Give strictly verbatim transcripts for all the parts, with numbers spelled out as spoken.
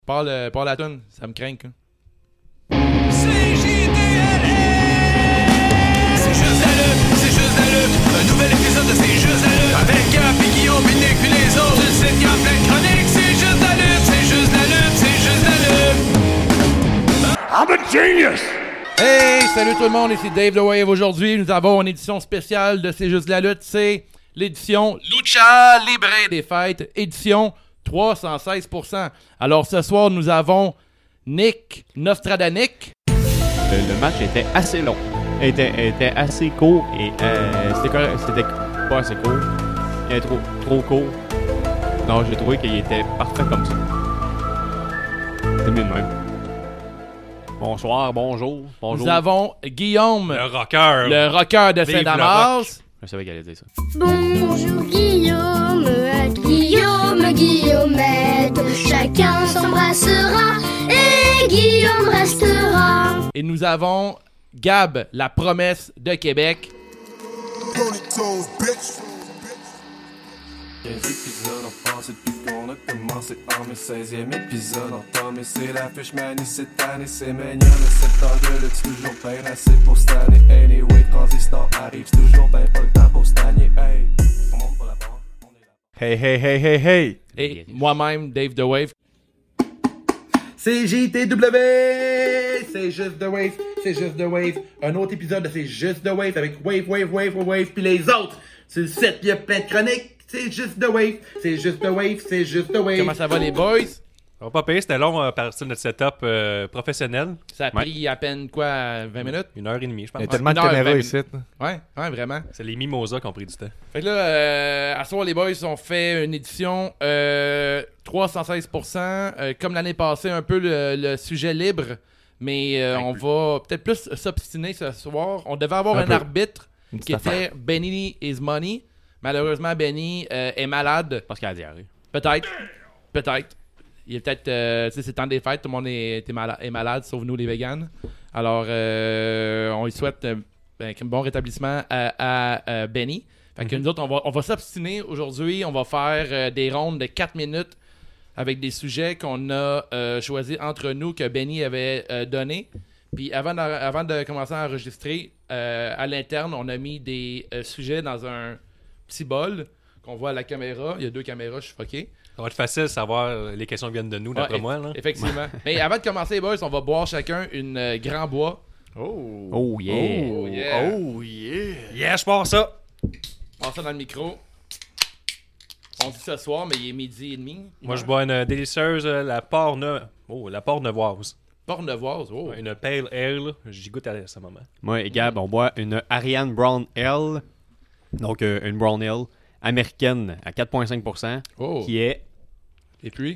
Parle, euh, parle la toune, ça me craint. Hein. C J D L S C'est juste la lutte, c'est juste la lutte. Un nouvel épisode de C'est juste la lutte. Avec Gap et Guillaume, puis Nick, puis les autres. Tu sais qu'il y a plein de chroniques. C'est juste la lutte, c'est juste la lutte, c'est juste la lutte. I'm a genius! Hey, salut tout le monde, ici Dave The Wave. Aujourd'hui, nous avons une édition spéciale de C'est juste la lutte. C'est l'édition Lucha Libre des fêtes, édition trois cent seize pour cent. Alors ce soir, nous avons Nick Nostradanic. Le, le match était assez long. était, était assez court et euh, c'était, correct, c'était pas assez court. Il était trop, trop court. Non, j'ai trouvé qu'il était parfait comme ça. C'est mieux de même. Bonsoir, bonjour, bonjour. Nous avons Guillaume, Le rocker. le rocker de Vive le Saint-Damas. Je savais qu'elle allait dire ça. Bonjour Guillaume, Guillaume, Guillaumette, chacun s'embrassera et Guillaume restera. Et nous avons Gab, la promesse de Québec. quinze épisodes ont passé depuis qu'on a commencé en mes seizième épisode entamé. C'est la fiche manie cette année, c'est mignon. Le sept ans de lutte, c'est toujours bien assez pour cette année. Anyway, Transistor arrive, c'est toujours bien pas le temps pour stagner. Hey, on monte pas la barre, on est là. Hey, hey, hey, hey, hey! Et moi-même, Dave The Wave. C'est J T W! C'est juste The Wave, c'est juste The Wave. Un autre épisode de C'est juste The Wave avec Wave, Wave, Wave, Wave, Wave. Puis les autres, c'est le set, il y a plein de chroniques. C'est juste The Wave, c'est juste The Wave, c'est juste The Wave. Comment ça va les boys? On va pas payer, c'était long à partir de notre setup euh, professionnel. Ça a pris à peine quoi, vingt minutes? Une heure et demie, je pense. Il y a Ouais. tellement de une heure, caméras vingt ici. Ouais, ouais, vraiment. C'est les mimosas qui ont pris du temps. Fait que là, euh, à ce soir, les boys ont fait une édition euh, trois cent seize pour cent. Euh, comme l'année passée, un peu le, le sujet libre. Mais euh, on va peut-être plus s'obstiner ce soir. On devait avoir Un un, peu. arbitre Une qui petite était Benny is Money. Malheureusement, Benny euh, est malade. Parce qu'elle a diarrhée. Peut-être. Peut-être. Il est peut-être. Euh, tu sais, c'est temps des fêtes, tout le monde est, est, malade, est malade, sauf nous les véganes. Alors, euh, on lui souhaite euh, ben, un bon rétablissement à, à, à Benny. Fait que Mm-hmm. nous autres, on va, on va s'obstiner aujourd'hui. On va faire euh, des rondes de quatre minutes avec des sujets qu'on a euh, choisis entre nous que Benny avait euh, donné. Puis avant de, avant de commencer à enregistrer, euh, à l'interne, on a mis des euh, sujets dans un petit bol qu'on voit à la caméra. Il y a deux caméras, je suis fucké. Ça va être facile de savoir les questions viennent de nous, d'après Ouais, moi. Là. Effectivement. Mais avant de commencer, les boys, on va boire chacun une euh, grand bois. Oh! Oh yeah! Oh, yeah. Oh, yeah! Yeah, je pars ça! Prends ça dans le micro. On dit ce soir, mais il est midi et demi. Moi, je bois une délicieuse, euh, la Porne... Oh, la Pornevoise. Pornevoise. Oh. Une pale ale. J'y goûte à ce moment. Moi et Gab, on boit une Ariane Brown Ale. Donc, euh, une Brown Ale américaine à quatre virgule cinq pour cent. Oh. Qui est Et puis,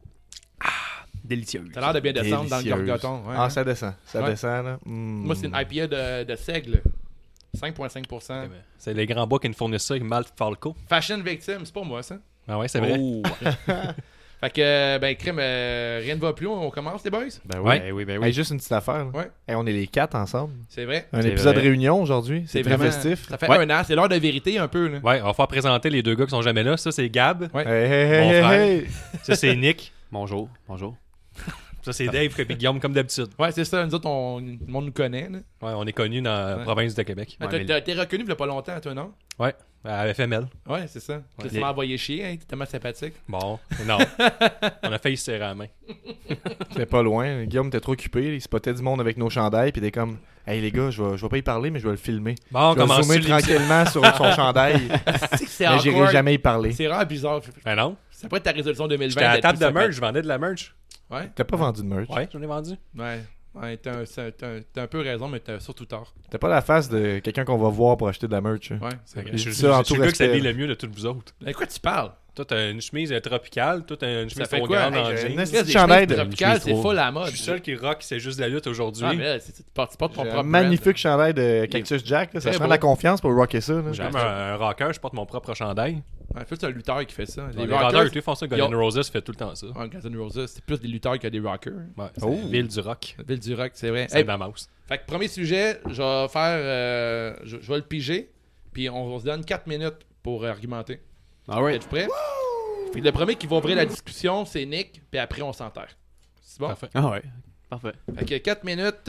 délicieuse. ça a l'air de bien descendre dans le Délicieuse. gorgoton. Ouais, Ah, hein. ça descend. Ça Ouais. descend, là. Mm. Moi, c'est une I P A de, de seigle. cinq virgule cinq pour cent. C'est les grands bois qui nous fournissent ça, Malt Falco. Fashion victime, c'est pas moi ça. Ah ouais, c'est vrai. Oh. Fait que, ben, crème, euh, rien ne va plus. On commence, les boys? Ben oui. Ouais. Ben oui, ben oui. Hey, juste une petite affaire. là. Ouais. Hey, on est les quatre ensemble. C'est vrai. Un C'est épisode vrai. réunion aujourd'hui. C'est très vraiment- festif. Ça fait Ouais. un an. C'est l'heure de vérité un peu. Là. Ouais, on va faire présenter les deux gars qui sont jamais là. Ça, c'est Gab. Ouais. Hey, hey, Mon hey, frère. hey! Ça, c'est Nick. Bonjour, bonjour. Ça, c'est Dave et Guillaume, comme d'habitude. Ouais, c'est ça. Nous autres, on, le monde nous connaît. Là. Ouais, on est connus dans la Ouais. province de Québec. Mais Ouais, t'as- mais- t'as été reconnu il y a pas longtemps, toi, non? Ouais, à F M L. Ouais, c'est ça. Tu Les- m'as envoyé chier, hein? T'es tellement sympathique. Bon, non. On a failli se serrer la main. C'était pas loin. Guillaume était trop occupé. Il spottait du monde avec nos chandails. Puis il était comme, hey les gars, je vais, je vais pas y parler, mais je vais le filmer. Bon, on Je vais commence zoomer tranquillement sur son chandail. C'est que c'est Mais j'irai awkward. jamais y parler. C'est vraiment bizarre. Ben non. Ça pourrait être ta résolution deux mille vingt. J'étais à la d'être table plus de merch, sympathique. je vendais de la merch. Ouais, T'as pas vendu de merch. Ouais, j'en ai vendu. ouais. Ouais, t'as un, t'as un- t'as un peu raison, mais t'as surtout tort. T'as pas la face de quelqu'un qu'on va voir pour acheter de la merch. hein. Ouais, c'est vrai. Je dis suis ça en je suis tout le gars qui respect. s'habille le mieux de tous vous autres. De quoi tu parles? Toi, t'as une chemise euh, tropicale. Toi, t'as une chemise fait trop quoi? grande Hey, en j'ai jeans. une- Chris, des chandail chemises de- tropicales, chemise c'est trop. full à la Je mode. suis seul qui rock, c'est juste de la lutte aujourd'hui. Ah, mais là, c'est- tu portes pas de ton J'ai un propre magnifique chandail de Cactus Jack. là. Ça Très prend beau. de la confiance pour rocker ça. là. J'aime un, un rocker, je porte mon propre chandail. brand. Ouais, fait, c'est un lutteur qui fait ça. Les, vendeurs, ils font ça. Guns ils N' ont- Roses fait tout le temps ça. Ouais, Guns N' Roses, c'est plus des lutteurs que des rockers. Ouais, c'est Oh. la ville du rock. La ville du rock, c'est vrai. C'est Hey, Damas. fait que premier sujet, je vais faire. euh, je, je vais le piger, puis on, on se donne quatre minutes pour euh, argumenter. Alright. Êtes-vous prêts? Fait que le premier qui va ouvrir la discussion, c'est Nick, puis après on s'enterre. C'est bon? Parfait. Ah ouais, parfait. Fait que quatre minutes.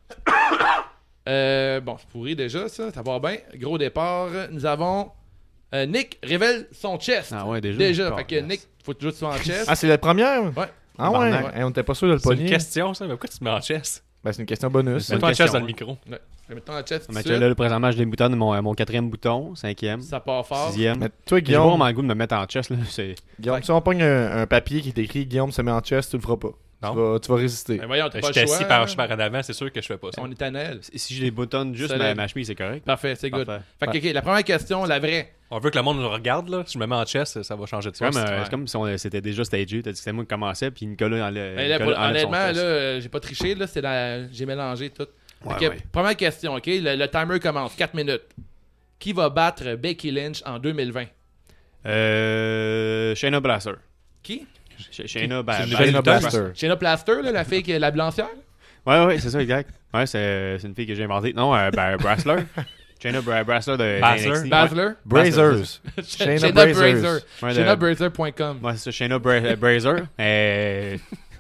Euh, bon, c'est pourri déjà, ça. Ça va bien. Gros départ. Nous avons... Euh, Nick révèle son chest. Ah ouais, déjà. Déjà. Oh, fait que yes. Nick, faut toujours que tu sois en chest. Ah, c'est la première? Ouais. Ah ouais? Barnac. Hey, on était pas sûr de le C'est une pogner. question, ça. Mais pourquoi tu te mets en chest? Ben, c'est une question bonus. C'est Mets-toi en question, chest dans hein. le micro. Ouais. Je vais mettre en chest. tout Mais de là, suite. là, présentement, j'ai les boutons de mon, mon quatrième bouton, cinquième, Ça part fort. sixième. Mais toi, J'ai vraiment Guillaume, le goût de me mettre en chest, là. C'est... Guillaume, si on pogne un, un papier qui est écrit Guillaume se met en chest, tu le feras pas. Non. Tu vas, tu vas résister. Ben voyons, t'as Je pas suis le choix. assis par, hein. je suis par en avant, c'est sûr que je fais pas ça. On est à Noël. Si je les boutonne juste Solide. ma, ma chemise, c'est correct. Parfait, c'est good. Parfait. Fait que, ok, la première question, la vraie. On veut que le monde nous regarde, là. Si je me mets en chest, ça va changer de C'est comme, ça. euh, ouais. c'est comme si on, c'était déjà stagé. T'as dit que c'était moi qui commençais, puis Nicolas enlève. Ben là, Nicolas pour- enlève son honnêtement, chest. là, euh, j'ai pas triché, là, c'est dans- j'ai mélangé tout. Ouais, Fait que, ouais. première question, ok? Le, le timer commence, quatre minutes. Qui va battre Becky Lynch en deux mille vingt? Euh. Shayna Baszler. Qui? Sh- Shayna Ba- C'est une Ba- Shayna Ba- Baszler. Shayna Plaster, là, la fille qui est la blancière? Ouais, ouais, c'est ça, exact. Ouais, c'est, c'est une fille que j'ai inventée. Non, euh, Ba- Baszler. Shayna Bra- Baszler de Baszler. N X T. Basler? Brazers. Shayna Shayna Brazers. Brazer. Ouais, de- Shayna Brazer point com. Ouais, c'est ça, Shayna Bra- Brazer. Elle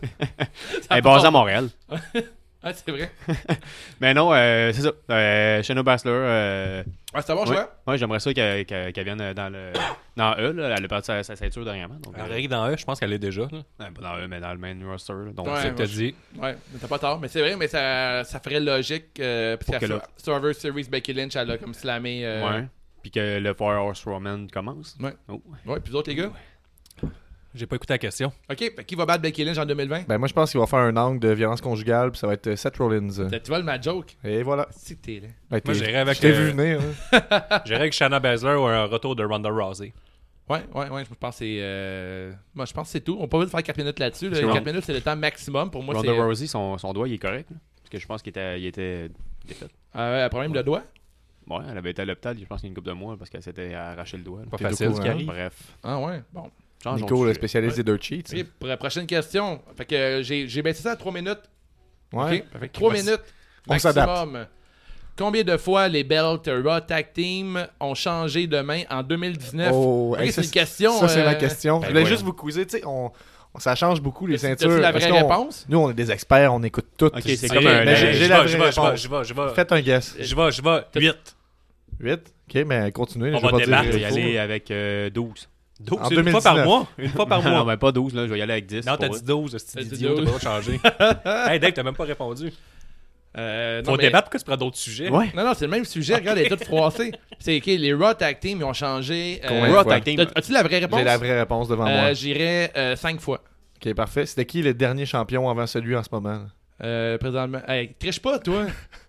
Ça elle est part. basée à Montréal. Ah, c'est vrai. Mais non, euh, c'est ça. Euh, Shayna Baszler. Euh, Ouais, c'est un bon ouais, choix. ouais, j'aimerais ça qu'elle, qu'elle- qu'elle vienne dans le. Dans E, là. Elle a perdu sa, sa ceinture dernièrement. Donc, Elle euh, arrive dans eux, je pense qu'elle est déjà. Là. ouais, pas dans E, mais dans le main roster. là. Donc, Ouais, C'est ce que moi, t'as dit. Ouais, mais t'as pas tort. Mais c'est vrai, mais ça, ça ferait logique. Euh, parce Pour qu'à que Sur- Survivor Series, Becky Lynch, elle a comme slamé. Euh... ouais. Puis que le Four Horse Roman commence. Ouais. Oh. Ouais, puis vous autres, les gars? J'ai pas écouté la question. Ok, fait qui va battre Becky Lynch en deux mille vingt? Ben, moi, je pense qu'il va faire un angle de violence conjugale, puis ça va être euh, Seth Rollins. Tu vois ma joke? Et voilà. Si t'es là. Ben, Moi, t'es- j'irais avec, Je t'ai euh, vu venir. hein. J'irais avec Shayna Baszler ou un retour de Ronda Rousey. Ouais, ouais, ouais, je pense que c'est. Euh... Moi, je pense que c'est tout. On peut pas faire quatre minutes là-dessus. Là. C'est quatre Ron- minutes, c'est le temps maximum. Pour moi, Ronda c'est. Rousey, son, son doigt, il est correct. Là, parce que je pense qu'il était, il était défait. Euh, un problème de doigt? Ouais, elle avait été à l'hôpital, je pense qu'il y a une couple de mois, parce qu'elle s'était arraché le doigt. là. Pas T'es facile au ce qui courant. arrive. Bref. Ah, ouais, bon. Changeons de Nico, le sujet. spécialiste des dirt sheets. Ok, pour la prochaine question. Fait que euh, j'ai, j'ai baissé ça à trois minutes. Ouais. Ok? Fait que trois Vas-y. minutes. On Maximum. Combien de fois les belts Raw Tag Team ont changé de main en deux mille dix-neuf? Oh, Ok, hey, c'est ça, une question. Ça, c'est euh, ma question. ben je voulais voyons. juste vous quizer. Tu sais, on, on- ça change beaucoup les T'as-tu ceintures. la Parce vraie qu'on- réponse? Nous, on est des experts, on écoute tout. Ok, c'est Ok, comme un. mais j'ai- je j'ai vais, la je vraie vais, je vais, réponse. je vais, je vais. Faites un guess. Je vais, je vais. huit. huit. Ok, mais continuez. On je vais va pas débattre, dire Je vais y faux. aller avec euh, douze. douze, En c'est une fois deux mille dix-neuf. par mois. Une fois par Non, mois. ben pas douze, là, je vais y aller avec dix. Non, t'as pour dit douze, c'est T'as dit idiot, t'as douze. pas changé. Hey Dave, t'as même pas répondu. Euh, non, Faut mais- débattre, pourquoi tu prends d'autres sujets? vrai. Ouais. Non, non, c'est le même sujet. Regarde, elle est toute froissée. C'est ok, les Raw Tag Team, ils ont changé. euh, Combien de Raw fois? Tag Team. t'as- As-tu la vraie réponse? J'ai la vraie réponse devant Euh, moi. J'irais euh, cinq fois. Ok, parfait. C'était qui le dernier champion avant celui en ce moment? Euh, présentement. Hey, triche pas, toi.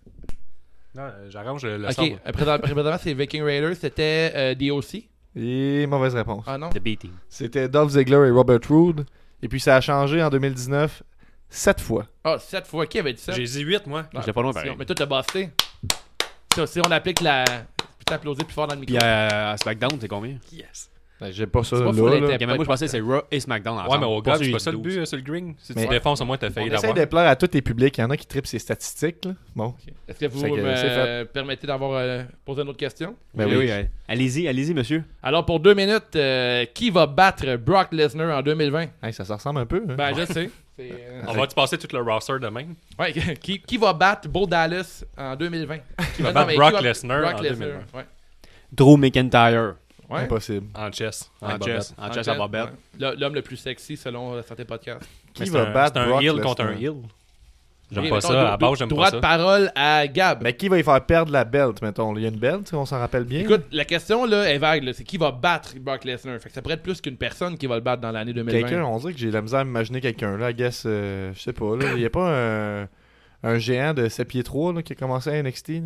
Non, euh, j'arrange le Ok, son. euh, présent- présentement, c'est Viking Raiders. C'était euh, D O C. Et mauvaise réponse. Ah non? The B-Team. C'était Dolph Ziggler et Robert Roode. Et puis ça a changé en deux mille dix-neuf sept fois. Ah, sept fois. Qui avait dit ça? J'ai dit huit, moi. Ah, J'étais pas loin, si pareil. on- Mais toi, t'as busté. Si, si on applique la. Putain, applaudir plus fort dans le micro. Puis euh, à SmackDown, c'est combien? Yes. Ben, J'ai pas ça C'est pas là. fou, là. les Ok, têtes. mais moi, je pensais que c'est Raw et SmackDown ensemble. Ouais, mais au Pour gars, ça, c'est j'ai pas dit ça le douze. but euh, sur le green. Si Mais- tu défonces, au moins, t'as failli On essaie l'avoir. de plaire à tous les publics. Il y en a qui trippent ces statistiques. Là. Bon. Est-ce que vous C'est que me c'est fait. permettez d'avoir euh, posé une autre question? Ben Oui, oui. oui, euh, allez-y, allez-y, monsieur. Alors, pour deux minutes, euh, qui va battre Brock Lesnar en deux mille vingt? Hey, ça se ressemble un peu. Hein? Ben, je sais. C'est, euh, On va-tu passer tout le roster demain? Ouais, qui, qui va battre Bo Dallas en deux mille vingt? Qui va battre Brock Lesnar en deux mille vingt? Ouais. Drew McIntyre. Ouais. Impossible. En chess. En chess. En chess à bobette. Ouais. L'homme le plus sexy selon euh, certains podcasts. Qui Mais va c'est un- battre C'est un Brock heel contre un Lesnar? heel. J'aime Ok, pas mettons, ça. do- À la base, do- j'aime droit pas de ça. parole à Gab. Mais qui va y faire perdre la belt, mettons? Il y a une belt, on s'en rappelle bien. Écoute, la question là est vague. là. C'est qui va battre Brock Lesnar? Fait que ça pourrait être plus qu'une personne qui va le battre dans l'année deux mille vingt. Quelqu'un, on dirait que j'ai de la misère à m'imaginer quelqu'un. Là, I guess, euh, je sais pas. Il y a pas un, un géant de sept pieds trois là, qui a commencé à N X T? là?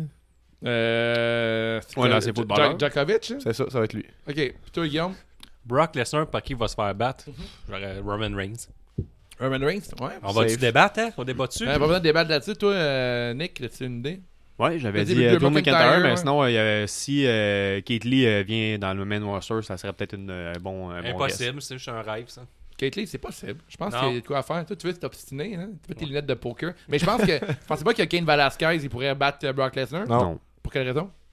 Euh. c'est Ouais, quoi, là, c'est Jo- footballeur. Jo- Djokovic? hein? C'est ça, ça va être lui. Ok. Puis toi, Guillaume? Brock Lesnar, par qui il va se faire battre? Mhm. J'aurais Roman Reigns. Roman Reigns? Ouais. On va-tu Safe. débattre, hein? On débat dessus? Euh, pas besoin de débattre là-dessus. Toi, euh, Nick, as-tu une idée? Ouais, j'avais Vas-y, dit le euh, Drew McIntyre, McIntyre, ouais. mais sinon, euh, il y avait- si euh, Keith Lee euh, vient dans le main roster, ça serait peut-être une, euh, un bon, un bon guess. Impossible, c'est juste un rêve, ça. Kate Lee, c'est possible. Je pense Non. qu'il y a de quoi à faire. Toi, tu veux t'obstiner, hein? Tu mets tes lunettes de poker. Mais je pense que. Je pensais pas que Kane Velasquez, il pourrait battre euh, Brock Lesnar. Non. Non. Pour quelle raison?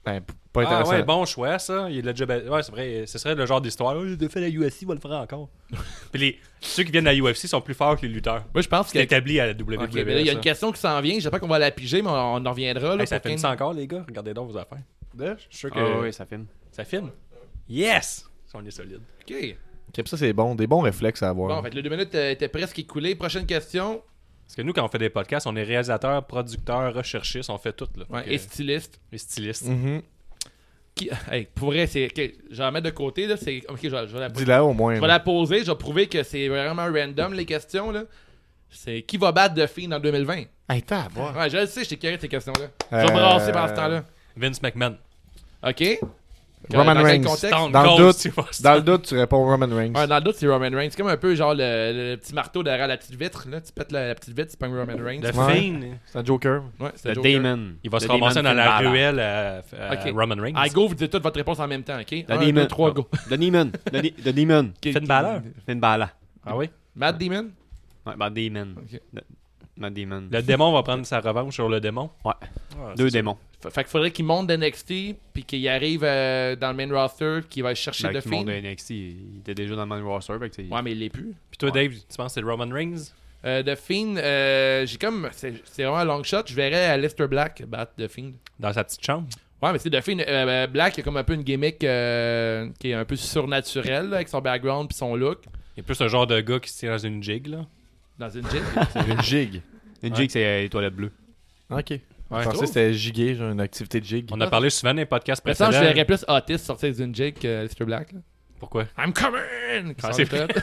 Ben, p- pas Ah intéressant. ouais, bon choix, ça. Il a déjà... Ouais, c'est vrai. Ce serait le genre d'histoire. Oh, il a fait la U F C, il va le faire encore. Puis les... ceux qui viennent de la U F C sont plus forts que les lutteurs. Moi, je pense C'est que. établi à la W W E. Ok, mais là, il y a une ça. question qui s'en vient. J'espère qu'on va la piger, mais on, on en reviendra. Là, Hey, ça pour filme King. ça encore, les gars? Regardez donc vos affaires. Je suis sûr que Ah oui, ça filme. ça filme. Yes! On est solide. Ok. Ok, ça, c'est bon. Des bons réflexes à avoir. Bon, en fait, le deux minutes euh, était presque écoulé. Prochaine question. Parce que nous, quand on fait des podcasts, on est réalisateur, producteur, recherchiste, on fait tout. Là. Ouais, Donc, et euh, styliste. et styliste. Mhm. Qui... Hey, pour vrai, c'est. ok, je vais la mettre de côté. Là. C'est... Ok, je vais, je vais la poser. Dis-la au moins. Je vais là. la poser. Je vais prouver que c'est vraiment random, les questions. Là. C'est qui va battre The Fiend en deux mille vingt? Hey, t'as à voir. Ouais, je le sais, j'étais curieux de ces questions-là. Je Euh, vais brasser pendant ce temps-là. Vince McMahon. Ok? Roman Dans quel Reigns. contexte? Stone Dans le Cold doute, Steve Austin. Dans le doute, tu réponds Roman Reigns. Ouais, dans le doute, c'est Roman Reigns. C'est comme un peu genre le, le petit marteau derrière la petite vitre. Là. Tu pètes la, la petite vitre, c'est pas un Roman Reigns. The Ouais. Fiend. C'est un Joker. Ouais, c'est Le Joker. Damon. Il va se Le ramasser Demon dans la Finn Balor. ruelle à, à Ok. Roman Reigns. Ah, go, vous dites toutes votre réponse en même temps, ok? Le un, Demon. deux, trois, go. Le Demon. Le Di- Le Demon. Finn Balor. Finn Balor. Ah oui? Matt Damon? Ouais, bah Demon. Ok. Le- Matt Damon. Le démon va prendre sa revanche sur le démon. Ouais. Ah, Deux c'est démons. F- Fait qu'il faudrait qu'il monte d'N X T, puis qu'il arrive euh, dans le main roster, qu'il va chercher Ben, The qui monte Fiend. de N X T, il était déjà dans le main roster. Fait que c'est- Ouais, mais il l'est plus. Puis toi, Ouais. Dave, tu penses que c'est Roman Reigns? Euh, The Fiend, euh, j'ai comme. C'est c'est vraiment un long shot. Je verrais Aleister Black battre The Fiend. Dans sa petite chambre? Ouais, mais c'est The Fiend. euh, Black, il a comme un peu une gimmick euh, qui est un peu surnaturelle, là, avec son background puis son look. Il est plus un genre de gars qui se tient dans une jig, là. Dans une gym. C'est une gigue. Une Ouais. jig, c'est euh, les toilettes bleues. Ok. Ouais, Je pensais trouve. que c'était giguer, genre une activité de gigue. On a parlé souvent dans les podcasts Pour l'instant, je précédents. verrais plus Otis sortir d'une jig que Aleister Black. là. Pourquoi? I'm coming! Qui Ah, sort c'est de toilette.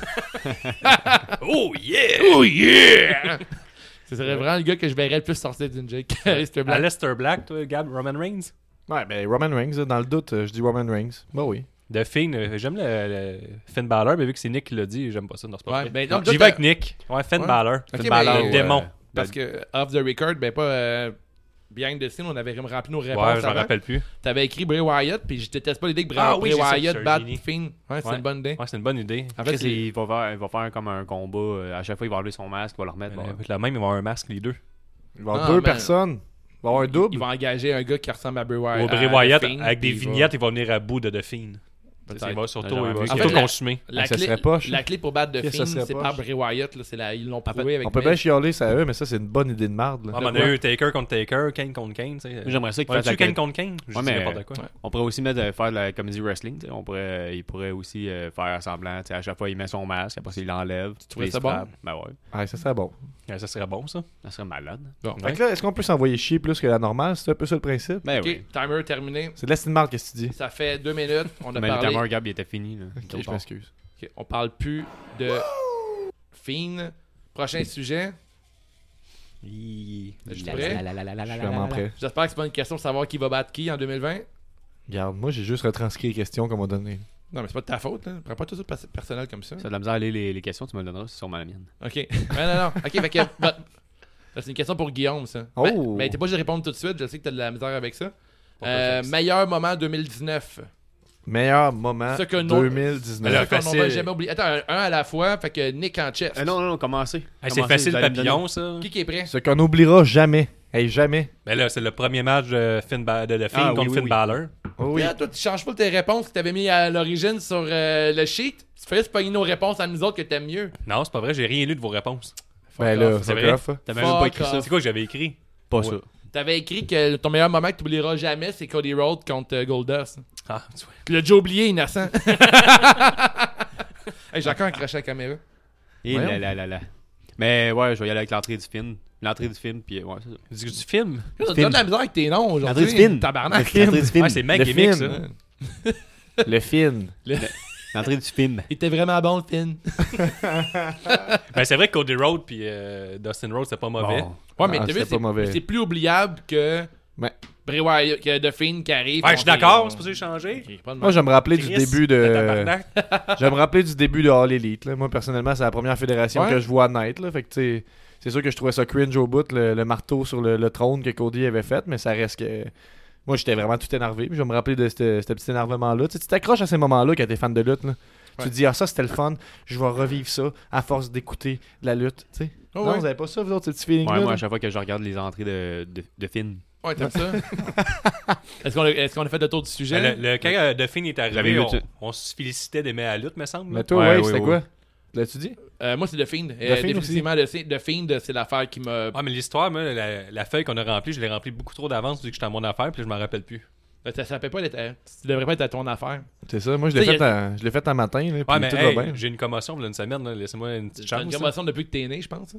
Oh yeah! Oh yeah! Ce serait vraiment le gars que je verrais le plus sortir d'une jig que Aleister Black. Aleister Black, toi, Gab, Roman Reigns? Ouais, ben Roman Reigns, là, dans le doute, euh, je dis Roman Reigns. Bah oui. The Fiend, euh, j'aime le, le Finn Balor, mais vu que c'est Nick qui l'a dit, j'aime pas ça. Non, c'est pas Ouais, vrai. ben, Non, donc, J'y toi, vais t'as- avec Nick. Ouais, Finn Ouais. Balor. Ok, Finn mais- Balor, euh, le démon. Parce que off the record, ben pas euh, behind the scene, on avait rempli nos réponses. Ouais, je m'en avant. rappelle plus. T'avais écrit Bray Wyatt, puis je déteste pas l'idée que Bray, Ah oui, Bray j'ai ça, Wyatt c'est batte un génie. Fiend. Ouais, c'est Ouais. une bonne idée. Ouais, c'est une bonne idée. En fait, Chris, c'est- il va, faire, il va faire comme un combat. euh, à chaque fois, il va enlever son masque, il va le remettre. Euh, bon. Avec la même, ils vont avoir un masque, les deux. Il va y avoir Ah, deux man. personnes. Il va y avoir un il double. va engager un gars qui ressemble à Bray Wyatt. Ou Bray à The Wyatt, Fiend, avec des puis il va- vignettes, il va venir à bout de The Fiend. Peut-être. Il va surtout, J'aurais il va vu que- s'auto-consumer. La, Ah, ça clé, serait poche. la clé pour battre The Qu'est-ce que ça Fiend, serait c'est poche? par Bray Wyatt. Là, c'est la, ils l'ont prouvé avec On peut Miz. bien chialer ça à eux, mais ça, c'est une bonne idée de marde. là. Ah, mais on a eu Taker contre Taker, Kane contre Kane. tu sais. Moi, j'aimerais ça qu'il On fasse a-tu la Kane contre Kane? Je Ouais, dis mais- n'importe quoi. Ouais. On pourrait aussi mettre, euh, faire de la comédie wrestling. tu sais. On pourrait, euh, il pourrait aussi euh, faire semblant. tu sais, À chaque fois, il met son masque. Après, il l'enlève. Tu trouvais ça bon? Ben ouais. Ouais, ça serait bon. Ouais, ça serait bon, ça. Ça serait malade. Bon, Fait que là, est-ce qu'on peut s'envoyer chier plus que la normale? C'est un peu ça le principe? Ben ok, oui. timer terminé. C'est de la marde, qu'est-ce que tu dis? Ça fait deux minutes. On a Mais le parlé. timer, Gab, il était fini. Là. Ok, je m'excuse. Ok, on parle plus de Fiend. Prochain sujet. Hi. Je suis prêt. Je suis vraiment prêt. J'espère que c'est pas une question de savoir qui va battre qui en deux mille vingt. Regarde, moi, j'ai juste retranscrit les questions qu'on m'a données. Non, mais c'est pas de ta faute. Hein. Prends pas tout ça pers- personnel comme ça. Ça a de la misère à lire les, les questions, tu me le donneras, c'est sûrement la mienne. Ok. Ouais, non, non. Ok, fait que. bah, ça, c'est une question pour Guillaume, ça. Oh. Mais, mais t'es pas obligé de répondre tout de suite. Je sais que t'as de la misère avec ça. Pas Euh, perfect. meilleur moment deux mille dix-neuf. Meilleur moment Ce que nos- deux mille dix-neuf. Alors, Ça qu'on facile. va jamais oublier. Attends, un, un à la fois. Fait que Nick en chef. Euh, non, non, non, commencez. Hey, c'est Commencez, facile, vous allez me donner- papillon, ça. Qui qui est prêt? Ce qu'on n'oubliera jamais. Hey, jamais. Ben là, c'est le premier match de, Finn ba- de, de Fiend Ah, oui, contre oui, Finn oui. Balor. Oh oui. Là, toi, tu changes pas tes réponses que t'avais mis à l'origine sur euh, le sheet. Tu fais juste pogner nos réponses à nous autres que t'aimes mieux. Non, c'est pas vrai, j'ai rien lu de vos réponses. Ben là, c'est c'est vrai. off. hein. T'as même pas Fuck écrit ça. off. C'est quoi que j'avais écrit? Pas Ouais. ça. T'avais écrit que ton meilleur moment que tu oublieras jamais, c'est Cody Rhodes contre euh, Goldust. Ah, tu vois. Tu l'as déjà oublié, innocent. Hey, j'ai encore accroché la caméra. Et Voyons. là, là, là, là. Mais ouais, je vais y aller avec l'entrée du film. L'entrée du film, puis ouais, c'est ça. Du, du film? Tu Film. as de la misère avec tes noms aujourd'hui. L'entrée du film. Tabarnak. L'entrée du film. Ah, c'est Meg Le et Mick, film. ça. Le film. L'entrée du film. Il était vraiment bon, le film. Ben, c'est vrai que Cody Rhodes puis euh, Dustin Rhodes, c'est pas mauvais. Bon. Ouais, mais Ah, t'as vu, c'était c'est pas mauvais. c'est plus oubliable que Ouais. Bray Wyatt, que The Fiend qui arrive. Ouais, je suis d'accord, on- c'est pour ça que j'ai changé. Ok, pas de Moi, mal. je vais me rappeler du Chris, début le de. tabarnak. Je vais me rappeler du début de All Elite. Là. Moi, personnellement, c'est la première fédération Ouais. que je vois naître. Là. Fait que, tu sais, c'est sûr que je trouvais ça cringe au bout, le, le marteau sur le, le trône que Cody avait fait, mais ça reste que. Moi, j'étais vraiment tout énervé. Puis je vais me rappeler de ce ce petit énervement-là. Tu sais, tu t'accroches à ces moments-là quand t'es fan de lutte. Là. Tu Ouais. te dis, ah, ça, c'était le fun. Je vais revivre ça à force d'écouter de la lutte. Tu sais. Oh, non, ouais. vous avez pas ça, vous autres, ce petit feeling-là? Ouais, moi, là? à chaque fois que je regarde les entrées de, de, de film, Ouais, t'aimes ça? Est-ce qu'on a, est-ce qu'on a fait le tour du sujet? Ben, le, le, quand euh, The Fiend est J'avais arrivé, vu on, ça. on se félicitait d'aimer la lutte, me semble. Mais là. toi, Ouais, Wave, oui, c'était oui. quoi? L'as-tu dit? Euh, moi, c'est The Fiend. The Euh, Fiend définitivement, The, The Fiend, c'est l'affaire qui m'a... Ah, mais l'histoire, moi, la, la feuille qu'on a remplie, je l'ai remplie beaucoup trop d'avance vu que j'étais à mon affaire, puis je m'en rappelle plus. Ben, ça, ça peut pas être... Tu devrais pas être à ton affaire. C'est ça. Moi, je l'ai Tu sais, fait, y a- en- je l'ai fait un matin, là, puis Ouais, mais tout hey, va bien. j'ai une commotion pour une semaine, là. Laissez-moi une petite J'ai chance. une là. commotion depuis que t'es né, je pense.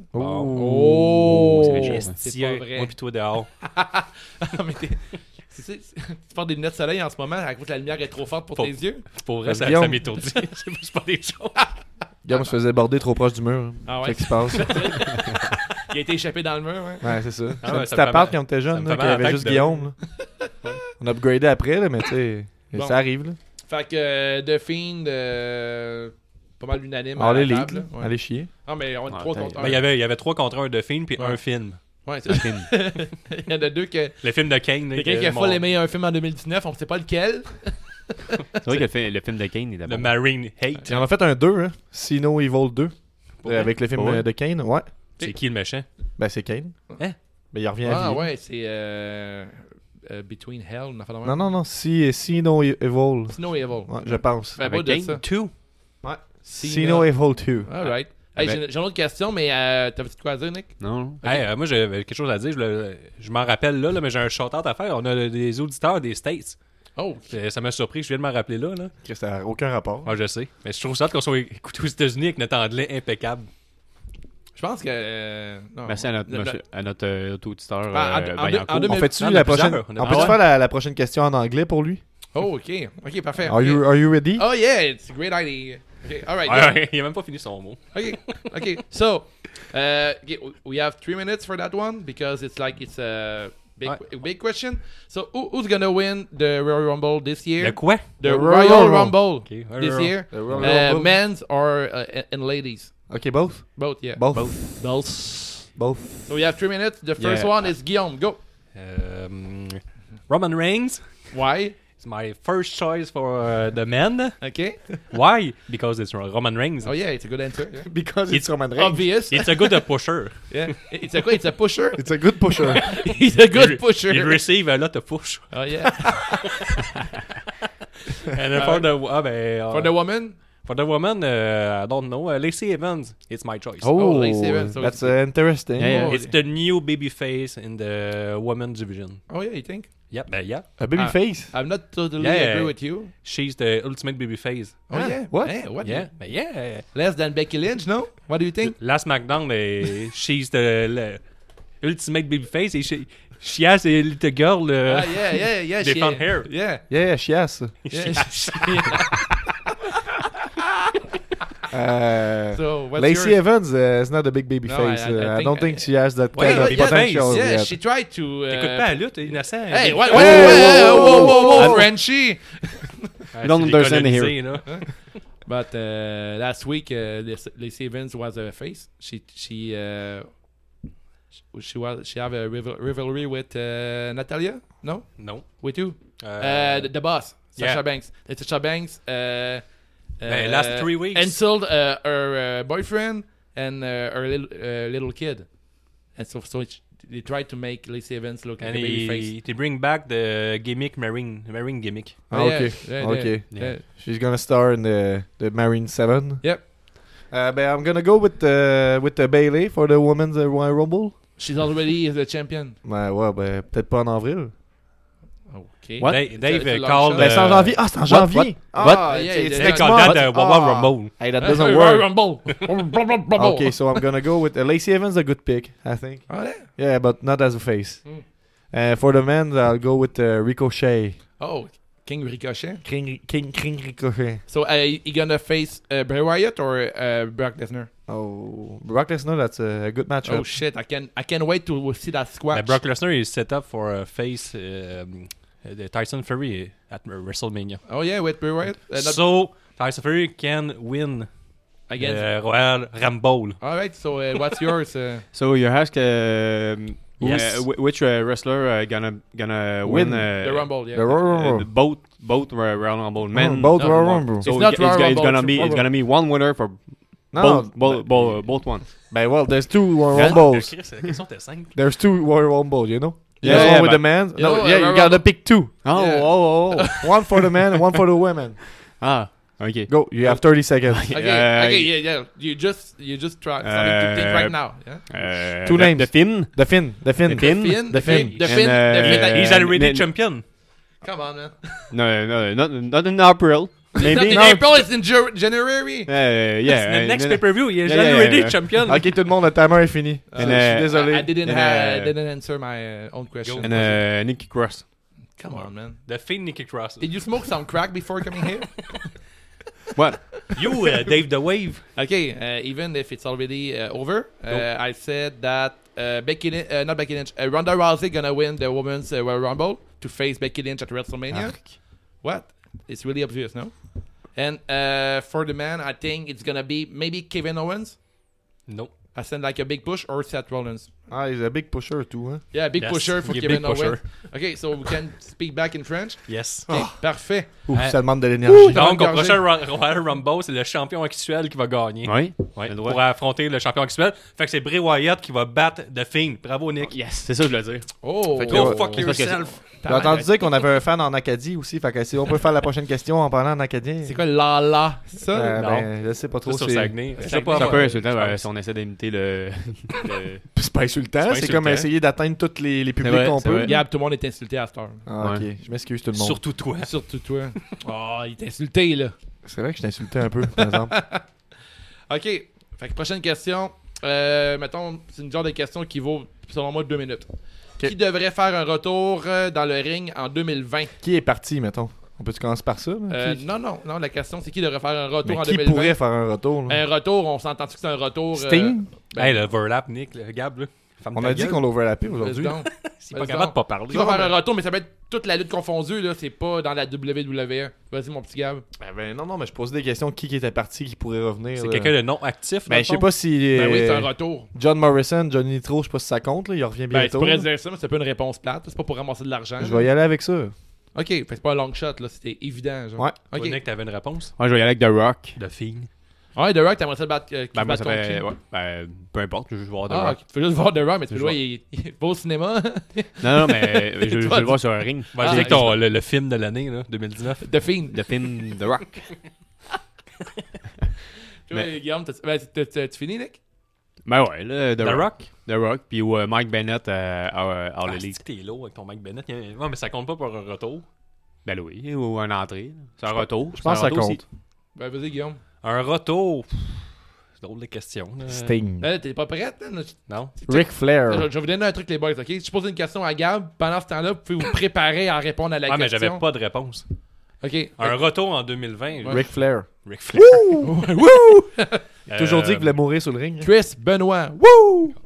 Oh! c'est chaud. C'est pas vrai. Moi pis toi dehors. Ah, mais t'es... c'est- c'est- c'est- tu portes des lunettes de soleil en ce moment à cause que la lumière est trop forte pour Pour- tes yeux? Pour vrai, Parce ça, Guillaume- ça m'étourdit. c'est pas- c'est pas des choses. Guillaume se faisait border trop proche du mur. Ah ouais? Qu'est-ce qui se passe? Il a été échappé dans le mur, ouais. Ouais, c'est ça. Ah C'est ouais, un ça petit me fait appart mal- quand on était ça jeune, me là, fait qu'il y mal à avait la juste tête de- Guillaume. Là. On a upgradé après, là, mais tu sais, Bon. ça arrive. Là. Fait que euh, The Fiend, euh, pas mal unanime à Allez, la lead, table. là. là. Ouais. Allez chier. Ah, mais on est Ouais, trois t'as- contre un. Ben, il y avait, il y avait trois contre un de film puis Ouais. un film. Ouais, c'est ça. Il y en a deux que... Le film de Kane. là, Quelqu'un que qui a mon- full aimé un film en deux mille dix-neuf, on ne sait pas lequel. C'est vrai que le, fi- le film de Kane, il est Le bon. Marine Hate. Il en a fait un deux, hein. Sino Evil deux. Pour euh, vrai? avec le film Ouais. euh, de Kane. Ouais. C'est qui le méchant? Ben, c'est Kane. Hein? Ben, il revient à Ah vie. ouais, c'est euh, euh, Between Hell, on a fait dans le Non, même. non, non. Si, Sino Evil. Snow Evil. Ouais, je pense. Fait Avec pas de Kane? ça. Two. Ouais. Sino. Sino Evil deux. Alright. Hey, Ben- j'ai j'ai une autre question, mais euh, t'avais-tu quoi à dire, Nick? Non, non. Hey, euh, moi, j'avais quelque chose à dire. Je, le- je m'en rappelle là, là, mais j'ai un shout-out à faire. On a des auditeurs des States. Oh, Euh, Ça m'a surpris. Je viens de m'en rappeler là. là. Que ça n'a aucun rapport. Moi, je sais. Mais je trouve ça qu'on soit écouté aux États-Unis avec notre anglais impeccable. je pense que... euh, non. Merci à notre, Le- le- monsieur- à notre, euh, notre auditeur. Ah, en- euh, en- Vaillancourt. en deux- On fait-tu Non, on a la plusieurs, prochaine... on a On peut-tu plusieurs. faire la, la prochaine question en anglais pour lui? Oh, ok. Ok, parfait. Are ok. you, are you ready? Oh yeah, it's a great idea. Okay, alright. Ouais, yeah. ouais, il a même pas fini son mot. Okay, okay. So, uh, okay, we have three minutes for that one because it's like it's a big, a big question. So, who, who's gonna win the Royal Rumble this year? Le quoi? The The Royal, Royal Rumble Ok, ouais, this ouais, ouais. year, The Royal uh, Rumble. men's or uh, and ladies? Ok, both? Both, yeah. Both. Both. Both. So we have three minutes. The first Yeah. one is Guillaume. Go. Um, Roman Reigns Why? is my first choice for uh, the men. Okay. Why? Because it's Roman Reigns. Oh yeah, it's a good answer. Yeah. Because it's, It's Roman Reigns. Obvious. It's a good pusher. Yeah. It's a good. It's a pusher. It's a good pusher. He's a good He- pusher. He receive a lot of push. Oh yeah. And uh, for the ah, ben, uh, For the woman. for the woman, uh, I don't know. Uh, Lacey Evans, it's my choice. Oh, Lacey Evans, so that's it's- uh, interesting. Yeah, yeah. Oh, It's the new baby face in the woman division. Oh yeah, you think? Yep, ben, yeah. A baby Ah. face. I'm not totally Yeah. agree with you. She's the ultimate baby face. Oh Huh? yeah. What? Eh, what? Yeah, ben, yeah. Less than Becky Lynch, no? What do you think? Last SmackDown, eh, she's the, the ultimate baby face. Et she, she has a little girl. Uh, Ah, yeah, yeah, yeah. They she- found hair. Yeah. Yeah, chiasse. yeah. Uh, So what's Lacey yours? Evans uh, is not a big baby No, face. I- I uh, I, think- don't think she has that Ouais, kind of yeah, potential Yeah, yet. she tried to. Uh, T'écoutes pas la lutte, innocent. Hey, Big what? fan. what Whoa, whoa, whoa, whoa, whoa, Ah, Frenchie! Ah, You don't c'est understand décolonisé, here. là. But uh, last week, uh, Lac- Lacey Evans was a face. She she uh, she- she was she have a rival- rivalry with uh, Natalia. No, Non. with you. Uh, Uh, the, the boss, Sasha yeah. Banks. Uh, Sasha Banks. Uh, Ben, uh, last three weeks. insult uh, her uh, boyfriend and uh, her little uh, little kid, and so so it, they tried to make Lacey Evans look like and a baby he, face. they bring back the gimmick Marine, Marine gimmick. Ah, Oh, yeah, okay. yeah, okay. yeah, yeah. She's gonna star in the the Marine Seven. Yep. Uh, but I'm gonna go with uh, with the Bailey for the Women's uh, Royal Rumble. She's already the champion. Ouais, ouais, ben peut-être pas en avril. Okay. What? Dave, Dave It's a- it's a long called. shot. Ben c'est en uh, janvier. Ah, c'est en janvier. Ah, it's- yeah, it's yeah, next yeah. called month. that the Ah. Royal Rumble. Hey, that Uh, doesn't Royal work. Rumble. Okay, so I'm gonna go with uh, Lacey Evans, a good pick, I think. Oh, yeah. Yeah, but not as a face. Mm. Uh, for the men, I'll go with uh, Ricochet. Oh, King Ricochet. King, King, King Ricochet. So, uh, you gonna face uh, Bray Wyatt or uh, Brock Lesnar? Oh, Brock Lesnar, that's a, a good matchup. Oh shit! I can I can't wait to see that squash. Ben, Brock Lesnar is set up for a face um, the Tyson Fury at WrestleMania. Oh yeah, with Bray Wyatt. Uh, not So Tyson Fury can win against. the Royal Rumble. All right. So uh, what's yours? Uh, So you ask um, Yes. uh, wh- which uh, wrestler uh, gonna gonna Win win, uh, the Rumble. Yeah. The Royal uh, Rumble. the both both Royal Rumble men. Oh, both no, Royal no. Rumble. So It's not it's, Royal it's, Rumble, gonna it's be it's Rumble. gonna be one winner for No, both both but- both, both ones. Ben, well, there's two Royal Hein? Rumbles. Chris, la question était simple. There's two Royal Rumbles, you know? Yes, Yeah, one with but- the man. You No, know, yeah, uh, you gotta pick two. Oh, Yeah. oh, oh. One for the man, one for the women. Ah, ok. Go, you have thirty seconds. Okay, Euh, okay, yeah, yeah. You just, you just try starting to think Euh, right now. Yeah. Euh, Two the- names. The Finn. The Finn, the Finn. The Finn. Finn, The Finn. The Finn, And, uh, the Finn. He's Uh, already Nen- champion. Come on, man. No, no, not, not in April. Maybe. In April, it's in Ger- January. Uh, yeah. The next uh, pay-per-view, he is Yeah, yeah, already yeah. champion. Ok, tout le monde, le timer est fini. Uh, Je And, suis uh, désolé. I, I didn't And, have, uh, didn't answer my uh, own question. And uh, Nikki Cross. Come on, man. The Fiend Nikki Cross. Did you smoke some crack before coming here? What? You, uh, Dave the Wave. Okay, uh, even if it's already uh, over, uh, I said that uh, Becky Lynch, uh, not Becky Lynch, uh, Ronda Rousey gonna win the Women's uh, Royal Rumble to face Becky Lynch at WrestleMania. What? It's really obvious, no? And uh, for the man, I think it's gonna be maybe Kevin Owens. Nope. I send like a big push or Seth Rollins. Ah, he's a big pusher too, hein. Yeah, big Yes, pusher for he's a Kevin big pusher. Owens. Okay, so we can speak back in French. Yes. Okay, parfait. Ouf, Hein? ça demande de l'énergie. Donc, au Gorgé. prochain Ro- Royal Rumble, c'est le champion actuel qui va gagner. Oui. Ouais, Le droit. pour affronter le champion actuel. Fait que c'est Bray Wyatt qui va battre The Fiend. Bravo, Nick. Yes, c'est ça que je voulais dire. Oh, Fait que, Go euh, fuck c'est parce que yourself. J'ai entendu dire qu'on avait un fan en Acadie aussi, fait que si on peut faire la prochaine question en parlant en acadien. c'est quoi la la? Ça? Euh, Non. ben, je sais pas trop. Ça, sur C'est Saguenay. Saguenay. Ça, pas C'est un avoir- peu insultant je ouais, pense. si on essaie d'imiter le. le- c'est pas insultant, C'est pas c'est comme insultant. essayer d'atteindre tous les, les publics vrai, qu'on c'est peut. vrai. Gab, tout le monde est insulté à cette heure. Ah, ok, Ouais. je m'excuse tout le monde. Surtout toi. Surtout toi. Oh, il est insulté, là. C'est vrai que je t'ai insulté un peu, par exemple. OK. Fait que prochaine question. Euh, mettons, c'est une genre de question qui vaut, selon moi, deux minutes. Ok. Qui devrait faire un retour euh, dans le ring en deux mille vingt? Qui est parti, mettons? On peut-tu commencer par ça? là? Euh, Qui, non, non, non. La question, c'est qui devrait faire un retour mais en qui deux mille vingt? pourrait faire un retour? là? Un retour, on s'entend-tu que c'est un retour... euh, Sting? ben, Hey, le overlap, Nick, le Gab, là. Ferme On ta a dit gueule. qu'on l'overlappé let's aujourd'hui. go. C'est pas Let's capable go. de pas parler. Qui va faire un retour, mais ça va être toute la lutte confondue, là. C'est pas dans la W W E. Vas-y, mon petit Gab. Ben, ben, non, non, mais je posais des questions. Qui qui était parti, qui pourrait revenir? C'est là? quelqu'un de non actif. Ben, je sais pas si... Ben oui, c'est euh, un retour. John Morrison, Johnny Nitro, je sais pas si ça compte, là, il revient Ben, tu bientôt. pourrais là. dire ça, mais c'est pas une réponse plate. C'est pas pour ramasser de l'argent. Je vais y aller avec ça. OK, fait que c'est pas un long shot, là. C'était évident, genre. Ouais. Toi, OK. Nick, t'avais une réponse? Ouais, je vais y aller avec The Rock. The Fiend. Ouais, The Rock, t'aimerais ça le battre, euh, qu'il Ben, moi, batte ça contre fait. qui? Ouais, ben, peu importe, je veux juste voir The Ah, Rock. ok. Tu veux juste voir The Rock, mais tu Je veux, vois. il, il va au cinéma. Non, non, mais je, je veux Toi, le voir sur un ring. Vas-y Ah, avec ton, le, le film de l'année, là, deux mille dix-neuf. The Fiend. The Finn, The Rock. Tu vois, Guillaume, t'as- ben, t'as- t'as- tu finis, Nick? Ben ouais, là, The, The Rock. Rock? The Rock, puis ou euh, Mike Bennett euh, à à All Ah, Elite. c'est que t'es lourd avec ton Mike Bennett. Il y a- Ouais, mais ça compte pas pour un retour. Ben oui, ou un entrée. C'est un retour. Je pense que ça compte. Ben, vas-y, Guillaume. Un retour. pff, C'est drôle de question. là. Sting. Là, t'es pas prête? Là? Non? Ric Flair. Je, je vais vous donner un truc, les boys, OK? Si je pose une question à Gab, pendant ce temps-là, vous pouvez vous préparer à répondre à la Ah, mais question. j'avais pas de réponse. OK. Un retour en deux mille vingt. Ric Flair. Ric Flair. Toujours dit Euh, qu'il voulait mourir sur le ring. hein? Chris Benoit. Wouh!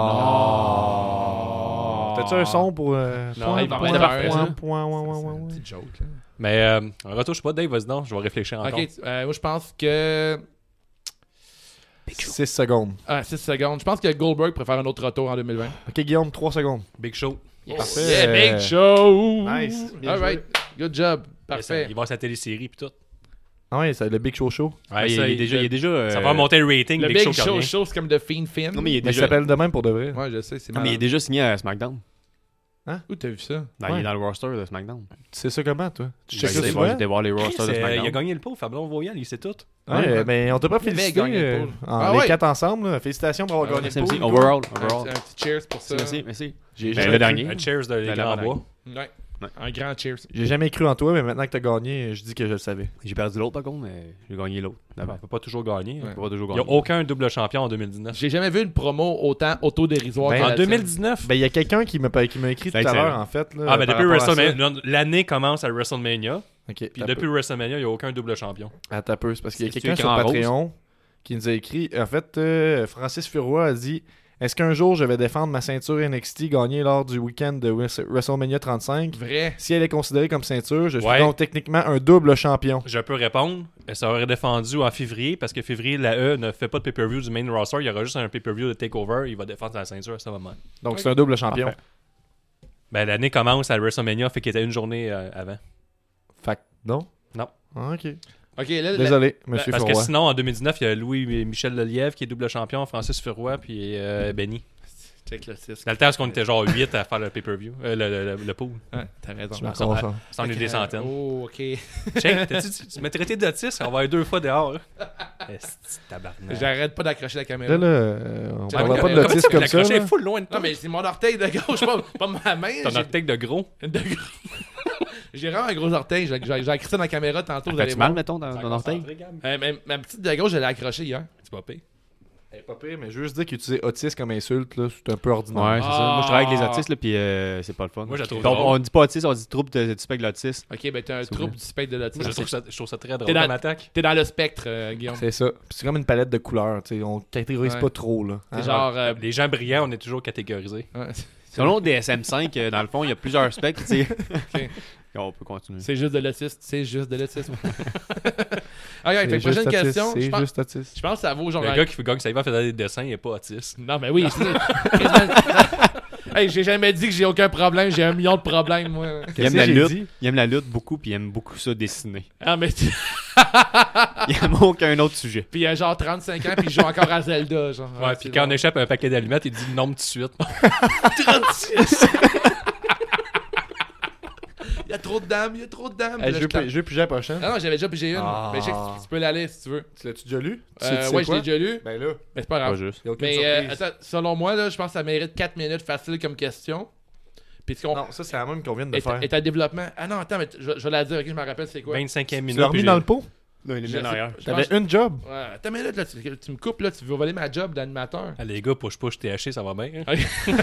Oh. T'as-tu un son pour. Euh, Non, point, il va point, mettre point, un, point, ça. point, ouais, ouais, ouais, ouais. Petite joke, là. Mais euh, un retour, je sais pas, Dave, vas-y non, je vais réfléchir encore. OK, euh, moi, je pense que... six secondes. Ah, six secondes. Je pense que Goldberg préfère un autre retour en deux mille vingt. Ok, Guillaume, trois secondes. Big Show. Parfait. Yeah, big show! Nice. Bien All joué. right. Good job. Il Parfait. va voir sa télésérie puis tout. Ah ouais, c'est le Big Show Show. Ouais, Ben, il, ça, il est déjà, il est déjà. euh, ça va monter le rating. Le Big, Big Show, qui Show revient. Show, c'est comme The Fiend Film. Non, mais il est Mais il déjà. s'appelle de même pour de vrai. Ouais, je sais, c'est Non, mais il est malade. déjà signé à SmackDown. Où t'as vu ça? Ben, Ouais. Il est dans le roster de SmackDown. Tu sais ça comment, toi? Tu Ben, checkes ça j'étais souvent? voir- j'étais voir les Chris, rosters de euh, il a SmackDown. gagné le pot, Fabien Voyal, il sait tout. Ouais, mais on t'a pas Il avait félicité gagné le euh, pôle. en Ah les ouais. quatre ensemble. là. Félicitations pour avoir Ah, gagné Merci, le merci. pôle. Overall. Un, Overall. petit- un petit cheers pour ça. Merci, merci. J'ai Ben, jamais, le cru- dernier. Un cheers de les Ben, grands la bois. Ouais. Ouais. Un grand cheers. j'ai jamais cru en toi, mais maintenant que t'as gagné, je dis que je le savais. J'ai perdu l'autre, par contre, mais j'ai gagné l'autre. On D'abord. peut pas toujours gagner. Ouais. Je peux pas toujours Il n'y a gagner. aucun double champion en deux mille dix-neuf. J'ai jamais vu une promo autant autodérisoire Ben, que En la deux mille tienne. dix-neuf? Ben, il y a quelqu'un qui m'a qui m'a écrit tout C'est à l'heure, excellent. en fait. Là, Ah, ben par depuis rapport à ça. WrestleMania. non, L'année commence à WrestleMania. Ok, Puis t'as depuis peu. WrestleMania, il n'y a aucun double champion. Attends un peu, c'est parce qu'il y a C'est-tu quelqu'un sur écran rose? Patreon qui nous a écrit. En fait, euh, Francis Furoy a dit: est-ce qu'un jour je vais défendre ma ceinture N X T gagnée lors du week-end de Wres- WrestleMania trente-cinq? Vrai. Si elle est considérée comme ceinture, je suis Ouais. donc techniquement un double champion. Je peux répondre. Ça aurait défendu en février parce que février, la E ne fait pas de pay-per-view du main roster. Il y aura juste un pay-per-view de TakeOver. Il va défendre sa ceinture à ce moment. Donc c'est un double champion. Parfait. Ben, l'année commence à WrestleMania, fait qu'il était une journée euh, avant. Fait que non? Non. Ah, ok. OK, là, la- Désolé, monsieur Parce que Furoy. sinon, en deux mille dix-neuf, il y a Louis-Michel Lelièvre qui est double champion, Francis Furoy, puis euh, Benny. Check l'autisme. Dans le temps, parce qu'on était genre huit à faire le pay-per-view, euh, le, le, le, le pool. Ouais, t'as raison. Je me Ça, confonds. ça en est des centaines. Oh, ok. Check, t'as-tu- tu tu m'as traité d'autiste, on va aller deux fois dehors. Là. Est-ce que tabarnak. J'arrête pas d'accrocher la caméra. Là, là, euh, on Tiens, parlera mais pas de comment l'autisme comme ça. L'accrocher là. full loin de toi. Non, mais c'est mon orteil de gauche, pas, pas ma main. Ton j'ai- orteil de gros. de gros- J'ai vraiment un gros orteil. J'ai j'ai- j'ai accroché ça dans la caméra tantôt. Vous allez Fais-tu mal, voir. mettons, dans ton orteil? Euh, ma, ma petite de gauche, je l'ai accrochée hier. C'est pas pire. Eh, Pas pire, mais juste dire qu'utiliser autiste comme insulte, là, c'est un peu ordinaire. Ouais, c'est ça. Ah. Moi, je travaille avec les autistes, là, puis euh, c'est pas le fun. Moi, je la trouve Donc, drôle. on dit pas autiste, on dit trouble de- du spectre de l'autisme. Ok, ben t'as un S'il vous trouble plaît. du spectre de Moi, je l'autisme. trouve, ça, je trouve ça très drôle T'es dans- comme attaque. T'es dans le spectre, euh, Guillaume. C'est ça. Puis c'est comme une palette de couleurs. tu sais, On catégorise Ouais. pas trop. Là. C'est Hein? genre. euh, Les gens brillants, on est toujours catégorisés. ouais, Selon D S M cinq, euh, dans le fond, il y a plusieurs spectres, tu sais. Ok. On peut continuer. C'est juste de l'autisme. C'est juste de l'autisme. Ok, C'est fait que juste prochaine autiste, question. Je C'est pense, juste autiste. je pense que ça vaut genre. Le un- gars qui fait gagne, ça y va faire des dessins, il est pas autiste. Non, mais oui. c'est- quasiment- Hey, j'ai jamais dit que j'ai aucun problème. J'ai un million de problèmes, moi. Il aime Qu'est-ce la que j'ai lutte. dit? Il aime la lutte beaucoup, puis il aime beaucoup ça dessiner. Ah, mais. tu- Il aime aucun autre sujet. Puis il a genre trente-cinq ans, puis il joue encore à Zelda. Genre. Ouais, Ah, puis c'est quand bon. on échappe un paquet d'allumettes, il dit le nombre tout de suite. trente-six. Il y a trop de dames, il y a trop de dames. Hey, Là, je je veux tape. pi- je veux piger la prochaine. Ah non, j'avais déjà pigé une. Ah. Mais je sais que tu- tu peux l'aller si tu veux. Tu l'as-tu déjà lu? Tu sais- Euh, tu sais ouais, je quoi? l'ai déjà lu. Ben là, Mais c'est pas Pas grave. juste. il y a aucune Mais euh, surprise. attends, selon moi, là, je pense que ça mérite quatre minutes facile comme question. Puis ce qu'on. Non, ça, c'est la même qu'on vient de est, faire. est à développement. Ah non, attends, mais t- je, je vais la dire, ok, je me rappelle c'est quoi. vingt-cinquième Tu minute. l'as remis puis dans j'ai- le pot? Là, il est Je bien sais- derrière. je T'avais pense- une job? Ouais, attends une minute, là, tu, tu me coupes, là, tu veux voler ma job d'animateur. Ah, les gars, push-push T H C, ça va bien. hein?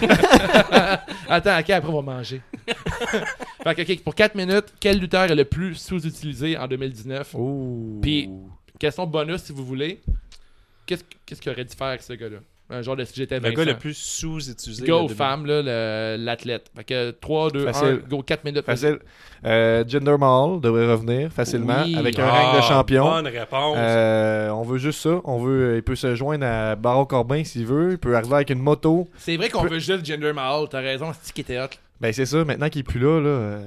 Attends, ok, après on va manger. Fait que, ok, pour quatre minutes, quel lutteur est le plus sous-utilisé en deux mille dix-neuf? Ouh. Puis, question bonus si vous voulez. Qu'est-ce qu'est-ce qu'il aurait dû faire avec ce gars-là? Un genre de sujet était Le gars le plus sous-utilisé. Go là, aux de- femmes, là, le- l'athlète. Fait que trois, deux, un, Facile. go quatre minutes. Facile. Euh, Jinder Mahal devrait revenir facilement Oui. avec un Ah, règne de champion. Bonne réponse. Euh, on veut juste ça. On veut, il peut se joindre à Baron Corbin s'il veut. Il peut arriver avec une moto. C'est vrai qu'on Peu- veut juste Jinder Mahal, t'as raison, c'est qui était hot. Ben c'est ça. Maintenant qu'il est plus là, là, euh,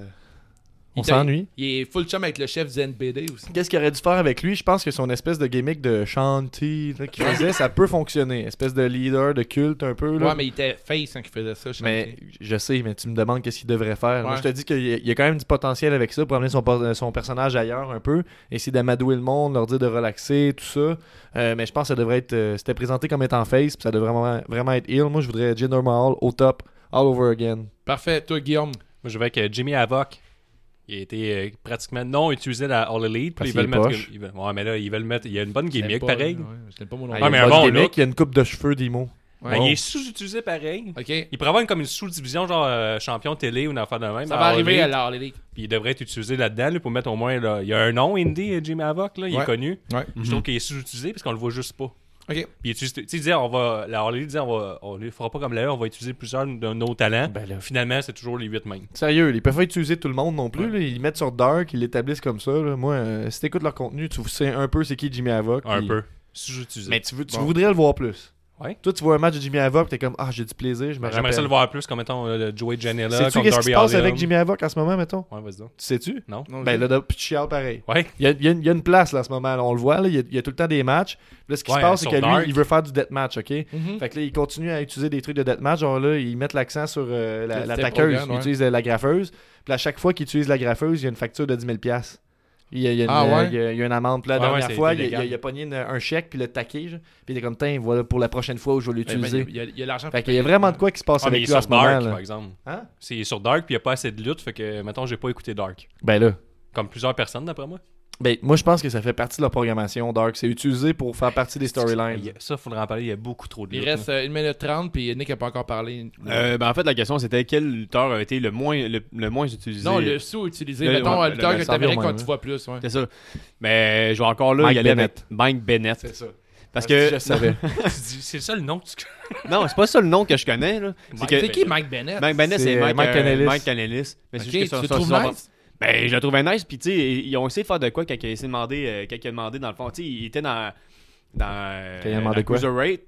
on Il était- s'ennuie. Il est full chum avec le chef du N B D aussi. Qu'est-ce qu'il aurait dû faire avec lui? Je pense que son espèce de gimmick de Shanti là, qu'il faisait, ça peut fonctionner. Espèce de leader, de culte un peu. Là. Ouais, mais il était face quand il faisait ça. je Mais sais. je sais, mais tu me demandes qu'est-ce qu'il devrait faire. Moi, Ouais. je te dis qu'il y a- il y a quand même du potentiel avec ça pour amener son, por- son personnage ailleurs un peu, essayer d'amadouer le monde, leur dire de relaxer, tout ça. Euh, mais je pense que ça devrait être. euh, C'était présenté comme étant face, puis ça devrait vraiment, vraiment être heel. Moi, je voudrais Jinder Mahal au top, all over again. Parfait, toi Guillaume. Moi, je vais avec euh, Jimmy Havoc. Il a été euh, pratiquement non utilisé à All Elite. Parce Puis ils veulent qu'il est mettre. poche. ils veulent- Ouais, mais là, ils veulent mettre. Il y a une bonne Je l'aime gimmick, pas, pareil. là, ouais, je l'aime pas mon nom. Ah, Ouais, il y mais a un une bonne bon gimmick, look. il y a une coupe de cheveux d'Imo. Ouais. Ben, Bon. il est sous-utilisé pareil. Ok. Il pourrait avoir une, comme une sous-division, genre euh, champion télé ou une affaire de même. Ça à va All arriver Elite. alors, les ligues. Puis il devrait être utilisé là-dedans là, pour mettre au moins. Là, il y a un nom, Indy, euh, Jimmy Havoc. Là, il Ouais. est connu. Ouais. Je trouve qu'il est sous-utilisé parce qu'on le voit juste pas. Ok. Puis il utilise- tu sais, il disait, on va, la All Elite disait, on va, on le fera pas comme là, on va utiliser plusieurs de nos talents. Ben là. Finalement, c'est toujours les huit mêmes. Sérieux, ils peuvent pas utiliser tout le monde non plus. Là. Ils mettent sur Dark, ils l'établissent comme ça. Là. Moi, euh, si t'écoutes leur contenu, tu sais un peu c'est qui Jimmy Havoc. Un puis- peu. Sous-utilisé. Mais tu, veux, tu Bon. voudrais le voir plus. Ouais. Toi, tu vois un match de Jimmy Havoc, t'es comme, ah, j'ai du plaisir, je me Ben, rappelle. J'aimerais ça le voir plus, comme mettons euh, le Joey Janela, Sais-tu comme qu'est-ce qui Darby se passe Allin. avec Jimmy Havoc en ce moment, mettons? Ouais, vas-y donc. Tu sais-tu? Non? Non, Ben je- là, puis tu chiales pareil. Ouais. Il y a, il y a une, il y a une place là, en ce moment, là, on le voit, là, il, y a, il y a tout le temps des matchs. Là, ce qui Ouais, se passe, c'est sur que lui, Dark. il veut faire du deathmatch, ok? Mhm. Fait que là, il continue à utiliser des trucs de deathmatch. Genre là, ils mettent l'accent sur euh, la- Le l'attaqueuse, step il ouais. utilise euh, la graffeuse. Puis à chaque fois qu'il utilise la graffeuse, il y a une facture de dix mille dollars. Il y a, il y a une, Ah ouais? euh, il y a- il y a une amende. Puis la Ouais, dernière ouais, c'est fois, il, a- illégal. il a, il a pogné une- un chèque, puis le taqué. genre. Puis il est comme, tiens, voilà pour la prochaine fois où je vais Ben, ben, l'utiliser. Il y a- il y a l'argent. Fait qu'il y a vraiment de quoi qui se passe Ah, mais avec il est lui en sur ce moment. Dark, là. par exemple. Hein? C'est il est sur Dark, puis il n'y a pas assez de lutte, fait que, mettons, j'ai pas écouté Dark. Ben là. Comme plusieurs personnes, d'après moi. Ben, moi, je pense que ça fait partie de leur programmation, Dark. C'est utilisé pour faire partie des storylines. Il y a- Ça, faudrait en parler, il y a beaucoup trop de Il lutte. reste euh, une minute trente, puis Nick a pas encore parlé. Euh, ben, en fait, la question, c'était quel lutteur a été le moins, le, le moins utilisé. Non, le sous-utilisé. Le- Mettons, ouais, un lutteur le- que ça revient t'aimerais au quand même, tu hein. vois plus. Ouais. C'est ça. Mais je vais encore là Mike y aller Bennett. avec Mike Bennett. C'est ça. Parce Ah, que. si, je savais. Tu dis, c'est ça le nom que tu Non, c'est pas ça le nom que je connais. Là. C'est Mike que. C'est qui Mike Bennett? Mike Bennett, C'est c'est Mike, Mike euh, Kanellis. Mike Kanellis. Mais c'est Ok, juste que tu son- le son- trouves son- nice? Ben, je le trouvais nice. Puis, tu sais, ils ont essayé de faire de quoi quand il a essayé de demander, euh, quand il a demandé, dans le fond. Tu sais, il était dans. Dans. Quand il a euh, demandé la quoi? Cruiserweight.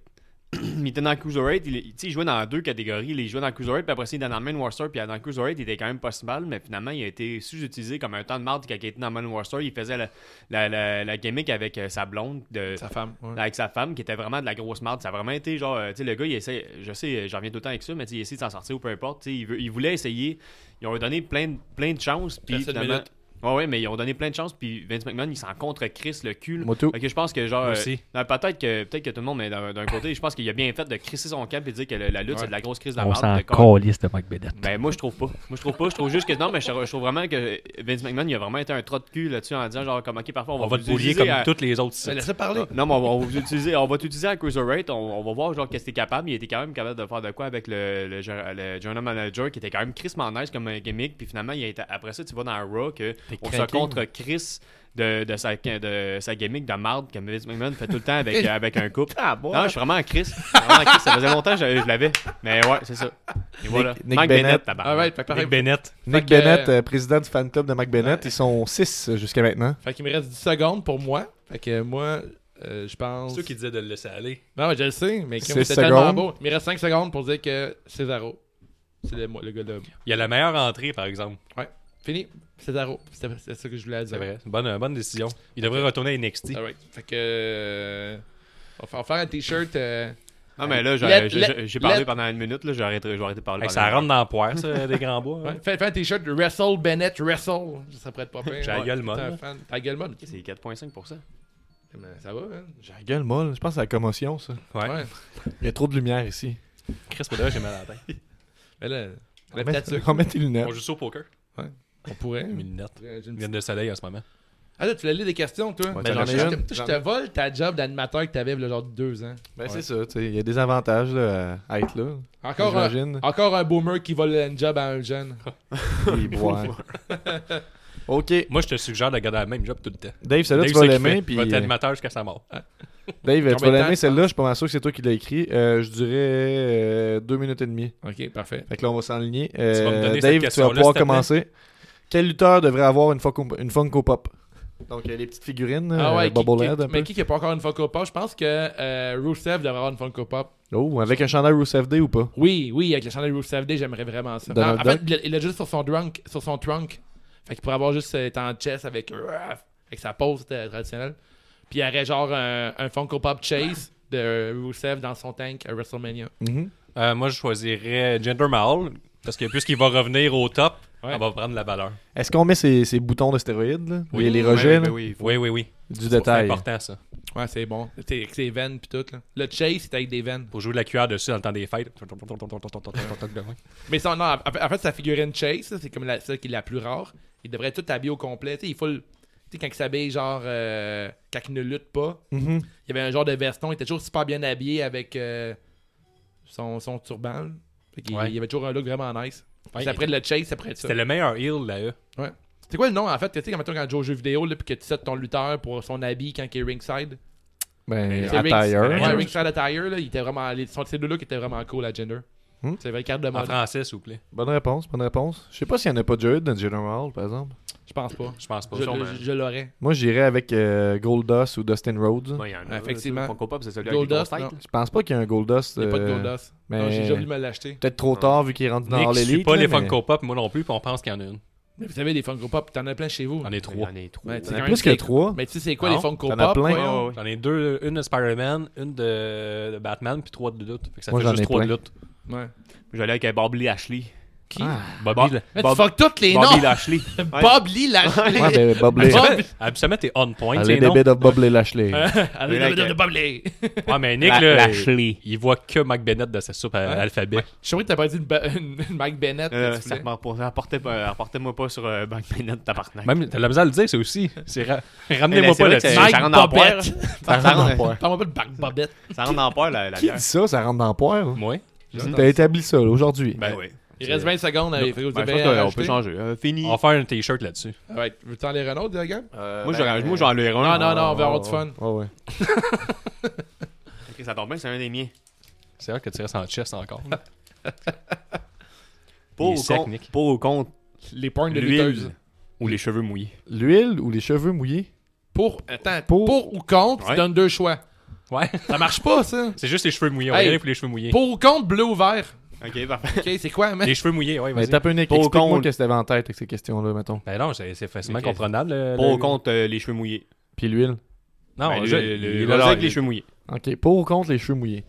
il était dans le Cruiserweight, il, il, il jouait dans deux catégories. Il jouait dans le Cruiserweight, puis après ça, il était dans le Main Roster, puis dans le Cruiserweight, il était quand même pas si mal, mais finalement, il a été sous-utilisé comme un temps de marde quand il était dans le Main Roster. Il faisait la, la, la, la gimmick avec euh, sa blonde, de, Sa femme. Ouais. avec sa femme, qui était vraiment de la grosse marde. Ça a vraiment été genre, euh, tu sais, le gars, il essaie, je sais, j'en reviens tout le temps avec ça, mais il essaie de s'en sortir ou peu importe. Il, veut, il voulait essayer, ils ont donné plein, de- plein de chances, puis Reste une finalement. minute. Ouais, ouais, mais ils ont donné plein de chances, puis Vince McMahon, il s'en contre Chris le cul. là. Moi tout. Fait que je pense que genre. Moi euh, aussi. non, peut-être que peut-être que tout le monde, mais d'un, d'un côté, je pense qu'il a bien fait de crisser son camp et de dire que le- la lutte, Ouais. c'est de la grosse crise de la On merde. s'en de corps. calisse de Mike Bennett. Ben moi je trouve pas. Moi je trouve pas. Je trouve juste que non, mais je, je trouve vraiment que Vince McMahon il a vraiment été un trot de cul là-dessus en disant genre comme ok parfois on va, On va vous te boulier utiliser comme à- toutes les autres sites. Ben, laissez parler. Non mais on va, on va vous utiliser, on va t'utiliser à Cruiserweight, on, on va voir genre qu'est-ce que t'es capable. Il était quand même capable de faire de quoi avec le, le, le General Manager qui était quand même Chris nice comme un gimmick. Puis finalement il a été, après ça tu vas dans un Raw que on se craqué. contre Chris. De, de, sa, de sa gimmick de marde que Vince McMahon fait tout le temps avec, avec un couple. Ah, bon. Non, je suis vraiment en Chris. Je suis vraiment en Chris. Ça faisait longtemps que je, je l'avais. Mais ouais, c'est ça. Et voilà. Nick Mike Bennett. Bennett, tabarnak. Ah ouais, fait que pareil. Nick Bennett. Nick Fait que, Bennett, euh, euh, président du fan club de Mike Bennett, ils sont six jusqu'à maintenant. Fait qu'il me reste dix secondes pour moi. Fait que moi, euh, je pense. C'est ceux qui disaient de le laisser aller. Non, mais je le sais, mais comme six c'était tellement secondes. beau. Il me reste cinq secondes pour dire que Cesaro. C'est le, le gars de. Il y a la meilleure entrée, par exemple. Fini. Cesaro. C'était c'est ça que je voulais dire. C'est vrai. C'est une bonne, bonne décision. Il devrait retourner à N X T. Alright. Fait que. euh, on va faire- on va faire un t-shirt. euh, Ah, mais là, j'ai, Let- j'ai, let- j'ai parlé let- pendant une minute. Là, j'ai arrêté, je vais arrêter de parler. Hey, pendant ça une rentre heure. dans le poire, ça, des grands bois. ouais. hein. Fais, fais un t-shirt Wrestle Bennett Wrestle. Ça pourrait être pas pire. J'ai la Ouais. gueule molle, T'es un là. fan. T'as la gueule molle. C'est quatre virgule cinq pour cent. Mais ça va, hein? J'ai la gueule molle. Je pense que c'est la commotion, ça. Ouais. Ouais. Il y a trop de lumière ici. Chris, pour de vrai, j'ai mal à la tête. Mais là, On la met, petite on met tes lunettes. On joue ça au poker. on pourrait. Mes lunettes. J'ai une Lunettes petite- de soleil en ce moment. Ah là, tu voulais lire des questions, toi? Ouais, Ben, j'en ai je, une. je te- je te vole ta job d'animateur que t'avais il y a genre deux ans. Ben, c'est ça, tu sais. Il y a des avantages là, à être là. Encore un, J'imagine. encore un boomer qui vole une job à un jeune. Et boire. Ok. Moi, je te suggère de garder la même job tout le temps. Dave, celle-là, Dave, tu vas c'est qu'il l'aimer. fait. Puis, Il va être euh, animateur jusqu'à sa mort. Dave, Combien tu vas de temps, l'aimer, tu celle-là. penses? Je suis pas mal sûr que c'est toi qui l'as écrit. Euh, je dirais euh, deux minutes et demie. Ok, parfait. Fait que là, on va s'enligner. vas me Euh, donner cette Dave, tu vas question-là, pouvoir s'il te plaît? commencer. Quel lutteur devrait avoir une Funko, une Funko Pop? Donc, il y a les petites figurines, Ah ouais, euh, qui- Bubblehead qui- un peu. mais qui qui a pas encore une Funko Pop? Je pense que euh, Rusev devrait avoir une Funko Pop. Oh, avec un chandail Rusev Day ou pas? Oui, oui, avec le chandail Rusev Day, j'aimerais vraiment ça. Donald en, en fait, Duck? il a- il a juste sur son trunk. Sur son trunk. Fait qu'il pourrait avoir juste euh, être en chest avec, avec sa pose euh, traditionnelle. Puis il y aurait genre un, un Funko Pop Chase de Rusev dans son tank à WrestleMania. Mhm. Euh, moi, je choisirais Jinder Mahal. Parce que puisqu'il va revenir au top, Ouais. on va prendre la valeur. Est-ce qu'on met ces, ces boutons de stéroïdes, là? Oui. Les, les rejets, Ouais, là? oui, oui, Oui, oui, oui. Du C'est détail. important, ça. Ouais, c'est bon. C'est avec ses veines pis tout. Là. Le Chase, c'est avec des veines. Pour jouer de la cuillère dessus dans le temps des fêtes. Mais ça, non, en fait, en fait, sa figurine Chase, là, c'est comme la, celle qui est la plus rare. Il devrait tout habiller au complet. Tu sais, il faut le. Tu sais, quand il s'habille, genre. Euh, quand il ne lutte pas, Mhm. il y avait un genre de veston. Il était toujours super bien habillé avec euh, son, son turban. là. Fait qu'il- Ouais. Il y avait toujours un look vraiment nice. Puis Ouais, après le Chase, ça pourrait être ça. C'était le meilleur heel de la E. C'est quoi le nom en fait? Tu sais, quand mettons, quand tu joues aux jeux vidéo, là, puis que tu sets ton lutteur pour son habit quand il est ringside. Ben, C'est Rings- attire. Ouais, Ouais. ringside attire, là, il était vraiment. Les, son, ces deux looks étaient vraiment cool à Gender. Hmm. C'est vrai, carte de En mode. français, s'il vous plaît. Bonne réponse, bonne réponse. Je sais pas s'il y en a pas déjà eu dans General, par exemple. Je pense pas. Je pense pas. Je, sûrement. je- je l'aurais. Moi, j'irais avec euh, Goldust ou Dustin Rhodes. Ouais, il y en a, Effectivement. là, Funko Pop, c'est celui avec les grosses Goldust, non. têtes. Je pense pas qu'il y a un Goldust. Il n'y a pas de euh, Goldust. mais- Non, j'ai déjà voulu me l'acheter. Peut-être trop tard vu qu'il est rendu dans Nick, All je suis Elite. pas là, les mais- Funko Pop, moi non plus, puis on pense qu'il y en a une. Mais vous savez, des Funko Pop, t'en as plein chez vous. J'en ai Il y trois. en a trop. Ouais, tu sais, Il y en a quand plus même, que c'est- trois. Mais tu sais, c'est quoi Non, les Funko t'en as Pop? plein. voyons? Ouais, ouais. J'en ai deux, une de Spider-Man, une de, de Batman, puis trois de lutte. Fait que ça Moi, fait j'en juste ai trois de plein. lutte. Ouais. J'allais avec euh, Bobby Lashley. Qui? Ah. Bobby, là. Mais tu Bob- fuck tous les Bobby noms! Lashley. Bob Lee Lashley! Ouais, ben, Bob Lee. Bob- Habituellement, t'es on point, Allez, tu sais, non? bébé de Bob Lee Lashley. Allez, Mais de- de- de Bob Lee! Ouais, mais Nick, La- là, Lashley. il voit que Mike Bennett de sa soupe à Ouais. l'alphabet. Je suis sûr que t'as pas dit une, ba- une- une Mike Bennett. Euh, s'il te ça plaît. rapportait- rapportait pas- Rapportez-moi pas sur euh, Bank Bennett, tabarnak. Même, t'as de la misère à le dire, c'est aussi. C'est ra- Eh, Ramenez-moi c'est pas vrai que là-dessus. c'est- Mike ça rentre dans le poire. Bobette. Ça rentre dans le poire. Parle-moi pas de Bac Bobette. Ça rentre dans le poire, la la Qui bière. dit ça? Ça rentre dans le poire. Moi? T'as établi ça là, aujourd'hui. Ben, oui. Il reste vingt secondes. Allez, fait que vous Ben, je devez pense qu'on rajouter. peut changer. Euh, Fini. on va faire un t-shirt là-dessus. Ouais, veux-tu en lire un autre, gars? Moi, j'aurais- moi, j'en ai un. Non, non, non, on va avoir du fun. Ouais, ouais. Ok, ça tombe bien, c'est un des miens. C'est vrai que tu restes en chest encore. Pour Il est ou sec, contre- Nick. pour ou contre Les points de lutteuses. l'huile ou les cheveux mouillés. L'huile ou les cheveux mouillés? Pour, attends, Pour- pour, ou contre, Ouais. tu donnes deux choix. Ouais. Ça marche pas, ça. C'est juste les cheveux mouillés. On Hey. va y aller pour les cheveux mouillés. Pour ou contre, bleu ou vert? Ok, parfait. Ok, c'est quoi, man? Les cheveux mouillés, ouais, Mais vas-y. tape un Nick, Pour explique-moi contre. qu'est-ce que t'avais en tête avec ces questions-là, mettons. Ben non, c'est c'est facilement Ok. comprenable. le- Pour le- ou contre euh, les cheveux mouillés. Puis l'huile. Non, Ben, je- le, le, il est le là, avec il- les cheveux mouillés. Ok, pour ou contre les cheveux mouillés.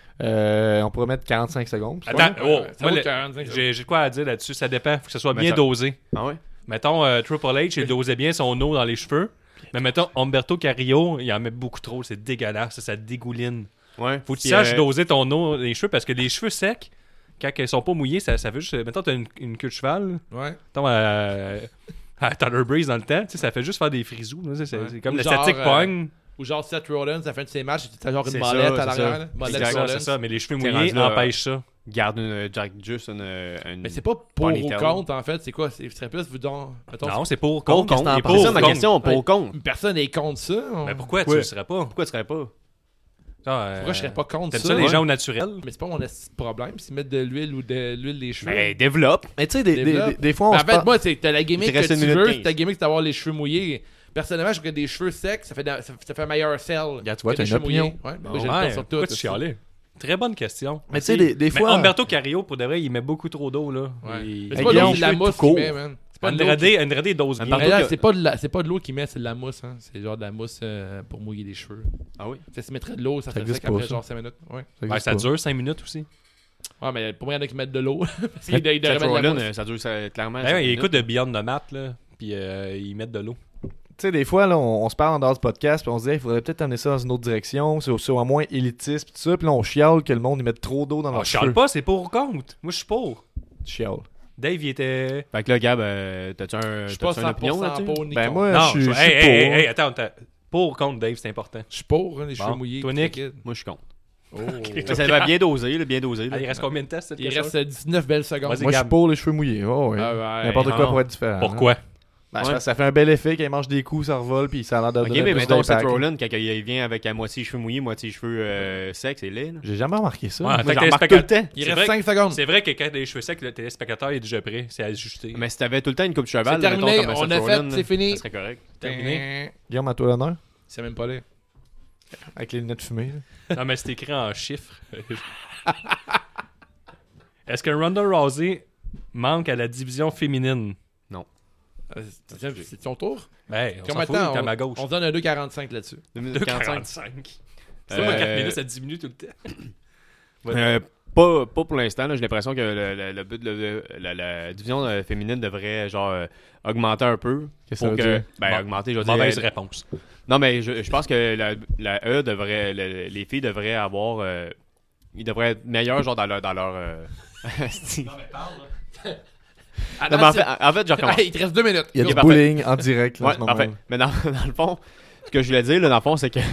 Euh, on pourrait mettre quarante-cinq secondes. Attends, Ouais, oh, ça moi, vaut le- quarante-cinq j'ai j'ai de quoi à dire là-dessus. Ça dépend. Faut que ça soit Ben, bien ça- dosé. Ah ouais? Mettons, euh, Triple H, il dosait bien son eau dans les cheveux. Mais mettons, Humberto Carrillo, il en met beaucoup trop. C'est dégueulasse. Ça, ça dégouline. Ouais. Faut que tu Puis, saches euh, doser ton eau dans les cheveux parce que les cheveux secs, quand ils sont pas mouillés, ça, ça fait juste. Mettons, t'as une, une queue de cheval. Ouais. Mettons, à, à Tyler Breeze dans le temps, tu sais, ça fait juste faire des frisous. là, tu sais, C'est Ouais. c'est comme Ou le genre, static euh, pogne. Ou genre Seth Rollins, à la fin de ses matchs, t'as genre une C'est molette ça, à c'est l'arrière. ça. là. Molette Exact, Rollins. c'est ça. Mais les cheveux T'es mouillés rendu là, empêchent ça. Garde une, Jack, juste une, une- Mais c'est pas pour ou Ponytail. contre, en fait. C'est quoi? C'est serait plus, vous donc. Mettons, Non, c'est pour Pour contre. contre. Il est C'est pour ça ma contre. question, pour Ouais. contre. personne n'est contre ça. on- Mais pourquoi tu Ouais. le serais pas? Pourquoi tu serais pas? Genre, euh, Pourquoi je serais pas contre T'aimes ça? ça, les Ouais. gens au naturel? Mais c'est pas mon esti de problème. S'ils mettent de l'huile ou de l'huile des cheveux. Ben, développe. Mais tu sais, des, des, Développe. des- des fois, on Mais se en fait, parle- moi, c'est t'as la gimmick Il te que reste tu une minute veux, quinze. c'est ta gimmick c'est d'avoir les cheveux mouillés. Personnellement, je trouve que des cheveux secs, ça fait, da- ça, ça fait un meilleur sell. Regarde, tu vois, que des t'as une cheveux mouillés. opinion. Ouais, ben Ouais, moi, j'ai le temps sur tout. pourquoi tu aussi. chialais? Très bonne question. Mais tu sais, des, des Mais fois. Humberto Carrillo, pour de vrai, il met beaucoup trop d'eau, là. Ouais. Il- Mais Hey, c'est pas de Guillaume, l'eau, c'est de la cheveux mousse tout qu'il court. met, man. C'est pas de l'eau. Andrade, qui- Andrade dose bien. Mais là, c'est pas de la- c'est pas de l'eau qu'il met, c'est de la mousse. Hein. C'est genre de la mousse euh, pour mouiller les cheveux. Ah oui? Ça se mettrait de l'eau, ça, Ça fait existe sec après pas, ça. genre cinq minutes. Ouais. Ça Ben, existe ça pas. dure cinq minutes aussi. Ouais, mais pour moi, il y en a qui mettent de l'eau. Parce qu'ils doivent- ils Seth doivent mettre de la Rollins, mousse. euh, ça dure ça, clairement. Ben, cinq ouais, il minutes. écoute de Beyond the Mat, là. Puis euh, ils mettent de l'eau. Tu sais, des fois, là, on, on se parle en dehors du podcast, puis on se dit, il faudrait peut-être amener ça dans une autre direction, c'est aussi au moins élitiste, pis tout ça, puis là, on chiale que le monde, ils met trop d'eau dans On leur chiale cheveux. pas, c'est pour ou contre. Moi, je suis pour. Chiale. Dave, il était. Fait que là, Gab, euh, t'as-tu un, Je suis pas t'as-tu une opinion cent pour cent là-dessus? pour ni Ben, contre. moi, Non, je suis je- je suis hey, pour. hey, hey, hey, attends, attends. Pour ou contre, Dave, c'est important. Je suis pour, hein, les cheveux Bon. mouillés. Toi, Nick? liquides. Moi, je suis contre. Oh. Mais ça va bien dosé, là, bien dosé. là. Ah, il reste combien de tests, cette Il question? reste euh, dix-neuf belles secondes. Vas-y, Moi, je suis Gab. pour les cheveux mouillés. Oh, ouais. Ah ouais. N'importe quoi non. pour être différent. Pourquoi? Ben, Ouais. ça, ça fait un bel effet quand il mange des coups, ça revole, puis ça a l'air de Ok, donner mais plus mettons Seth d'impact. Rollins, quand il vient avec à moitié cheveux mouillés, moitié cheveux euh, secs, c'est laid. là. J'ai jamais remarqué ça. Ouais, Moi, tant que j'en t'es remarque tout le spectateur- temps. Il C'est reste vrai cinq secondes. C'est vrai que quand t'as les cheveux secs, le téléspectateur est déjà prêt. C'est ajusté. Mais si t'avais tout le temps une coupe de cheval, C'est là, mettons, terminé, comme on Seth a fait, Rollins, c'est fini. Ça serait correct. Terminé. Guillaume, à toi l'honneur. C'est même pas là. Avec les lunettes fumées. là. Non, mais c'est écrit en chiffres. Est-ce que Ronda Rousey manque à la division féminine? Euh, c'est- C'est ton tour? Ben, on Combien s'en de fout, temps? t'es à On, ma gauche. on se donne un deux quarante-cinq là-dessus. deux minutes quarante-cinq. C'est moi, Euh, quatre minutes, ça diminue tout le temps. Euh, pas, pas pour l'instant. là. J'ai l'impression que le, le- le but de le- la, la division euh, féminine devrait genre euh, augmenter un peu. Qu'est-ce que Pour ça que, veut dire? ben, Bon, augmenter, je veux dire. Mauvaise euh, réponse. Non, mais je, je pense que la, la E devrait. le- les filles devraient avoir. euh, ils devraient être meilleurs, genre, dans leur. Dans leur euh, asti. Ah, non, mais en fait, en fait, je recommence. Hey, il te reste deux minutes. Il y a Ok, du parfait. bullying en direct. Là, en Ouais, ce moment. parfait. Mais dans, dans le fond, ce que je voulais dire, là, dans le fond, c'est que.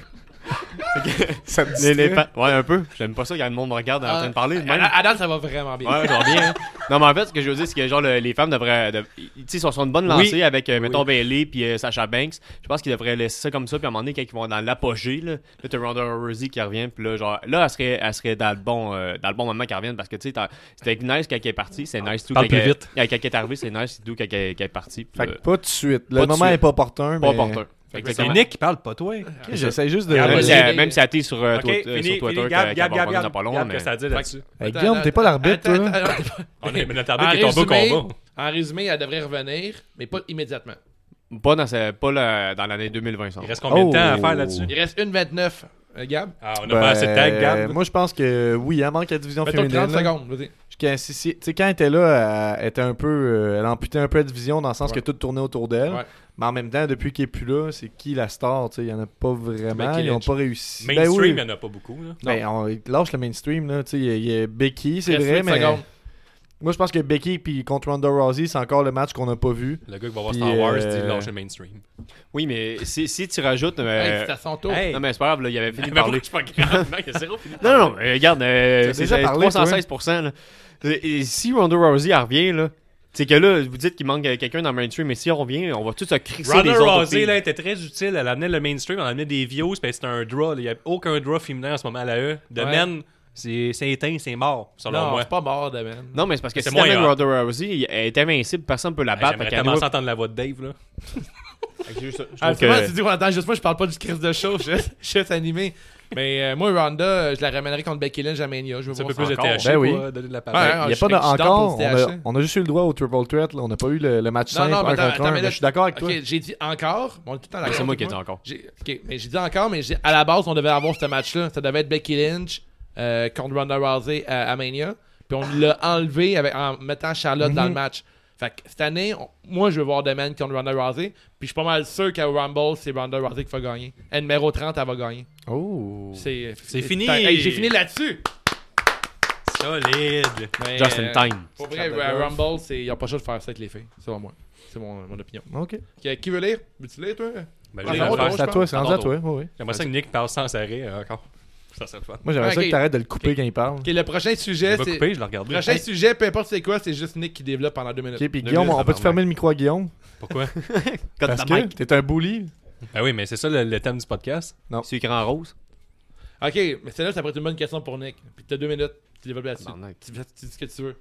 Ça me les, les distrait. fa- Ouais, un peu. J'aime pas ça quand le monde me regarde en train de parler. de même. À, à date, ça va vraiment bien. Ouais, je vois bien. hein. Non, mais en fait, ce que je veux dire, c'est que genre le- les femmes devraient. de- Tu sais, ils sont sur une bonne lancée Oui. avec, euh, mettons, Bailey puis euh, Sasha Banks. Je pense qu'ils devraient laisser ça comme ça. Puis à un moment donné, quand ils vont dans l'apogée, là, là t'as Ronda Rousey qui revient. Puis là, genre, là, elle serait, elle serait dans, le bon, euh, dans le bon moment qu'elle revienne. Parce que, tu sais, t'as- c'était nice quand elle est partie. C'est nice tout. Parle quand plus elle- vite. Quand elle est arrivée, c'est nice tout quand elle quand elle est partie. Puis, Fait que euh, pas tout de suite. Le Pas de moment suite. est pas opportun, pas mais... porteur. Fait que C'est Exactement. Nick qui parle, pas toi. Ok, J'essaie juste de... Gab, Même vas-y. si elle- même si elle était sur, euh, Ok, Twitter- euh, fini, sur Twitter, fini. qu'elle- Gab, qu'elle Gab, va Gab, revenir dans Gab. pas long, Gab, mais- qu'est-ce que ça a à dire là-dessus? Hey, Guillaume, t'es pas l'arbitre, Attends, toi. attends, attends. On est, mais notre En arbitre est tombé au résumé, combat. en résumé, elle devrait revenir, mais pas immédiatement. Pas dans, sa- pas la- dans l'année deux mille vingt. ça. Il reste combien de Oh. temps à faire là-dessus? Il reste une vingt-neuf, euh, Gab. Ah, on a pas assez de temps, Ben, Gab. Moi, je pense que oui, elle manque la division Mettons féminine. trente là. secondes, vas-y. Quand, si- si- tu sais, quand elle était là, elle était un peu, euh, elle amputait un peu la division dans le sens Ouais. que tout tournait autour d'elle. Ouais. Mais en même temps, depuis qu'elle est plus là, c'est qui la star? tu sais, Il y en a pas vraiment. Becky Ils ont Lynch. pas réussi. Ben Mainstream, oui. il n'y en a pas beaucoup. Là. Ben, on ils lâchent le mainstream. Là, tu sais, Il y, a- il y a Becky, c'est Reste vrai, huit mais secondes. moi je pense que Becky puis contre Ronda Rousey, c'est encore le match qu'on n'a pas vu. Le gars qui va voir Puis, Star Wars euh, dit lâche le mainstream. Oui, mais si, si tu rajoutes. Hey, euh, c'est à son tour. Hey. Non, mais c'est pas grave, là, il avait fini de Mais parler. pourquoi je suis pas grave? Non, il y a zéro fini. Non, non, non, euh, regarde, euh, T'as c'est déjà c'est parlé, trois cent seize pour cent. Là. Et, et si Ronda Rousey elle revient, là, c'est que là, vous dites qu'il manque euh, quelqu'un dans le mainstream, mais si on revient, on va tous se crisser des Ronda autres Rousey filles. là, était très utile. Elle amenait le mainstream, elle amenait des views, puis c'était un draw. là. Il n'y a aucun draw féminin en ce moment à la E. De Ouais. men, c'est c'est éteint, c'est mort, selon Non, moi. c'est pas mort, de man. Non, mais c'est parce que C'est si moins t'amènes hot. Ronda Rousey, elle est invincible, personne ne peut la Hey, battre. J'aimerais fait qu'elle tellement doit- s'entendre la voix de Dave. Là. J'ai juste ça. Je Ah, trouve vraiment, que- tu dis qu'on entend juste moi, je parle pas du Chris de show, je je suis juste animé. Mais euh, moi, Ronda, euh, je la ramènerai contre Becky Lynch à Mania. Je veux C'est un voir peu ça. plus de encore. T H C Ben pour oui. euh, donner de la Ouais, parole. ouais, Il n'y a je pas serais- de je suis down encore. pour On le a, T H C. on a juste eu le droit au Triple Threat. Là. On n'a pas eu le, le match Non, simple, non, un mais attends, contre attends, un. mais là, Mais je suis d'accord avec toi. Ok, j'ai dit encore. On est tout le temps d'accord. C'est moi avec qui ai dit encore. J'ai- Ok, mais j'ai dit encore, mais j'ai- à la base, on devait avoir ce match-là. Ça devait être Becky Lynch euh, contre Ronda Rousey à, à Mania. Puis on l'a enlevé avec, en mettant Charlotte dans le match. Fait que cette année, on- moi, je veux voir Demand contre Ronda Rousey. Puis je suis pas mal sûr qu'à Rumble, c'est Ronda Rousey qui va gagner. Et numéro trente, elle va gagner. Oh. C'est C'est fini. Hey, j'ai fini là-dessus. Solide. Mais, Just in euh, time. Pour vrai, à Rumble, c'est- ils n'ont pas le choix de faire ça avec les filles. C'est moi. C'est mon, mon opinion. OK. Qui, qui veut lire? Veux-tu lire, toi? Ben, Ah, je vais ça le va, faire. C'est à toi, c'est rendu à Tantôt. toi. Oui, oui. J'aimerais ça que Nick parle sans arrêt euh, encore. Ça serait le fun. Moi, j'aimerais Ah, ça ok. que t'arrêtes de le couper quand il parle. Ok, le prochain Je sujet, vais c'est. couper, je le regarde. Le prochain sujet, peu importe c'est quoi, c'est juste Nick qui développe pendant deux minutes. OK, puis Deux Guillaume, minutes, on peut-tu tabarnak. fermer le micro à Guillaume? Pourquoi? Parce que t'es un bully. Ben oui, mais c'est ça le, le thème du podcast. C'est écrit en rose. Ok, mais celle-là, ça pourrait être une bonne question pour Nick. Puis t'as deux minutes, tu développes là-dessus. Tabarnak. Tu, tu dis ce que tu veux.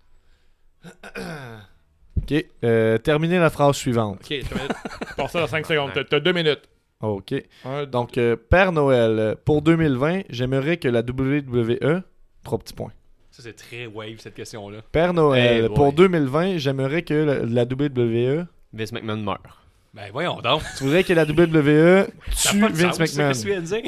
OK. Euh, terminez la phrase suivante. Ok, deux minutes. Passe ça dans cinq secondes. T'as- T'as deux minutes. OK. Un, Donc, euh, Père Noël, euh, pour deux mille vingt, j'aimerais que la W W E... Trois petits points. Ça, c'est très wave, cette question-là. Père Noël, Hey boy. pour deux mille vingt, j'aimerais que la, la W W E... Vince McMahon meurt. Ben voyons donc. Tu voudrais que la W W E Ça a tue pas de Vince sens, c'est McMahon. ce que tu viens de dire.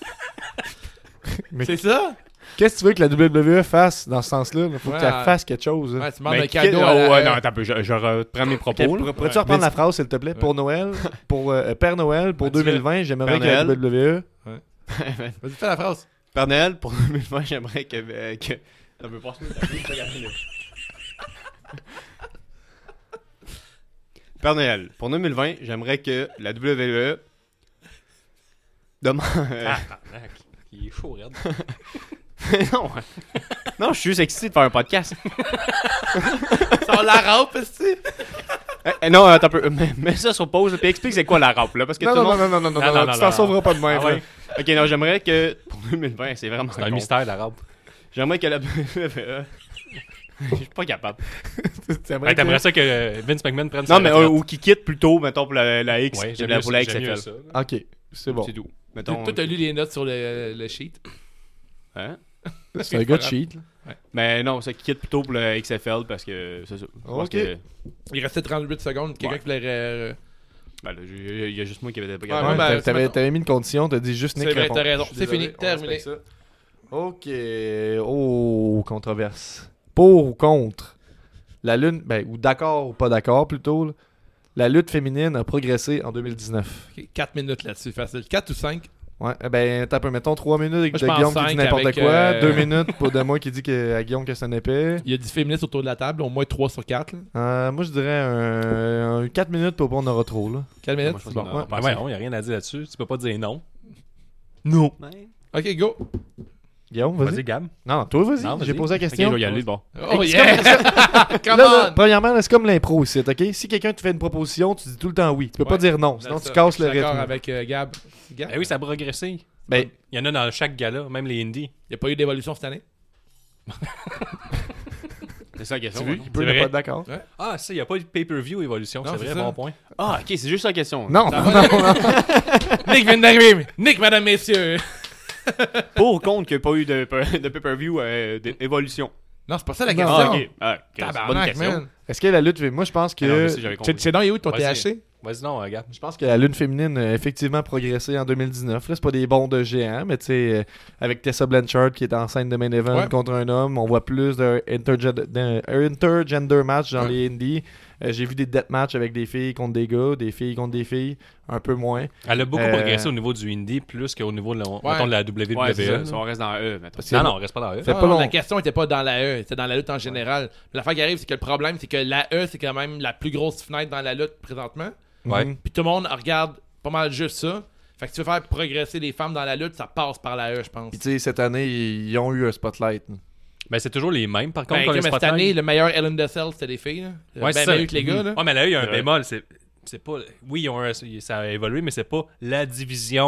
Mais c'est ça? qu'est-ce que tu veux que la W W E fasse dans ce sens-là? Il faut Ouais, qu'elle euh, fasse quelque chose. là. Ouais, tu demandes Ben, un cadeau qui- à la- oh, ouais, non, attends un peu. Je, je reprends mes Ok, propos. là. pour- Pourrais-tu Ouais. reprendre la Vince- phrase, s'il te plaît? Pour Noël, pour euh, Père Noël, pour Ouais, tu deux mille vingt, j'aimerais Père que la Noël. W W E... Vas-y, fais la phrase. Père Noël, pour deux mille vingt, j'aimerais que. euh, que... Ça peut pas se mettre à pied, regardez, là. Père Noël, pour deux mille vingt, j'aimerais que la W W E demande. Ah, tabarnak. Il est chaud, raide. non, non, je suis juste excité de faire un podcast. Ça va la rampe, est-ce Eh, eh, non, attends un peu. Mets, mets ça sur pause puis explique c'est quoi la rampe là. Parce que Non, tout le non, monde. non, non, non, non, Non, non, non, non, non, tu t'en non. sauveras pas de même. Ah ouais. là. Ok, non, j'aimerais que. Pour deux mille vingt, c'est vraiment. C'est un con. mystère, la rampe. J'aimerais que la W W E. Je suis pas capable. T'aimerais Ben, t'aimerais que- ça que euh, Vince McMahon prenne sa Non, mais euh, retraite. ou qui quitte plutôt, mettons, pour la, la X. Ouais, j'aime la, mieux pour ça, la j'aime mieux X F L. ça. Ok, c'est bon. C'est tout. Toi, Mettons. toi, t'as lu les notes sur le, le sheet. Hein? C'est un gars de cheat. là. Mais non, ça qui quitte plutôt pour le X F L parce que c'est ça. Je pense Ok. que- Il restait trente-huit secondes. Quelqu'un Ouais. qui voulait. euh, Ben là, j'ai- il y a juste moi qui avait pas Ouais, capable. ouais, Ouais, ben, t'a- c'est t'avais, maintenant. t'avais mis une condition, t'as dit juste Nick C'est vrai, répond. t'as raison. Je suis C'est désolé, fini, on terminé. respecte ça. Ok. Oh, controverse. Pour ou contre la lutte, ben, ou d'accord ou pas d'accord plutôt, là, la lutte féminine a progressé en deux mille dix-neuf. quatre minutes là-dessus, facile. quatre ou cinq? Ouais, eh ben, t'as un peu, mettons trois minutes avec Moi, je de pense Guillaume qui cinq dit n'importe avec, quoi, euh, deux minutes pour de moi qui dit que, à Guillaume que c'est un épée. Il y a dix féministes autour de la table, au moins trois sur quatre. Euh, moi, je dirais un, un quatre minutes pour pas on aura trop, là. quatre minutes? Moi, je pense Bon. qu'on a- ouais. Ben ouais, il a rien à dire là-dessus. Tu peux pas dire non. Non. Ok, go. Guillaume, vas-y. Vas-y, Gab. Non, toi, vas-y. Non, vas-y. J'ai posé la Ok, je question. vais y aller, bon. Oh Hey, yeah! Come Là, là, on! premièrement, là, c'est comme l'impro ici, ok? Si quelqu'un te fait une proposition, tu dis tout le temps oui. Tu peux pas Ouais. dire non, C'est sinon ça. tu casses le Je suis d'accord rythme. avec euh, Gab. Gab? Ben oui, ça a progressé. Ben, Il y en a dans chaque gala, même les indies. Il n'y a pas eu d'évolution cette année? C'est ça la tu question. veux, hein? il peut C'est ne vrai. pas être d'accord. Ah, ça, il n'y a pas eu de pay-per-view évolution. Non, C'est c'est vrai, ça. bon point. Ah, ok, c'est juste la question. Non, Ça non, va, non, non. Nick vient d'arriver! Nick, madame, messieurs! Pour ou contre qu'il n'y ait pas eu de, de pay-per-view euh, d'évolution. Non, c'est pas ça la Non. question. Ah, ok. Ah, ok, c'est une bonne Tabarnak, question. man. Est-ce que la lutte, moi je pense Ah non, je que sais, j'avais C'est compris. c'est donc, il est où ton Vas-y. T H C? Vas-y, non, euh, Gab. je pense que la lutte féminine a effectivement progressé en deux mille dix-neuf. Là, c'est pas des bons de géants, mais tu sais, euh, avec Tessa Blanchard qui est enceinte de main event Ouais. contre un homme, on voit plus de interge- d'un intergender match dans Ouais. les indies. Euh, j'ai vu des death match avec des filles contre des gars, des filles contre des filles, un peu moins. Elle a beaucoup Euh, progressé au niveau du indie plus qu'au niveau de la, mettons, de la W W E. Ouais, c'est ça. là. Ça, on reste dans E, mettons. Parce que- Non, non, on reste pas dans eux. Fait Non, pas non, long. la question était pas dans la E, c'était dans la lutte en général. Mais l'affaire qui arrive, c'est que le problème, c'est que la E, c'est quand même la plus grosse fenêtre dans la lutte présentement. Ouais. Mhm. Puis tout le monde regarde pas mal juste ça. Fait que si tu veux faire progresser les femmes dans la lutte, ça passe par la E, je pense. Puis tu sais, cette année, ils ont eu un spotlight. Ben, c'est toujours les mêmes, par contre, Ben, comme mais les cette spotlights. année, le meilleur Ellen Dessel, c'était les filles. Là. Ouais, ben c'est ça. mieux que les gars. Là. Ouais, mais là, il y a un C'est vrai. bémol. C'est, c'est pas... Oui, ils ont un- ça a évolué, mais c'est pas la division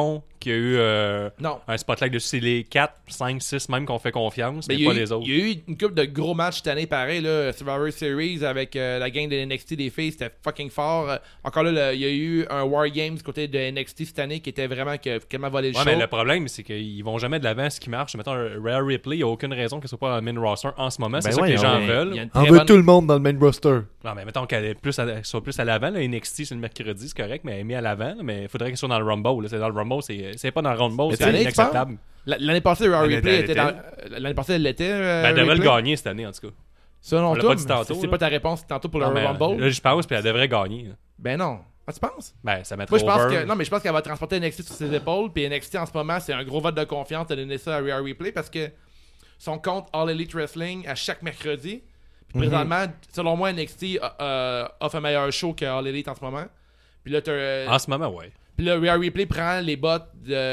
qu'il y a eu euh, Non. un spotlight dessus. C'est les quatre, cinq, six même qu'on fait confiance, mais, Mais il y pas a eu- les autres. Il y a eu une couple de gros matchs cette année, pareil, là, Survivor Series avec euh, la gang de N X T des filles, c'était fucking fort. Euh, encore là, le- il y a eu un War Games côté de N X T cette année qui était vraiment que, quasiment volé le Ouais, show. mais le problème, c'est qu'ils vont jamais de l'avant ce qui marche. Mettons, un Rhea Ripley, il n'y a aucune raison qu'elle soit pas en main roster en ce moment. C'est Ben ça ouais, que les gens on- veulent. Il y a une On très veut bonne- tout le monde dans le main roster. Non, mais mettons qu'elle est plus à- qu'elle soit plus à l'avant. Là, N X T, c'est le mercredi, c'est correct, mais elle est mise à l'avant. là, Mais il faudrait qu'elle soit dans le Rumble. Là. C'est dans le Rumble, c'est, c'est pas dans le Rumble, Mais c'est cette année, tu inacceptable. La- L'année passée, Rhea Elle Ripley était- était elle dans. était- L'année passée, elle l'était. euh, Ben, elle devrait le Ripley. gagner cette année, en tout cas. Selon On l'a toi, pas dit mais tantôt, c'est- c'est là. pas ta réponse tantôt pour le Non, mais, Rumble? là, je pense, puis elle devrait gagner. là. Ben non. Ah, tu penses? Ben, ça mettrait Moi, je pense over. que non, mais je pense qu'elle va transporter N X T sur ses épaules. Puis N X T en ce moment, c'est un gros vote de confiance de donner ça à Rhea Ripley parce que son compte All Elite Wrestling à chaque mercredi. Puis présentement, selon moi, N X T euh, euh, offre un meilleur show que All Elite en ce moment. Puis là, t'as, euh, En ce moment, ouais. puis là, Rhea Ripley prend les bottes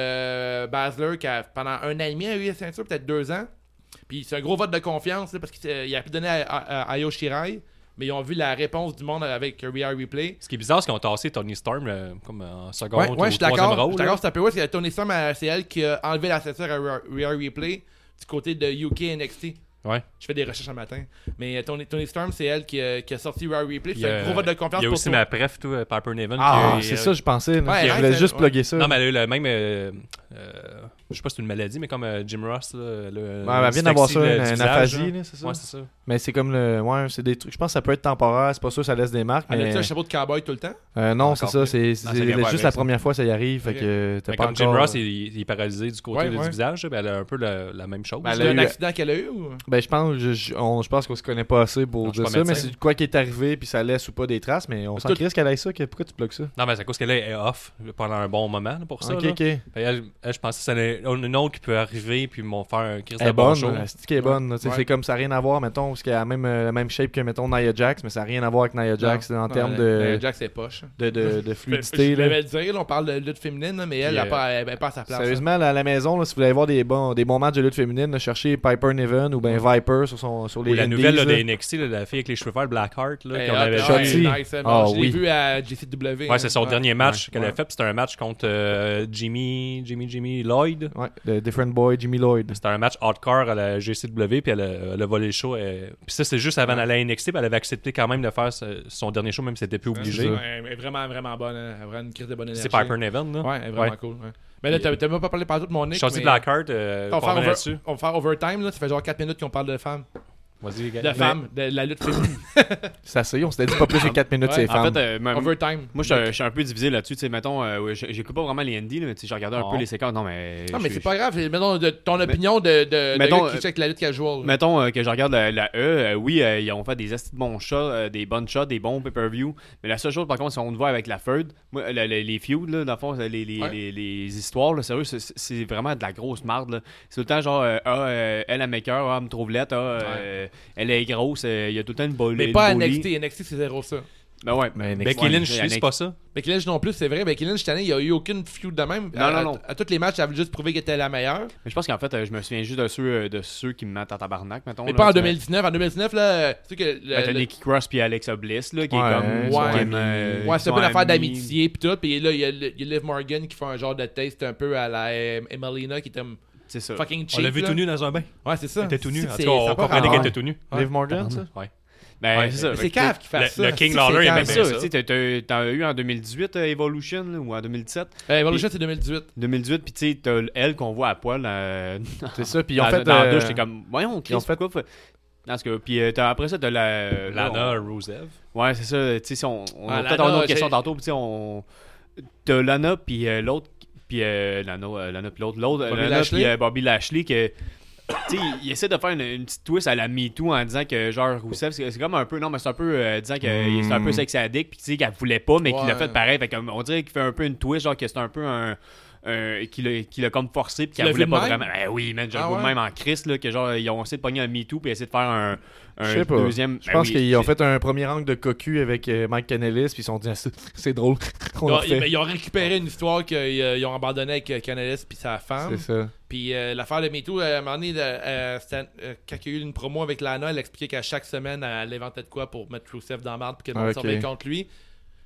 de Baszler qui a pendant un an et demi a eu la ceinture, peut-être deux ans. Puis c'est un gros vote de confiance là, parce qu'il euh, il a pu donner à, à, à Io Shirai. Mais ils ont vu la réponse du monde avec Rhea Ripley. Ce qui est bizarre, c'est qu'ils ont tassé Tony Storm euh, comme en seconde Ouais, ou ouais, je suis troisième d'accord. Je rôle. suis d'accord, c'est un peu ouais, parce que Tony Storm, euh, c'est elle qui a enlevé la ceinture à Rhea- Rhea Ripley du côté de U K N X T. Ouais. Je fais des recherches un matin. Mais euh, Tony, Tony Storm, c'est elle qui a, qui a sorti Rhea Ripley. Il y C'est a- un gros vote de confiance Il y a pour aussi toi. ma préf, tout, euh, Piper Niven. Ah, qui, c'est euh, ça, je pensais. là. Ouais, je hein, voulais c'est- juste ouais. plugger ça. Non, mais elle a eu le même. euh, euh, je sais pas si c'est une maladie, mais comme euh, Jim Ross. Là, le, Ouais, elle vient d'avoir ça, dyslexie, une, du une visage, aphasie, là. là, c'est ça? Ouais, c'est ça. Mais c'est comme le. Ouais, c'est des trucs. Je pense que ça peut être temporaire, c'est pas sûr, ça laisse des marques. Elle Mais... a-tu un chapeau de cowboy tout le temps? Euh, non, c'est Encore ça, plus. c'est, Non, c'est ça vient juste pas avec la ça. première fois ça y arrive. Fait Ok. que t'as Mais pas comme Jim encore... Ross, il, il est paralysé du côté Ouais, du ouais. visage, ben, elle a un peu la, la même chose. Ben, elle C'est a un eu- accident qu'elle a eu ou? Ben, je pense, je, je, on- je pense qu'on se connaît pas assez pour Non, je suis dire pas ça, mais médecin. c'est quoi qui est arrivé, puis ça laisse ou pas des traces, mais on s'en tout- crisse qu'elle ait ça. que- Pourquoi tu bloques ça? Non, mais c'est à cause qu'elle est off pendant un bon moment là, pour ça. Ok, là. ok. Fait Elle, elle, je pensais que c'était une autre qui peut arriver puis m'ont faire un crise Elle de est bon bonne, show. euh, c'est qu'elle est bonne. là, tu sais, Ouais. C'est comme ça n'a rien à voir, mettons, parce qu'elle a la même, euh, la même shape que, mettons, Nia Jax, mais ça n'a rien à voir avec Nia Jax en termes de, Jack, c'est poche. de, de, de Je fluidité. là. vais le dire, là, on parle de lutte féminine, là, mais elle, Puis, elle, euh, pas, elle, elle pas à sa place. hein. Sérieusement, là, à la maison, là, si vous voulez voir des bons, des bons matchs de lutte féminine, là, cherchez Piper Niven ou ben Viper sur, son, sur les Ou la indies, nouvelle là, là. de N X T, là, la fille avec les cheveux verts, Blackheart, là, Hey, qu'on hot, avait ouais, Shotzi. nice, hein, Ah, bon, je l'ai oui. vu à J C W. Ouais, c'est son hein. dernier match Ouais. qu'elle a fait. puis C'était un match contre euh, Jimmy, Jimmy, Jimmy Lloyd. Ouais, The Different Boy, Jimmy Lloyd. C'était un match hardcore à la G C W, puis elle a, elle a volé le show. elle- Puis ça, c'est juste avant d'aller à N X T, puis elle avait accepté quand même de faire ce- son dernier show, même si c'était plus obligé. Ouais, elle est vraiment, vraiment bonne. hein. Elle a vraiment une crise de bonne énergie. C'est Piper Niven, là. Ouais, elle est vraiment Ouais. cool. ouais. Mais là, t'as t'as même pas parlé partout de mon Nick. Shotzi mais- Blackheart, euh, On va, pour faire revenir over- là-dessus. on va faire overtime, là. Ça fait genre quatre minutes qu'on parle de femmes. Vas-y, les gars. De femmes, de la lutte féminine. C'est assez, on s'était dit pas plus que quatre minutes, Ouais, c'est en En femmes. fait, euh, moi, Overtime. moi, je suis un- je suis un peu divisé là-dessus. Tu sais, mettons, euh, ouais, j'ai- j'écoute pas vraiment les indies, là, mais tu sais, j'ai regardé un Non. peu les séquences. Non, mais. Non, mais je- c'est pas grave. Mettons de, ton opinion de, de, de Mettons, gars qui euh, check la lutte casual. là. Mettons euh, que je regarde la, la E, euh, oui, euh, ils ont fait des esti de bons shots, euh, des bonnes shots, des bons pay-per-view. Mais la seule chose, par contre, si on le voit avec la Feud, moi, le- le- les feuds, là, dans le fond, les, les, Ouais. les, les histoires, là, sérieux, c'est- c'est vraiment de la grosse marde. là. C'est tout le temps genre, euh, ah, euh, elle, elle maker, ah, elle me trouve laide, ah, euh, elle est grosse, euh, il y a tout le temps une bolle. Mais une pas à bully. N X T. N X T, c'est zéro ça. Ben ouais. Mais Becky Ouais, Lynch, il y en a c'est qui- pas ça? Becky Lynch non plus, c'est vrai. Becky Lynch, cette année, il n'y a eu aucune feud de même. Non, à, non, non. À, à tous les matchs, elle avait juste prouvé qu'elle était la meilleure. Mais je pense qu'en fait, euh, je me souviens juste de ceux, euh, de ceux qui me mettent en tabarnak, mettons. Mais là, pas en tu deux vois. mille dix-neuf. En deux mille dix-neuf, là, tu sais que. le- Ben, t'as le- Nikki Cross puis Alexa Bliss, là, qui Ouais, est comme. ouais, ils sont ouais. amis, euh, Ouais, ils c'est un sont peu une affaire amis. d'amitié pis tout. Puis là, il y, a le- il y a Liv Morgan qui fait un genre de taste un peu à la euh, Emelina qui était C'est ça. fucking cheap. On l'a vu là. tout nu dans un bain. Ouais, c'est ça. Elle était tout nu. C'est- En tout c'est- cas, ça on a pas comprenait rapport. qu'elle était tout nu. Liv Morgan, ça? Ouais. Ben, Ouais, c'est ça. Mais Fait c'est que cave qui le- fait ça. le King C'est Lawler, cave. il Mais aimait c'est bien ça, ça. tu sais, t'as- t'as- t'en as eu en deux mille dix-huit euh, Evolution là, ou en deux mille dix-sept. Euh, Evolution, c'est deux mille dix-huit. deux mille dix-huit, puis tu sais, t'as elle qu'on voit à poil. euh, C'est ça, puis ils ont dans, fait... dans la euh, douche, t'es comme, voyons, Chris, ils ont fait- pourquoi fa- Dans ce cas, puis euh, t'as- après ça, t'as la. là, Lana Rusev. on- Ouais, c'est ça. Tu sais, si on, on Ah, a peut-être Lana, une autre question j'ai- tantôt, puis tu sais, on. T'as Lana, puis euh, l'autre. Puis euh, Lana, euh, Lana, puis l'autre. L'autre, Bobby Lana, Lashley. puis euh, Bobby Lashley, que. Tu sais, il essaie de faire une, une petite twist à la MeToo en disant que, genre, Rousseff, c'est c'est comme un peu. Non, mais c'est un peu. euh, disant que Mm. c'est un peu sex addict, puis tu sais, qu'elle voulait pas, mais qu'il l'a Ouais. fait pareil. Fait que, on dirait qu'il fait un peu une twist, genre, que c'est un peu un. un- qu'il a, qu'il a comme forcé, puis Tu l'as qu'elle voulait vu pas de même? vraiment. Ben oui, man, je le Ah vois ouais? même en Christ, là, que genre, ils ont essayé de pogner un MeToo, puis essayer de faire un, Je un sais pas. deuxième. Je Ben pense oui, qu'ils ont c'est- fait un premier angle de cocu avec euh, Mike Canellis, puis ils se sont dit, ah, c'est- c'est drôle. On Ils l'a ont, fait. ils- ils ont récupéré une histoire qu'ils euh, ils ont abandonnée avec euh, Canellis puis sa femme. C'est ça. Puis euh, l'affaire de MeToo, euh, à un moment donné, euh, euh, c'était, euh, quand il y a eu une promo avec Lana, elle expliquait qu'à chaque semaine, elle inventait de quoi pour mettre Rusev dans la merde puis que le monde Ok. s'en venait contre lui.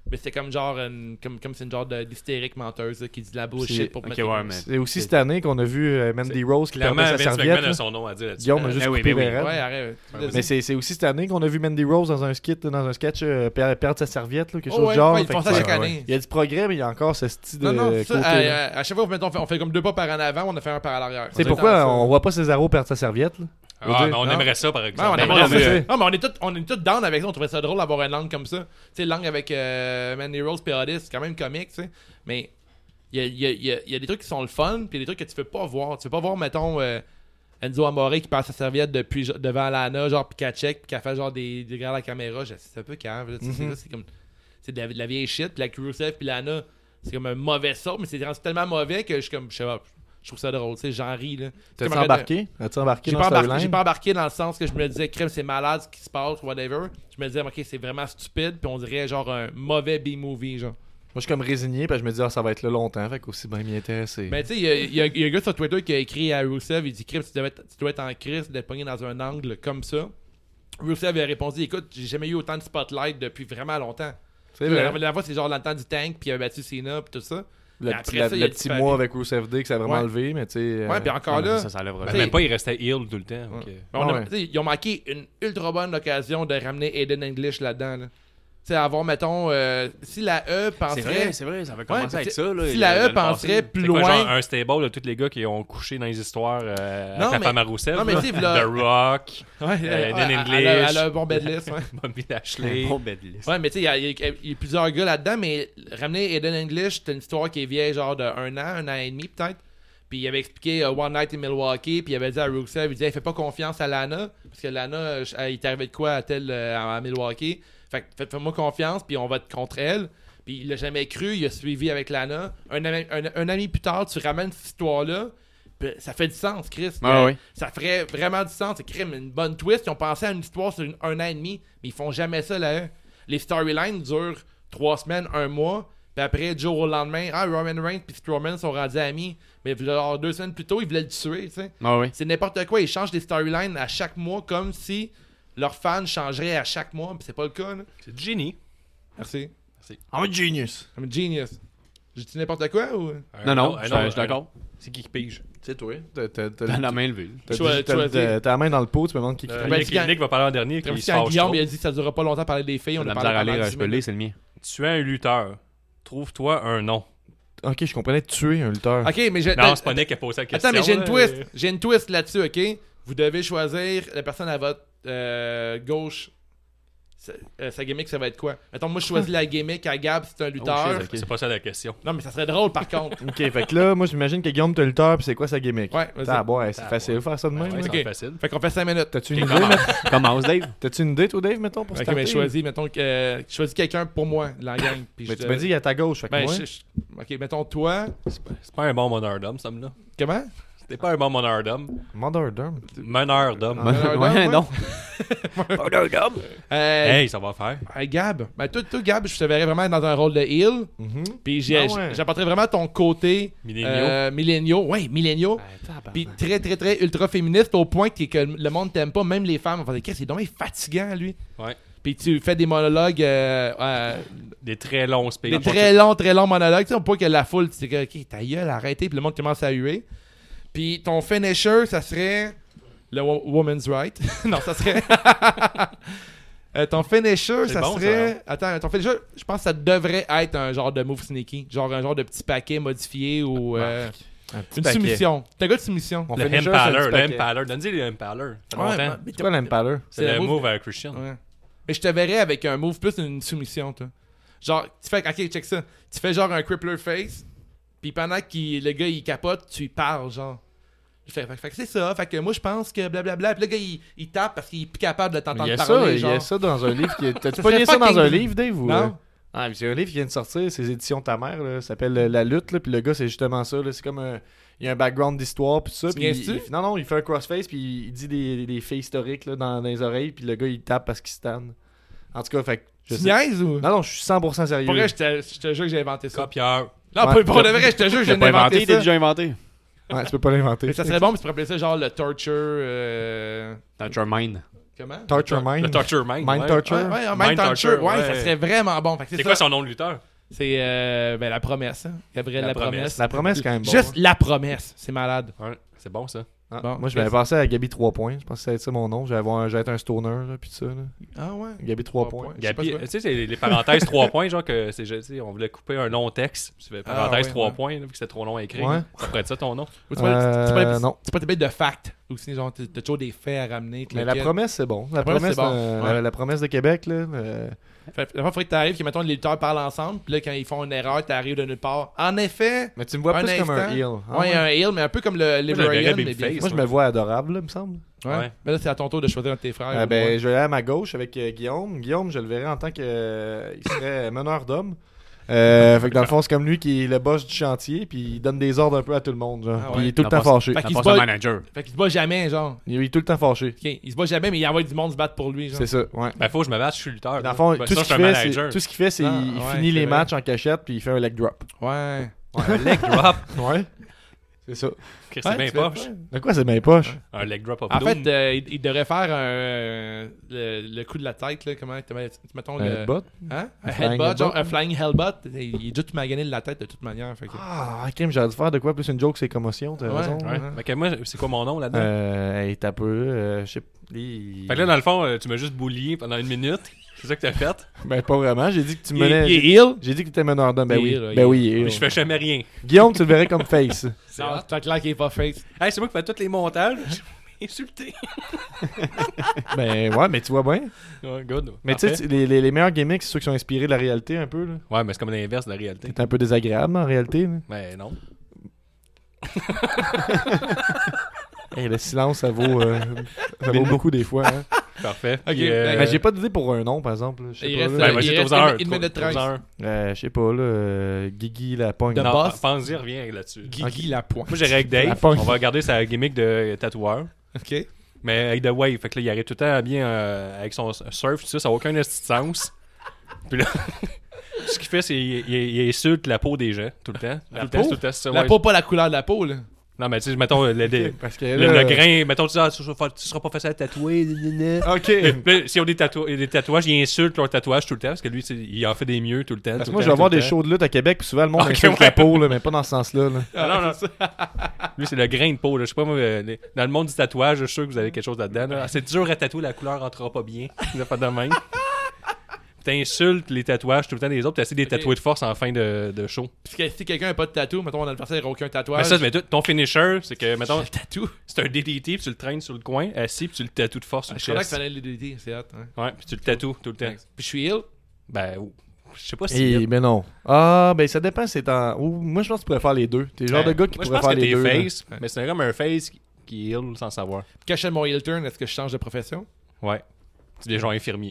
Mais c'est comme genre une, comme, comme c'est une genre de- d'hystérique menteuse là, qui dit de la bullshit C'est- pour Ok, mettre ouais, mais. C'est aussi cette année qu'on a vu euh, Mandy Rose qui Clairement, perdait sa Vince serviette. McMahon a là. son nom à dire là-dessus. Guillaume a juste Eh oui, coupé mais oui. les rêves. Ouais, arrête. Mais c'est c'est aussi cette année qu'on a vu Mandy Rose dans un skit, là, dans un sketch, euh, per- perdre sa serviette, là, quelque Oh, chose ouais, du genre. ouais, ils Fait font que ça ouais, chaque ouais. année. Il y a du progrès, mais il y a encore ce style de Non, non, côté. ça, à, là. à- à chaque fois mettons, on fait, on fait comme deux pas par en avant, on a fait un par l'arrière. C'est On pourquoi fait ça. on voit pas Cesaro perdre sa serviette. Là. Ah, mais on Non. aimerait ça, par Non, exemple. on, Ben, aimerait non, ça. mais- Non, mais on est tous on est tous down avec ça. On trouvait ça drôle d'avoir une langue comme ça. Tu sais, langue avec euh, Mandy Rose et Otis, c'est quand même comique, tu sais. Mais il y a, il y, a, il y, a, il y a des trucs qui sont le fun, puis il y a des trucs que tu veux pas voir. Tu veux pas voir, mettons, euh, Enzo Amore qui passe sa serviette depuis, devant Lana, genre, puis qu'elle check, puis qu'elle fait genre des, des regards à la caméra. Je- C'est un peu cave. là, tu sais, Mhm. là, c'est comme. C'est de la, de la vieille shit, puis la Rusev puis Lana, c'est comme un mauvais sort, mais c'est rendu tellement mauvais que je suis comme. Je sais pas. Je trouve ça drôle, tu sais, j'en ris, là. C'est T'as-tu comme un- embarqué? As-tu embarqué J'ai dans pas, ce embarqué, j'ai storyline? pas embarqué dans le sens que je me disais, crème, c'est malade ce qui se passe, whatever. Je me disais, ok, c'est vraiment stupide, puis on dirait genre un mauvais B-movie, genre. Moi, je suis comme résigné, parce que je me dis, ah, ça va être là longtemps, fait qu'aussi bien m'y intéresser. Mais tu sais, il y a, il y a- il y a un gars sur Twitter qui a écrit à Rusev, il dit, crème, tu, dois être- tu dois être en crise d'être pogné dans un angle comme ça. Rusev a répondu, écoute, j'ai jamais eu autant de spotlight depuis vraiment longtemps. C'est La vrai. dernière fois, c'est genre dans le temps du tank, puis il a battu Cena, puis tout ça. Le Mais petit, après la- ça, il le a petit disparu. mois avec Rusev Day que ça a vraiment Ouais. levé, mais tu sais. euh, Ouais, puis encore Ah, mais là. Ça, ça lèvera Ben, T'sais- même pas, il restait heel tout le temps. Ouais. ok. Mais on a- Ouais. t'sais, ils ont manqué une ultra bonne occasion de ramener Aiden English là-dedans. Là. Tu sais, avoir, mettons, euh, si la E C'est penserait. vrai, c'est vrai, ça avait commencé Ouais, avec puis ça. Là, si il- la E l'année penserait passée. plus C'est quoi, loin. genre un stable de tous les gars qui ont couché dans les histoires euh, Non, avec la mais- femme à Rousseff. non, mais là. tu sais, v'là- The Rock, Ouais, Euh, ouais, Aiden elle- elle, English. a- elle a un bon bedlist. Ouais. Bobby Un Lashley. bon bed list. Ouais, mais tu sais, il y, a- il y a- il y a plusieurs gars là-dedans, mais ramener Aiden English, c'est une histoire qui est vieille, genre de un an, un an et demi peut-être. Puis il avait expliqué euh, One Night in Milwaukee, puis il avait dit à Rusev, il disait, fais pas confiance à Lana, parce que Lana, euh, elle, il t'est arrivé de quoi à tel euh, à Milwaukee. Fait que fais- fais-moi confiance, puis on va être contre elle. Puis il l'a jamais cru, il a suivi avec Lana. Un, ami- un, un ami plus tard, tu ramènes cette histoire-là, puis ça fait du sens, Chris. Ouais, Euh, ouais. Ça ferait vraiment du sens. C'est crime, une bonne twist. Ils ont pensé à une histoire sur une- un an et demi, mais ils font jamais ça là. Les storylines durent trois semaines, un mois. Puis après, jour au lendemain, ah, Roman Reigns puis Strowman sont rendus amis. Mais genre, deux semaines plus tôt, ils voulaient le tuer, tu sais. Ah oui. C'est n'importe quoi. Ils changent des storylines à chaque mois comme si leurs fans changeraient à chaque mois. Puis c'est pas le cas, là. C'est du génie. Merci. I'm a genius. I'm a genius. J'ai dit n'importe quoi ou. Non, non, Un je autre- je suis d'accord. C'est qui qui pige? C'est toi. T'as t'as- t'as- T'as la main levée. t'as- Choi- t'as- choisi. t'as- t'as la main dans le pot, tu me demandes qui qui Euh, fait. Ben, Nick, quand- Nick va parler en dernier, Comme qui si se quand fâche Guillaume trop. il a dit que ça durera pas longtemps parler des filles, on La a misère à parlé lire, pendant je dix peux le lire, minutes. c'est le mien. Tu es un lutteur. Trouve-toi un nom. Ok, je comprenais tuer un lutteur. Ok, mais j'ai. Non, c'est pas Nick qui a posé la question. Attends, mais j'ai une là. twist. J'ai une twist là-dessus, ok? Vous devez choisir la personne à votre euh, gauche. Sa, euh, sa gimmick, ça va être quoi? Mettons, moi, je choisis la gimmick à Gab, c'est un lutteur. shit, ok. C'est pas ça la question. Non, mais ça serait drôle, par contre. Ok, fait que là, moi, j'imagine que Guillaume, t'es le lutteur, puis c'est quoi sa gimmick? Ouais, vas-y. Ah, bon, ouais, c'est Ah, facile de faire ça de même. Ouais, là. c'est Ok. facile. Fait qu'on fait cinq minutes. T'as-tu une Ok, idée, comment? mais- Commence, Dave. T'as-tu une idée, toi, Dave, mettons, pour Ok, starter? mais choisis, mettons, que, euh, choisis quelqu'un pour moi, de la gang. Puis Mais je tu te- m'as dit, il est à ta gauche, fait que Ben, moi... je- je- ok, mettons toi. C'est pas un bon meneur d'homme, ça me là. Comment? C'était pas un bon meneur d'homme. Mother Dome. Meneur d'homme. Ah. Meneur Ouais, d'homme, non. Euh, Hey, ça va faire. hey, Gab. Ben, toi, toi, Gab, je te verrais vraiment dans un rôle de heel. Mhm. Puis j'ai- Ah ouais. j'apporterais vraiment ton côté. Milléniaux. Euh, milléniaux. Ouais, milléniaux. Puis très, très, très ultra féministe au point que, que le monde t'aime pas, même les femmes. On va dire, c'est dommage fatigant, lui. Ouais. Puis tu fais des monologues, euh, euh, Des très longs speeches. des très longs, très longs monologues. Tu sais, au point que la foule, tu sais, ok, ta gueule, arrêtez. Puis le monde commence à huer. Puis ton finisher, ça serait le wo- woman's right. non, ça serait. Euh, ton finisher, C'est ça bon, serait. Attends, ton finisher, je pense que ça devrait être un genre de move sneaky. Genre un genre de petit paquet modifié ou. euh, Un petit une paquet. soumission. T'es un gars de soumission. On Le fait une chose, Impaler, c'est un le petit paquet. Impaler. Donne-y le Impaler. Ça fait Ouais, longtemps. mais- C'est quoi l'Impaler? C'est c'est le le move à Christian. Ouais. Mais je te verrais avec un move plus une soumission, toi. Genre, tu fais. Ok, check ça. Tu fais genre un crippler face. Puis pendant que le gars il capote, tu lui parles, genre. Fait, fait- fait que c'est ça. Fait que moi je pense que blablabla. Puis le gars il, il tape parce qu'il est plus capable de Il t'entendre y a parler. ça, il y genre. a ça dans un livre qui est... T'as-tu Ça pogné serait ça dans fucking- un livre, Dave, ou... Non. euh? Ah, mais c'est un livre qui vient de sortir, c'est les éditions de ta mère, là. Ça s'appelle euh, La lutte, là, puis le gars, c'est justement ça, là. C'est comme un... Il y a un background d'histoire, puis tout ça. Tu Puis il- niaises-tu? il- Non, non, il fait un crossface, puis il dit des, des faits historiques, là, dans, dans les oreilles, puis le gars, il tape parce qu'il stanne. En tout cas, fait que... je Tu sais- niaises ou? Non, non, je suis cent pour cent sérieux. Pour vrai, je te, je te jure que j'ai inventé ça. Copieur. Non, Ouais. pour, pour de vrai, je te jure que J'ai j'ai pas inventé, inventé il était ça. déjà inventé. Ouais, tu peux pas l'inventer. Mais ça serait bon, mais tu pourrais appeler ça genre le torture. Euh... Dans Jermaine. Comment? Torture Mind. Le Torture Mind. Mind ouais. Torture. Ouais, ouais, un Mind Mind Torture. Torture, Ouais, ouais. ça serait vraiment bon. Fait que C'est c'est quoi ça. son nom de lutteur? C'est euh, ben, la promesse. Hein. Gabriel La la, promesse. Promesse. La promesse, quand même bon. Juste la promesse. C'est malade. Ouais, c'est bon ça. Ah, Bon, moi, je m'avais Chris. passé à Gabi trois points. Je pense que ça va être ça mon nom. J'allais avoir un- j'allais être un stoner, là, puis tout ça. Là. Ah ouais? Gabi trois Trois points. points. Je sais pas Gabi, quoi. tu sais, c'est les parenthèses trois points, genre que c'est, tu sais, on voulait couper un long texte. Tu fais Ah, parenthèse ouais, trois ouais. points, là, vu que c'était trop long à écrire. Ouais. Ça pourrait être ça ton nom. Ou tu peux- tu- tu peux- Euh, non. Tu peux te mettre de facts. Aussi, genre, t'as t'as toujours des faits à ramener. Mais la promesse, c'est bon. La, La promesse, promesse, c'est bon. euh, Ouais. la, la promesse de Québec, là. euh, Fait, il faudrait que t'arrives, que mettons les lutteurs parlent ensemble, puis là, quand ils font une erreur, t'arrives de nulle part. En effet, Mais tu me vois un plus comme un instant. heel. Ah ouais, ouais. un heel, mais un peu comme le je le verrais Liberian. mais babyface. bien- Moi, je me vois adorable, là, me semble. Ouais. Ouais. Mais là, c'est à ton tour de choisir un de tes frères. Euh, ou ben, moi. je vais aller à ma gauche avec euh, Guillaume. Guillaume, je le verrais en tant que. euh, il serait meneur d'hommes. Euh, fait que dans le fond, c'est comme lui qui est le boss du chantier, puis il donne des ordres un peu à tout le monde. Genre. Ah Puis ouais. il est tout le Dans temps le fâché. Fait Ça qu'il se passe un bat- manager. Fait qu'il se bat jamais, genre. Il est tout le temps fâché. Ok, il se bat jamais, mais il envoie du monde se battre pour lui, genre. C'est ça, ouais. Ben, faut que je me batte, je suis lutteur. Dans le fond, Ben, tout, ça, ce je suis qu'il un fait, manager. c'est, tout ce qu'il fait, c'est Ah, il ouais, finit c'est les vrai. matchs en cachette, puis il fait un leg drop. Ouais. Un leg drop. Ouais. C'est ça. C'est Ouais, bien tu fais- poche. De quoi c'est bien poche? Un leg drop of En doom. fait, euh, il, il devrait faire un, le, le coup de la tête, là, comment, mettons, Un le... headbutt? Hein? Un, flying headbutt, headbutt? genre un flying hellbutt. Il est juste magané de la tête de toute manière. Fait que... Ah, ok, mais j'aurais dû faire de quoi plus une joke, c'est commotion, t'as Ouais, raison. Ouais. Ouais. Fait que moi, c'est quoi mon nom là-dedans? Euh, hey, t'as peu, euh, je sais pas. il- Fait que là, dans le fond, euh, tu m'as juste boulié pendant une minute. C'est ça que t'as fait. Ben, pas vraiment, j'ai dit que tu Il, menais. il est heel. J'ai dit que t'étais meneur d'homme, ben Il est oui. heel, il Ben est oui, il est Mais heel. je fais jamais rien. Guillaume, tu le verrais comme face. C'est Non, hot. c'est clair qu'il est pas face. Hey, c'est moi qui fais tous les montages. Insulté. Ben ouais, mais tu vois bien. Ouais, good. Mais tu sais, Parfait. tu- les, les, les meilleurs gimmicks, c'est ceux qui sont inspirés de la réalité un peu. Là. Ouais, mais c'est comme l'inverse de la réalité. C'est un peu désagréable en réalité. Là. Ben non. Hey, le silence, ça vaut, euh, ça vaut beaucoup des fois. Hein. Parfait. Ok, Puis, euh, Mais j'ai pas d'idée pour un nom, par exemple. là. Je sais Il pas. reste, là. Ben, euh, vas-y, il reste trouve-en un. une- une minute Trouve-en treize. un. Euh, je sais pas, là. euh, Guigui la pogne. De Non, boss. pense-y, reviens là-dessus. Guigui la pointe. Moi, j'irai avec La Dave. pogne. On va regarder sa gimmick de tatoueur. Ok. Mais avec The Wave. Fait que là, il arrive tout le temps bien euh, avec son surf, tout ça. Ça n'a aucun esti de sens. Puis là, ce qu'il fait, c'est qu'il il, il insulte la peau des gens tout le temps. La Tout le temps, peau? tout le temps, c'est ça, La ouais. peau, pas la couleur de la peau, là. Non, mais tu sais, mettons, le, le, Parce que le, là, le grain, mettons, tu dis, ah, tu, seras, tu seras pas facile à tatouer. nanana. Ok. Puis là, s'ils ont des, tatou- des tatouages, ils insultent leur tatouage tout le temps parce que lui, tu sais, il en fait des mieux tout le temps. Parce tout que moi, le je vais temps, avoir tout le des temps. shows de lutte à Québec, puis souvent le monde Ok, insulte ouais. la peau, là, mais pas dans ce sens-là. là. Ah, non, non. Lui, c'est le grain de peau. Là. Je sais pas, moi, euh, les- dans le monde du tatouage, je suis sûr que vous avez quelque chose là-dedans. Là. Ah, c'est dur à tatouer, la couleur rentrera pas bien. Il pas de même. T'insultes les tatouages tout le temps des autres, tu essaies de les tatouer de force en fin de, de show. Parce que si quelqu'un n'a pas de tatou, mettons, mon adversaire n'a aucun tatouage. Mais ça, mais toi, ton finisher, c'est que, mettons, le tatou. c'est un D D T, puis tu le traînes sur le coin, assis, puis tu le tatoues de force sur Je le savais qu'il chest. fallait le D D T, c'est hot. Hein. Ouais, puis tu le tatoues tout le temps. Puis je suis heel. Ben, ou- je sais pas si. Et, mais non. Ah, ben ça dépend, c'est en. Ou, moi, je pense que tu pourrais faire les deux. T'es le genre Ben, de gars qui moi, je pourrait pense faire que les t'es deux. là. face, mais c'est comme un face qui- qui heal sans savoir. Quand je fais mon heel turn, est-ce que je change de profession? Ouais. C'est des gens infirmiers.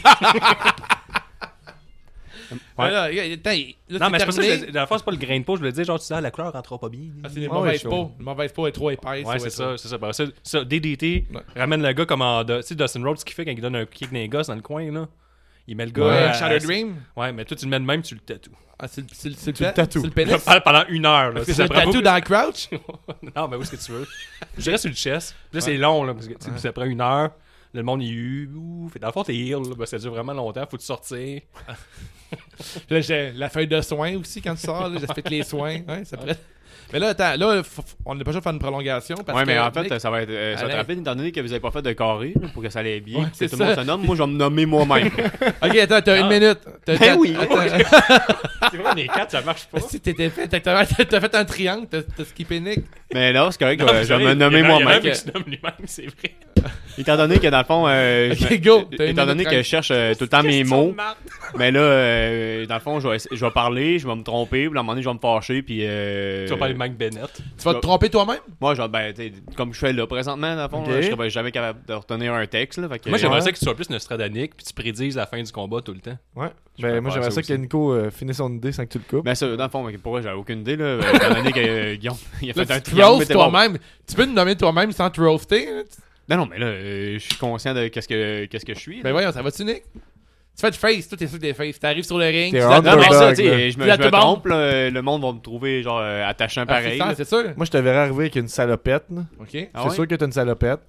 Ouais. Là, regarde, attends, il- là, Non, mais c'est pas ça, terminé. je le- dans le fond, c'est pas le grain de peau, je voulais dire, genre, tu dis, ah, la couleur rentrera pas bien. Ah, c'est les Ouais, mauvaises je peaux. Les mauvaises peaux est trop épaisse. Ouais, c'est ça, ouais, c'est ça. Ben, ça, ça, D D T Ouais. ramène le gars comme en. Tu sais, Dustin Rhodes, ce qu'il fait quand il donne un kick dans les gosses dans le coin, là. Il met le gars. Ouais, à- Shadow à- Dream. Ouais, mais toi, tu le mets de même, tu le tatoues. Ah, c'est le- c'est le c'est Tu le pe- tatoues. c'est le pénis. Pendant- Pendant une heure, là. Parce que Ça c'est le prend tatou pas- dans Crouch. Non, mais où est-ce que tu veux? Je dirais sur le chest. Puis là, c'est long, là, parce que tu sais, ça prend une heure. Le monde, il est ouh. Fait, dans le fond, t'es heal, là. Ben, ça dure vraiment longtemps. Faut te sortir. Puis là, j'ai la feuille de soins aussi quand tu sors. Là, j'ai fait les soins. Ouais, ça prête. Mais là, attends, là, faut- faut- on n'est pas sûr de faire une prolongation. Parce Ouais, que mais en fait, Nick- ça va être, euh, ça va être Alain. rapide étant donné que vous avez pas fait de carré là, pour que ça aille bien. Ouais, que c'est tout le monde ça. se nomme. Moi, je vais me nommer moi-même. Ok, attends, t'as une minute. T'as- Ben t'as- oui. attends. C'est vrai, les quatre, ça marche pas. Si t'étais fait, t'as t'as- t'as fait un triangle, t'as t'as skippé Nick. Mais là, c'est correct, je Non, vais- mais je vais c'est me vrai, nommer il y en a- il y en a moi-même. un qui se nomme lui-même, c'est vrai. Étant donné que dans le fond, euh, je Ok, me- go, t'as une étant donné minute que je trente. cherche euh, tout le temps mes Question de mots, marde. mais là, euh, dans le fond, je vais, essa- je vais parler, je vais me tromper, puis à un moment donné, je vais me fâcher, puis. Euh, Tu vas parler de Mike Bennett. Tu vas te tromper toi-même? Moi, genre, ben, tu sais, comme je fais là présentement, dans le fond, Ok. là, je serais jamais capable de retenir un texte, là. Fait que, Moi, j'aimerais Ouais. ça que tu sois plus Nostradanique, puis tu prédises la fin du combat tout le temps. Ouais. Je Ben, pourrais moi, faire j'aimerais ça ça aussi. que Nico euh, finisse son idée sans que tu le coupes. Ben, ça, dans le fond, pour vrai, j'avais aucune idée, là. euh, Étant donné que euh, Guillaume, il a Là, fait un tu te triangle. mais roastes t'es bon. toi-même. Tu peux te nommer toi-même sans te roaster. hein? Non, non, mais là, euh, je suis conscient de qu'est-ce que, qu'est-ce que je suis. Ben là. voyons, ça va-tu, Nick? Tu fais de face, toi t'es sûr que t'es face. T'arrives sur le ring, T'es tu un donnes- Non, mais underdog, ça, tu là. sais, je me, Dis à je tout me le monde. trompe, là, le monde va me trouver, genre, euh, attachant Ah, pareil. c'est ça, là. c'est sûr. Moi, je te verrais arriver avec une salopette. là. Ok. Ah C'est ouais? sûr que t'as une salopette. Ouais.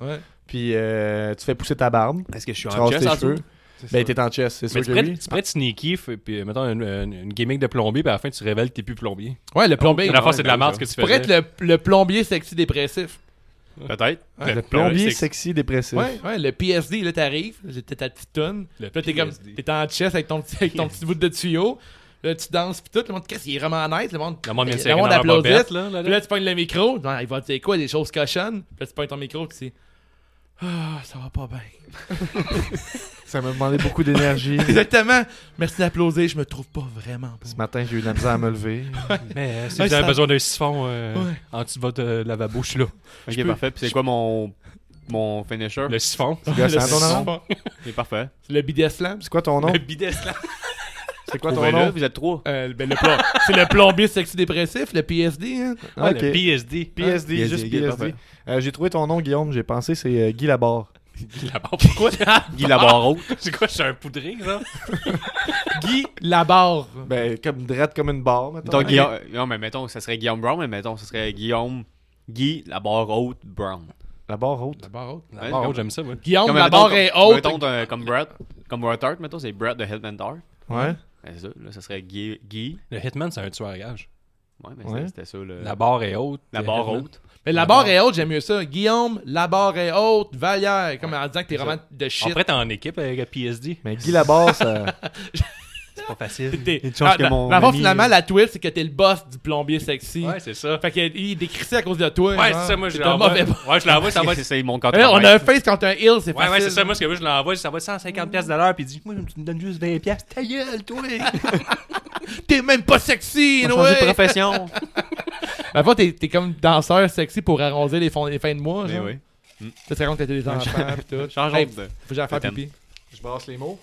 puis euh, tu fais pousser ta barbe. Est-ce que je suis Tu en rases chess tes en cheveux. dessous? Ben, t'es en chess, c'est Mais sûr tu que pourrais, oui. tu pourrais être sneaky, f- puis mettons une, une, une gimmick de plombier, puis à la fin tu révèles que t'es plus plombier. Ouais, le plombier. À la fois, ouais, c'est de la ben, merde ce que tu Pour faisais. être le, le plombier sexy dépressif. Peut-être. Ouais. Le plombier c'est- sexy dépressif. Ouais, ouais, le P S D, là, t'arrives, j'étais ta petite tonne. Le Là, t'es comme, P S D. t'es en chess avec ton petit, avec ton petit bout de tuyau. Là, tu danses pis tout. Le monde, qu'est-ce qu'il est vraiment nice. Le monde, Le monde vient de le serrer monde dans leur applaudit. bobette, là, là, Puis là. là, tu pognes le micro. Non, il va te dire quoi, des choses cochonnes. Puis là, tu pognes ton micro, tu dis, ah, ça va pas bien. Ça m'a demandé beaucoup d'énergie. Exactement. Merci d'applaudir, je me trouve pas vraiment bon. Ce matin, j'ai eu de la misère à me lever. Mais euh, si Ouais, vous avez ça- besoin d'un siphon euh, Ouais. en dessous de votre euh, lavabo, je suis là. Ok, peux- parfait. Puis c'est quoi mon, mon finisher? Le siphon. C'est quoi, c'est Le un ton nom? son. C'est parfait. C'est le bidet slam. C'est quoi ton nom? Le bidet slam. C'est quoi ton Trouvez-le, nom? vous êtes trois. Euh, ben, le plom- c'est le plombier sexy dépressif, le P S D. Hein? Ah, Le ok. P S D. P S D, P S D, juste ok, P S D. parfait. Euh, j'ai trouvé ton nom, Guillaume. J'ai pensé, c'est euh, Guy Labarre. Là-bas, pourquoi? Guy Labarre C'est quoi, je suis un poudré, genre? Guy Labarre. Ben, comme drette comme une barre, mettons. Mettons, Guillaume... Non, mais mettons, ça serait Guillaume Brown, mais mettons, ça serait Guillaume... Guy Labarre haute Brown. La barre haute. La barre haute. La Ouais, barre comme- haute, j'aime ça, moi. Guillaume, Comme, la mettons, barre comme- est haute. Mettons, euh, comme Brett. Comme Brett Hart, mettons, c'est Brett de Hitman Hart. Ouais. Ben, c'est ça, là, ça serait Guy... Guy. Le Hitman, c'est un tueur à gage. Ouais, mais Ouais. c'était ça, le... La barre est haute. La le barre Hitman. haute. Mais la, La barre barre. est haute, j'aime mieux ça. Guillaume, la barre est haute, Vallière. Comme en disant que t'es C'est vraiment de shit. Après, t'es en équipe avec le P S D. Mais Guy Labarre, ça. C'est pas facile. T'es- Une chance Ah, que dans- mon dans le fond, ami- finalement, la twist, c'est que t'es le boss du plombier sexy. Ouais, c'est ça. Fait qu'il décrit ça à cause de toi. Ouais, genre. c'est ça, moi, je T'es un l'envoie. mauvais boss. Ouais, je l'envoie, ça va. C'est- C'est mon Eh, contre. on a un face contre un heal, c'est Ouais, facile. ouais, c'est ça. Moi, ce que je l'envoie, ça va cent cinquante piastres de l'heure, puis il dit, moi, tu me donnes juste vingt piastres. Ta gueule, toi. T'es même pas sexy, On a changé de ouais. profession. À fois, t'es, t'es comme danseur sexy pour arrondir les, fonds- les fins de mois. Mais Genre. oui. Ça te raconte que t'as des enfants pis tout. Changeons Hey, de... faut que j'aille faire thème. pipi. Je brasse les mots.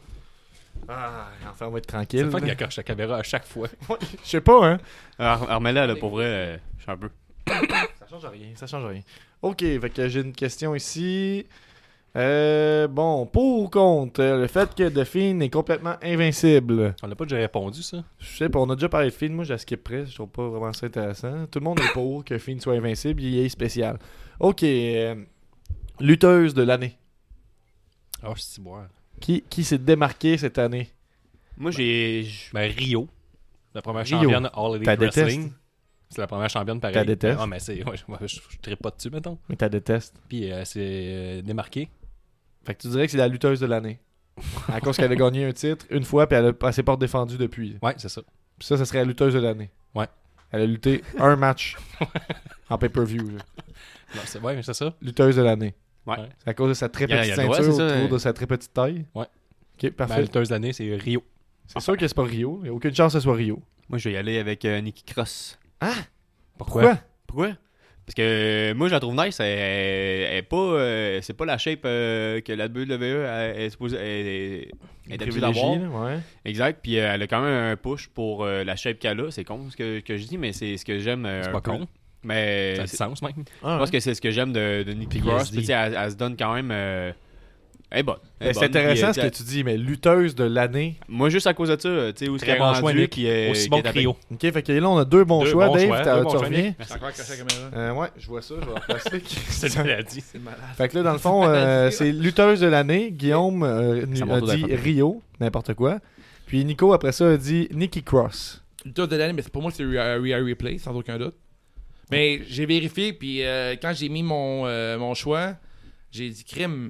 Ah, enfin, on va être C'est tranquille. le fun là. qu'il accroche la caméra à chaque fois. Je sais pas, hein. Alors, remets-la, là, pour vrai, euh, je suis un peu... Ça change rien, ça change rien. Ok, fait que j'ai une question ici. Euh, bon, pour ou contre euh, le fait que The Fiend est complètement invincible? On n'a pas déjà répondu, ça. Je sais pas, on a déjà parlé de Fiend, moi je la skipperais, je trouve pas vraiment ça intéressant. Tout le monde est pour que Fiend soit invincible, il est spécial. Ok, euh, lutteuse de l'année. Oh, je suis boire. Qui, qui s'est démarqué cette année? Moi, j'ai... j'- Ben, Rio. La première Rio. championne All Elite T'as Wrestling. détestes. C'est la première championne pareil. T'as détestes. Ah, mais c'est. Ouais, je, je, je trippe pas dessus, mettons. Mais t'as détestes. Puis, euh, c'est euh, démarqué. Fait que tu dirais que c'est la lutteuse de l'année. À cause qu'elle a gagné un titre une fois, puis elle, a, elle s'est pas défendue depuis. Ouais, c'est ça. Puis ça, ça serait la lutteuse de l'année. Ouais. Elle a lutté un match en pay-per-view. là. Non, c'est, ouais, mais c'est ça. Lutteuse de l'année. Ouais. C'est à cause de sa très Il y a- petite il y a le droit, ceinture c'est ça, autour euh. de sa très petite taille. Ouais. Ok, Ben, parfait. lutteuse d'année, c'est Rio. C'est sûr que c'est pas Rio. Il n'y a aucune chance que ce soit Rio. Moi, je vais y aller avec euh, Nikki Cross. Pourquoi? Pourquoi? Parce que euh, moi, je la trouve nice. Elle, elle est pas... euh, c'est pas la shape euh, que la W W E elle- elle est supposée... Elle, est- elle est habituée d'avoir. Privilégié, là, ouais. Exact. Puis euh, elle a quand même un push pour euh, la shape qu'elle a. C'est con ce que, que je dis, mais c'est ce que j'aime. euh, C'est un pas peu. con. Mais Ça a du c'est- sens, même. Ah, je pense que c'est ce que j'aime de, de Nikki P S D. Cross. Puis, tu sais, elle, elle se donne quand même... euh, elle est bonne. Elle est Ben, c'est bonne. intéressant Puis, ce euh, que tu dis, mais lutteuse de l'année. Moi, juste à cause de ça, tu sais, où ce Très qu'elle est bon choix, rendue, Nick. puis, euh, Aussi qui bon est que avec- Rio. Ok, fait que là, on a deux bons Deux choix. bons Dave, choix, t'as- deux tu bons choix, reviens? Nick. J'ai encore caché la caméra. Euh, ouais, je vois ça, je vais en plastique. C'est une maladie. C'est malade. Fait que là, dans le fond, euh, c'est lutteuse de l'année. Guillaume euh, Ça a m'en dit doute, Rio, n'importe quoi. Puis Nico, après ça, a dit Nikki Cross. Lutteuse de l'année, mais c'est- pour moi, c'est Rhea Rhea Ripley, sans aucun doute. Mais j'ai vérifié, puis euh, quand j'ai mis mon, euh, mon choix, j'ai dit crime.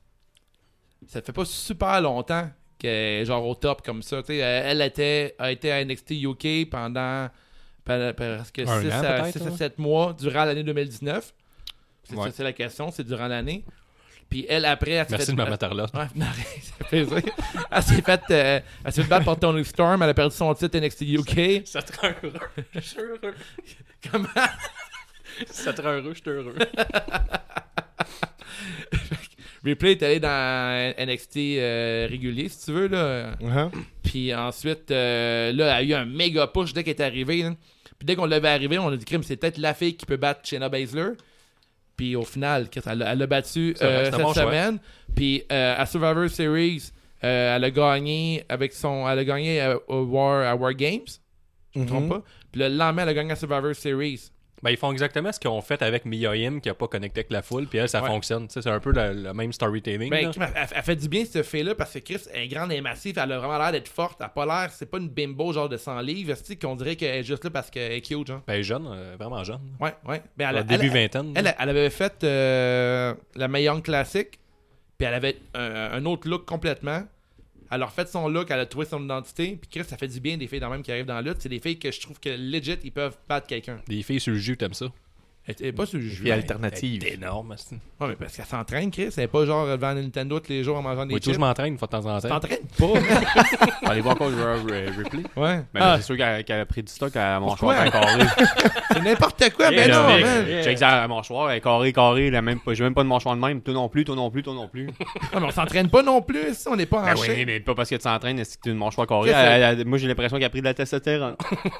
Ça fait pas super longtemps qu'elle est genre au top comme ça. Tu sais, elle elle était, a été à N X T U K pendant pe- presque Un six an, à peut-être, hein? sept mois durant l'année deux mille dix-neuf. C'est Ouais. ça, c'est la question, c'est durant l'année. Puis elle, après, elle s'est Merci fait- de ma Tarlotte. Ouais, non, ça fait plaisir. Elle s'est fait, euh, elle s'est fait battre par Tony Storm. Elle a perdu son titre N X T U K. Ça te rend heureux. Je suis heureux. Comment? Ça te rend heureux, je suis heureux. Ripley est allé dans N X T euh, régulier, si tu veux. Là. Uh-huh. Puis ensuite, euh, là, elle a eu un méga push dès qu'elle est arrivée. Là. Puis dès qu'on l'avait arrivé, on a dit crime, c'est peut-être la fille qui peut battre Shayna Baszler. Puis au final, qu'est-ce qu'elle a- elle l'a battu C'est vrai, euh, c'est un cette bon choix. semaine. Puis euh, à Survivor Series, euh, elle a gagné avec son, elle a gagné euh, au War, à War Games. Je me trompe Mhm. pas. Puis le lendemain, elle a gagné à Survivor Series. Ben, ils font exactement ce qu'ils ont fait avec Mia Yim qui a pas connecté avec la foule, puis elle, ça Ouais. fonctionne. Tu sais, c'est un peu le, le même storytelling. Ben, là. elle, elle- elle fait du bien, cette fille-là, parce que Chris est grande et massive. Elle a vraiment l'air d'être forte. Elle a pas l'air. C'est pas une bimbo genre de cent livres. C'est qu'on dirait qu'elle est juste là parce qu'elle est cute, genre. Ben, jeune, euh, vraiment jeune. Ouais, ouais. Ben, elle, Au elle- début elle- vingtaine. Elle, elle avait fait euh, la Mae Young Classic, puis elle avait un, un autre look complètement. Elle a refait son look, elle a trouvé son identité, puis Chris, ça fait du bien des filles dans même qui arrivent dans la lutte. C'est des filles que je trouve que legit, ils peuvent battre quelqu'un. Des filles sur le jus, t'aimes ça? Elle est pas sur le jeu. Puis alternative. C'est énorme. c'est- Ouais, mais parce qu'elle s'entraîne, Chris. Elle est pas genre devant Nintendo tous les jours en mangeant des Oui, tout, chips. je m'entraîne une fois de temps en Elle temps. s'entraîne pas. Allez voir encore le replay. Ouais. Mais Ah, c'est sûr qu'elle qu'elle a pris du stock à mon Pourquoi? mâchoire carré. c'est n'importe quoi, Yeah, ben non, là, man. J'ai exact à mâchoire, elle est carré, carré, là, même pas, j'ai même pas de mâchoire de même. Toi non plus, toi non plus, toi non plus. Ah, mais on s'entraîne pas non plus, si on n'est pas en Ben shape. oui, mais pas parce que tu t'entraînes, est-ce que tu as une mâchoire carrée. Qu'est-ce Elle- elle- moi j'ai l'impression qu'elle a pris de la testostérone.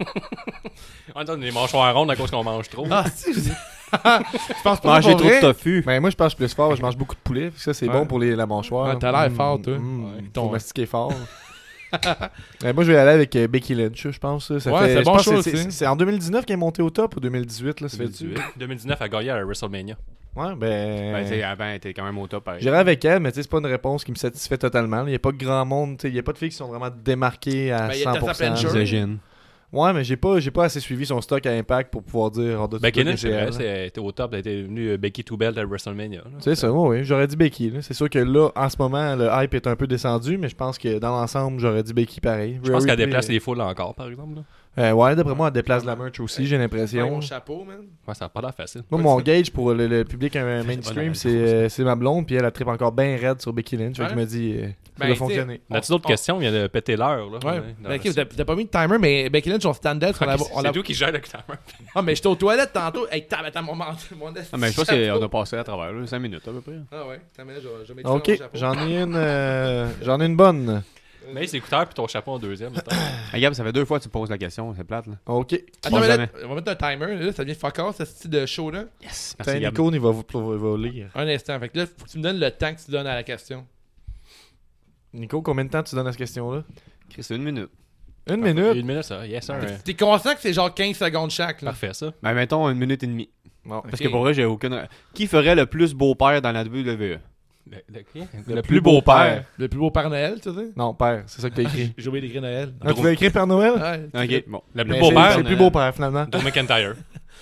On a des mâchoires rondes à cause qu'on mange trop. Ah, si, je je pense pas Manger pour trop vrai. de tofu. Ben, moi, je pense plus fort. Je mange beaucoup de poulet. Ça, c'est Ouais. bon pour les, la mâchoire. Ouais, t'as l'air Mm, fort, toi. mm, Ouais. Faut Ton- mastiquer fort. Ben, moi, je vais aller avec euh, Becky Lynch, je pense. Ça Ouais, fait, c'est je bon pense choix que c'est- aussi. c'est- C'est en deux mille dix-neuf qu'elle est montée au top ou deux mille dix-huit, là, ça fait du. deux mille dix-neuf, elle a gagné à WrestleMania. Ouais, ben. Ben, tu sais, avant, elle était quand même au top. pareil. J'irai avec elle, mais tu sais, c'est pas une réponse qui me satisfait totalement. Il n'y a pas grand monde, tu sais, il n'y a pas de filles qui sont vraiment démarquées à Ben, il y a cent pour Tessa cent. Pletcher. Misogyne. Ouais, mais j'ai pas, j'ai pas assez suivi son stock à Impact pour pouvoir dire. Oh, de Becky tout, Lynch, c'est c'est vrai, elle. c'est- elle était au top. Elle était venue euh, Becky Too Belt à WrestleMania. là. C'est ça, oui, oui. J'aurais dit Becky. là. C'est sûr que là, en ce moment, le hype est un peu descendu, mais je pense que dans l'ensemble, j'aurais dit Becky pareil. Je pense Rhea qu'elle Ripley, déplace les foules encore, par exemple. Là. euh, ouais, d'après moi, elle déplace la merch aussi, j'ai Ouais, l'impression. mon chapeau, man. Ouais, ça n'a pas l'air facile. Moi, mon gauge pour le, le public euh, bonne mainstream, analyse, c'est euh, c'est ma blonde, puis elle, elle tripe encore bien raide sur Becky Lynch. Fait que Ouais. je me dis, euh, ça Ben, va tu fonctionner. sais, As-tu d'autres on- questions? Il vient de péter l'heure. là. Ouais. dans Ben, ok, le- t'as t'as pas mis de timer, mais Becky Lynch, on stand up. on la- on la- C'est toi qui gère le timer. Ah, mais j'étais aux toilettes tantôt. Hey, t'as attends, mon mon mon Ah, mais je pense qu'on a passé à travers, cinq minutes à peu près. Ah ouais, t'as mais là, je vais- je vais mettre Ok, mon chapeau. j'en ai une, euh, j'en ai une bonne. Mais c'est écouteur puis ton chapeau en deuxième. mettons. Ah, Gab, ça fait deux fois que tu poses la question, c'est plate là. Ok. Attends, Bon, mais là, jamais. on va mettre un timer. Là, ça devient fuck off, ce style de show-là. Yes, T'as merci Gab. Nico, il va vous, va vous lire. Un instant. Fait que là, faut que tu me donnes le temps que tu donnes à la question. Nico, combien de temps tu donnes à cette question-là? Chris, c'est une minute. Une minute. Une minute, ça. Yes, sir. T'es conscient que c'est genre quinze secondes chaque, là? Parfait, ça. Ben, mettons une minute et demie. Bon. Parce Ok. que pour vrai, j'ai aucune. Qui ferait le plus beau-père dans la W W E? Le, le- Le le plus plus beau beau père. père. Le plus beau Père Noël, tu sais? Non, père, c'est ça que t'as écrit. J'ai oublié d'écrire Noël. Ah, tu veux écrire Père Noël? Ouais, tu veux- Ok, bon. Le Mais plus beau c'est- père. C'est le plus beau père, finalement. Drew McIntyre.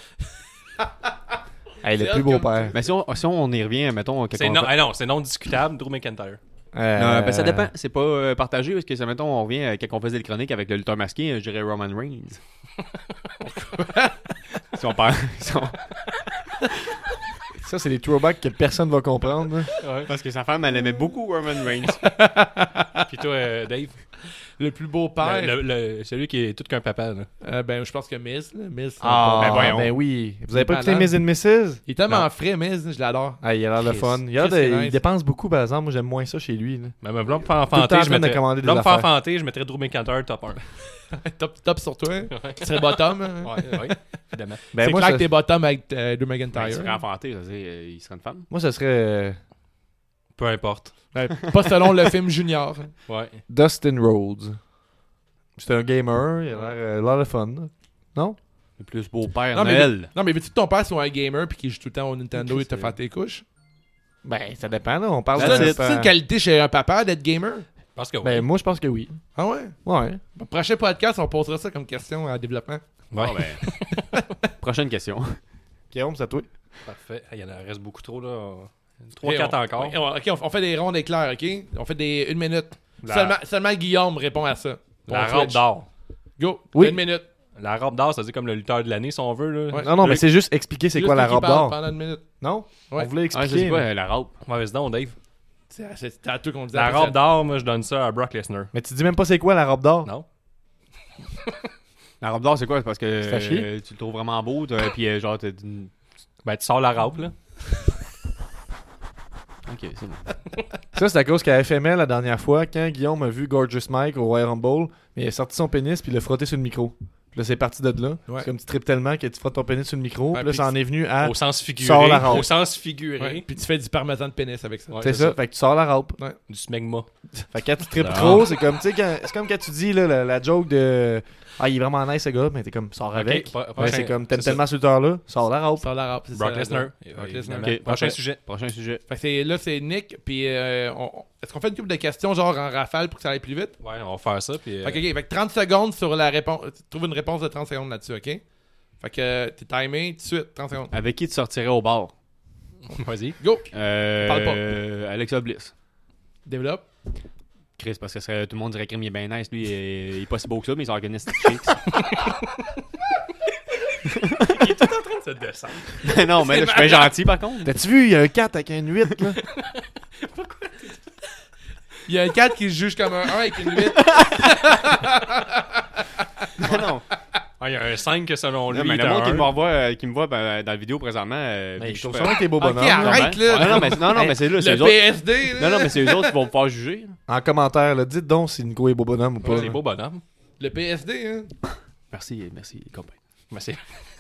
Hey, le C'est plus elle beau comme- père. Mais si on, si on y revient, mettons. C'est non, ah non, c'est non discutable, Drew McIntyre. Euh, Non, ben, ça dépend. C'est pas euh, partagé parce que ça, mettons, on revient euh, quand on faisait le chronique avec le lutteur masqué, euh, je dirais Roman Reigns. si on parle. si on- Ça, c'est des throwbacks que personne va comprendre. là. Parce que sa femme, elle aimait beaucoup Roman Reigns. Puis toi, euh, Dave, Le plus beau père. le, le- le- celui qui est tout qu'un papa. Là. Euh, ben, je pense que Miz, là. Miz, c'est Ah, pas- ben, voyons. oui. Vous avez pas écouté malade. Miz and missus? Il est tellement Non. frais, Miz, je l'adore. Ah, il a l'air le Chris. fun. Il, a l'air Chris, de- c'est il nice. dépense beaucoup, par exemple. Moi, j'aime moins ça chez lui. là. Mais même là, me faire Tout le enfanter, temps en je train de mettrais, commander des là, me faire affaires. enfanter, je mettrais Drew McIntyre top un. top, top sur toi. Tu serais bottom. hein? Ouais, ouais, évidemment. Ben, c'est moi, clair ça, que t'es bottom avec euh, Drew Ben, il McIntyre. serait enfanté, ça veut dire, euh, il serait une femme. moi, ça serait euh, Peu importe. Ouais, pas selon le film Junior. Ouais. Dustin Rhodes. C'est un gamer. Il a l'air euh, l'air de fun. là. Non? Le plus beau-père Non, mais- Noël. Non, mais veux-tu que ton père soit un gamer puis qu'il joue tout le temps au Nintendo et te C'est- fait tes couches? Ben, ça dépend. Là. On parle C'est d'un ça- c'est papa- une qualité chez un papa d'être gamer? Parce que oui. Ben, moi, je pense que oui. Ah ouais? Ouais. Au prochain podcast, on posera ça comme question en développement. Ouais. Bon, ben. Prochaine question. Guillaume, c'est à toi. Parfait. Il y en a- reste beaucoup trop, là. trois Ok, quatre on- encore. Ok, on, ok, on- on fait des rondes éclairs, ok? On fait des une minute. La- Seulement, seulement Guillaume répond à ça. La Pour robe Twitch. d'or. Go, Oui. une minute. La robe d'or, ça dit comme le lutteur de l'année, si on veut. Là. Ouais. Non, non, Le- mais c'est juste expliquer c'est Juste quoi la lui qui robe parle d'or. Pendant une minute. Non? Ouais. On voulait Ah, je expliquer. sais pas, mais... euh, la robe. Ouais, vas-y donc, Dave. C'est c'est à toi qu'on dit. La après robe ça. d'or, moi, je donne ça à Brock Lesnar. mais tu dis même pas c'est quoi la robe d'or? Non? La robe d'or, c'est quoi? C'est parce que C'est à chier. euh, tu le trouves vraiment beau, t'as- puis euh, genre, t'as une. Ben, tu sors la robe, là. Ok, c'est bon. Ça, c'est à cause qu'à F M L, la dernière fois, quand Guillaume a vu Gorgeous Mike au Royal Rumble, il a sorti son pénis puis il l'a frotté sur le micro. Là, c'est parti de là. Ouais. C'est comme tu tripes tellement que tu frottes ton pénis sur le micro. Ouais, puis là, puis ça en est venu à. Au sens figuré. Sors la râpe. Au sens figuré. Ouais. Puis tu fais du parmesan de pénis avec ça. Ouais, c'est ça. Fait que tu sors la râpe. Du smegma. Fait que quand tu tripes Ah. trop, c'est comme, tu sais, quand- c'est comme quand tu dis là, la, la joke de. Ah, il est vraiment nice ce gars, mais t'es comme, sors avec. pro- Ouais, prochain- c'est comme, t'aimes c'est ça. tellement ce lutteur-là, sors la râpe. Sors la râpe, c'est Brock ça. Lesnar. Brock Lesnar. Évidemment. Ok, Prochain parfait. sujet. Prochain sujet. Fait que c'est- là, c'est Nick. Puis euh, on- est-ce qu'on fait une couple de questions, genre en rafale pour que ça aille plus vite? Ouais, on va faire ça. Puis, euh, Fait que, ok, fait que trente secondes sur la réponse. Tu trouves une réponse de trente secondes là-dessus, ok? Fait que euh, t'es timé tout de suite, trente secondes. Avec qui tu sortirais au bar? Vas-y. Go! Euh, Parle pas. euh, Alexa Bliss. Développe. Chris, parce que ça serait- tout le monde dirait qu'il est bien nice. Lui, il est, il est pas si beau que ça, mais il s'organise. Il est tout en train de se descendre. Non, mais là, je suis bien gentil par contre. T'as-tu vu, il y a un quatre avec un huit, là? Il y a un quatre qui se juge comme un un avec une huit. Non, non. Ah, il y a un cinq que selon lui. Non, mais il le est monde un qui un. me revoit, euh, qui me voit ben, dans la vidéo présentement. Euh, Ben, vu je que trouve je ça fais- que t'es beau Ok, bonhomme. là. arrête, là. Ouais, non, mais, non, non, mais c'est là, c'est Le eux autres. P S D, là. Non, non, mais c'est eux autres qui vont me faire juger. En commentaire, là, dites donc si Nico est beau bonhomme ou pas. C'est là. beau bonhomme. Le P S D, hein. Merci, merci, copain. Merci.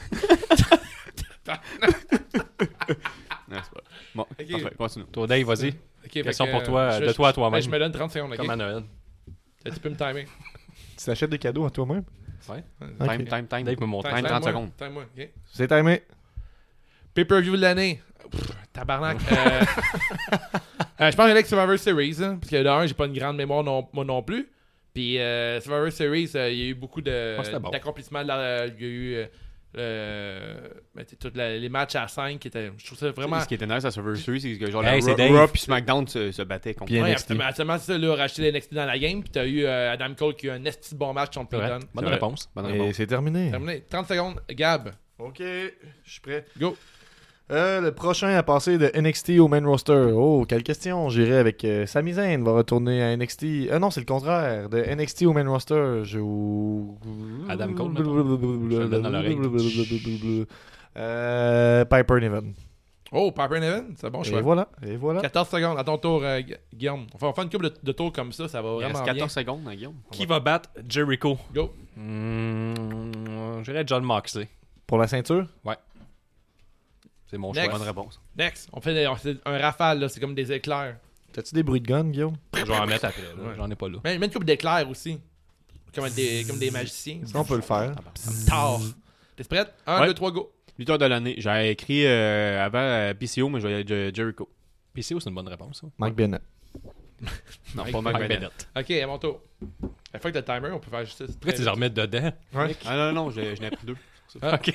Non, c'est pas. Bon, Ok. parfait, continue. Toi, Dave, vas-y. Ok, fait Question que, pour toi, euh, je- de toi à je- toi-même. Je me donne trente secondes, ok? Comme à Noël. Tu peux me timer. Tu t'achètes des cadeaux à toi-même? Ouais. Ok. Time, time, time. Dave me montre. Time, trente secondes. Time-moi, ok? C'est timé. Pay-per-view de l'année. Pff, Tabarnak. euh, euh, je pense que avec Survivor Series, hein, parce que d'un, j'ai pas une grande mémoire non, moi non plus. Puis euh, Survivor Series, euh, il y a eu beaucoup de, Ah, c'était bon. d'accomplissements. Là, il y a eu euh, euh, ben, t'sais, tous la- les matchs à cinq qui étaient. Je trouve ça vraiment. Ce qui était nice à Survivor Series, c'est que genre Hey, le c'est Raw- Dave. Raw puis SmackDown se, se battaient contre. Puis Ouais, N X T. absolument, absolument, c'est ça, là, racheter l'N X T dans la game. Puis t'as eu euh, Adam Cole qui a eu un esti de bon match contre C'est vrai. Peyton. Bonne C'est vrai. réponse. Bonne Et réponse. c'est terminé. Terminé. trente secondes. Gab, Ok, je suis prêt. go. Euh, le prochain à passer de N X T au main roster. Oh, quelle question. J'irai avec euh, Sami Zayn va retourner à N X T. Euh, non, c'est le contraire. De N X T au main roster. Je... Adam Cole, mettons. Je le donne dans l'oreille. Euh, Piper Niven. Oh, Piper Niven, c'est bon Et choix. voilà. Et voilà. quatorze secondes. À ton tour, euh, Gu- Guillaume. On va on va faire une couple de, de tours comme ça. Ça va Il vraiment reste bien. quatorze secondes, hein, Guillaume. Qui va battre Jericho? Go. Hmm, je dirais John Moxley. Pour la ceinture. C'est mon Next. choix. Bonne réponse. Next. On fait des- on fait un rafale, là. C'est comme des éclairs. T'as-tu des bruits de gun, Guillaume? Je vais en mettre après. là. Ouais. J'en ai pas là. Mais même une couple d'éclairs aussi. Comme des, comme des magiciens. Ça, on peut le faire. Tard. T'es prête? Un, Ouais. deux, trois, go. Lutteur de l'année. J'avais écrit euh, avant euh, P C O, mais je vais aller Jericho. P C O, c'est une bonne réponse. ça. Mike Bennett. Non, Mike- pas Mike Mike Bennett. Ok, à mon tour. La fois que le timer, on peut faire juste ça. c'est Pourquoi très tu les vite. remets dedans? Ah non, non, je, je n'ai pris deux. Ah. Ok.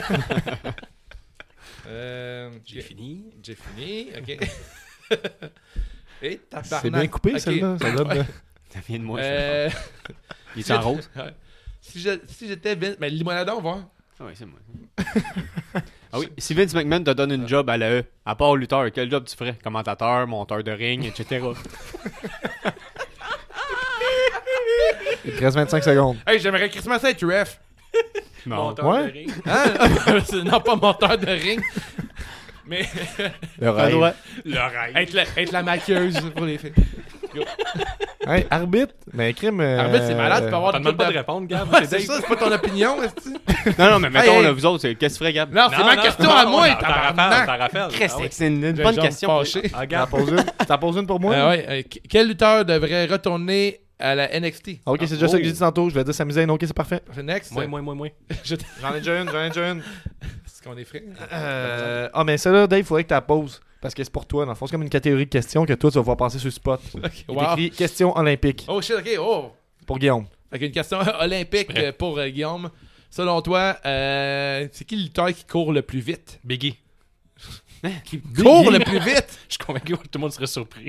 Euh, J'ai ok. fini. J'ai fini, ok. Et tabarnak. C'est bien coupé, Ok. celle-là. Ça donne, Ouais. euh, Ça vient de moi. ça. Euh, Il est en rose? Ouais. Si je- si j'étais Vince... Mais lis-moi donc, voir. Ah oui, c'est moi. Ah oui, si Vince McMahon te donne une job à la E, à part lutteur, quel job tu ferais? Commentateur, monteur de ring, et cetera. Il te reste vingt-cinq secondes. Hey, j'aimerais Christmas être ref. Non. Monteur Ouais. de ring. Hein? C'est- non, pas monteur de ring. Mais Le rêve. Le rêve. être la, être la maquilleuse pour les filles. Hey, arbitre. Mais crime. euh, Arbitre, c'est malade, tu peux avoir T'en une demandes couple pas de de... répondre, Gab. Ouais, c'est c'est Dave. ça, c'est pas ton opinion, est-ce que... Non, non, mais mettons, Hey, là, hey. vous autres, c'est- qu'est-ce que tu ferais, Gab? Non, c'est ma non, question non, à non, moi, non, t'en rappelles, tabarnak. t'en rappelles. Chris, Ah ouais. c'est une, une J'ai bonne genre question. fâché. Ah, T'en Gab. poses une? T'en poses une pour moi? Euh, ouais, euh, qu- quel lutteur devrait retourner à la N X T? Ok, c'est déjà ça que j'ai dit tantôt. Je vais dire Sami Zayn. Ok, c'est parfait. C'est next. Moi, moi, moi, moi. Je... J'en ai déjà une, j'en ai déjà une. Est-ce qu'on est frais? Euh, Ah, mais ça là, Dave, il faudrait que tu la poses. Parce que c'est pour toi. Dans le fond, c'est comme une catégorie de questions que toi, tu vas pouvoir passer sur le spot. Ok, Il wow. est écrit question olympique Oh shit, ok, oh! pour Guillaume. Fait qu'une question olympique euh, pour euh, Guillaume. Selon toi, euh, c'est qui le lutteur qui court le plus vite? Biggie. Qui court le plus vite? Je suis convaincu que tout le monde serait surpris.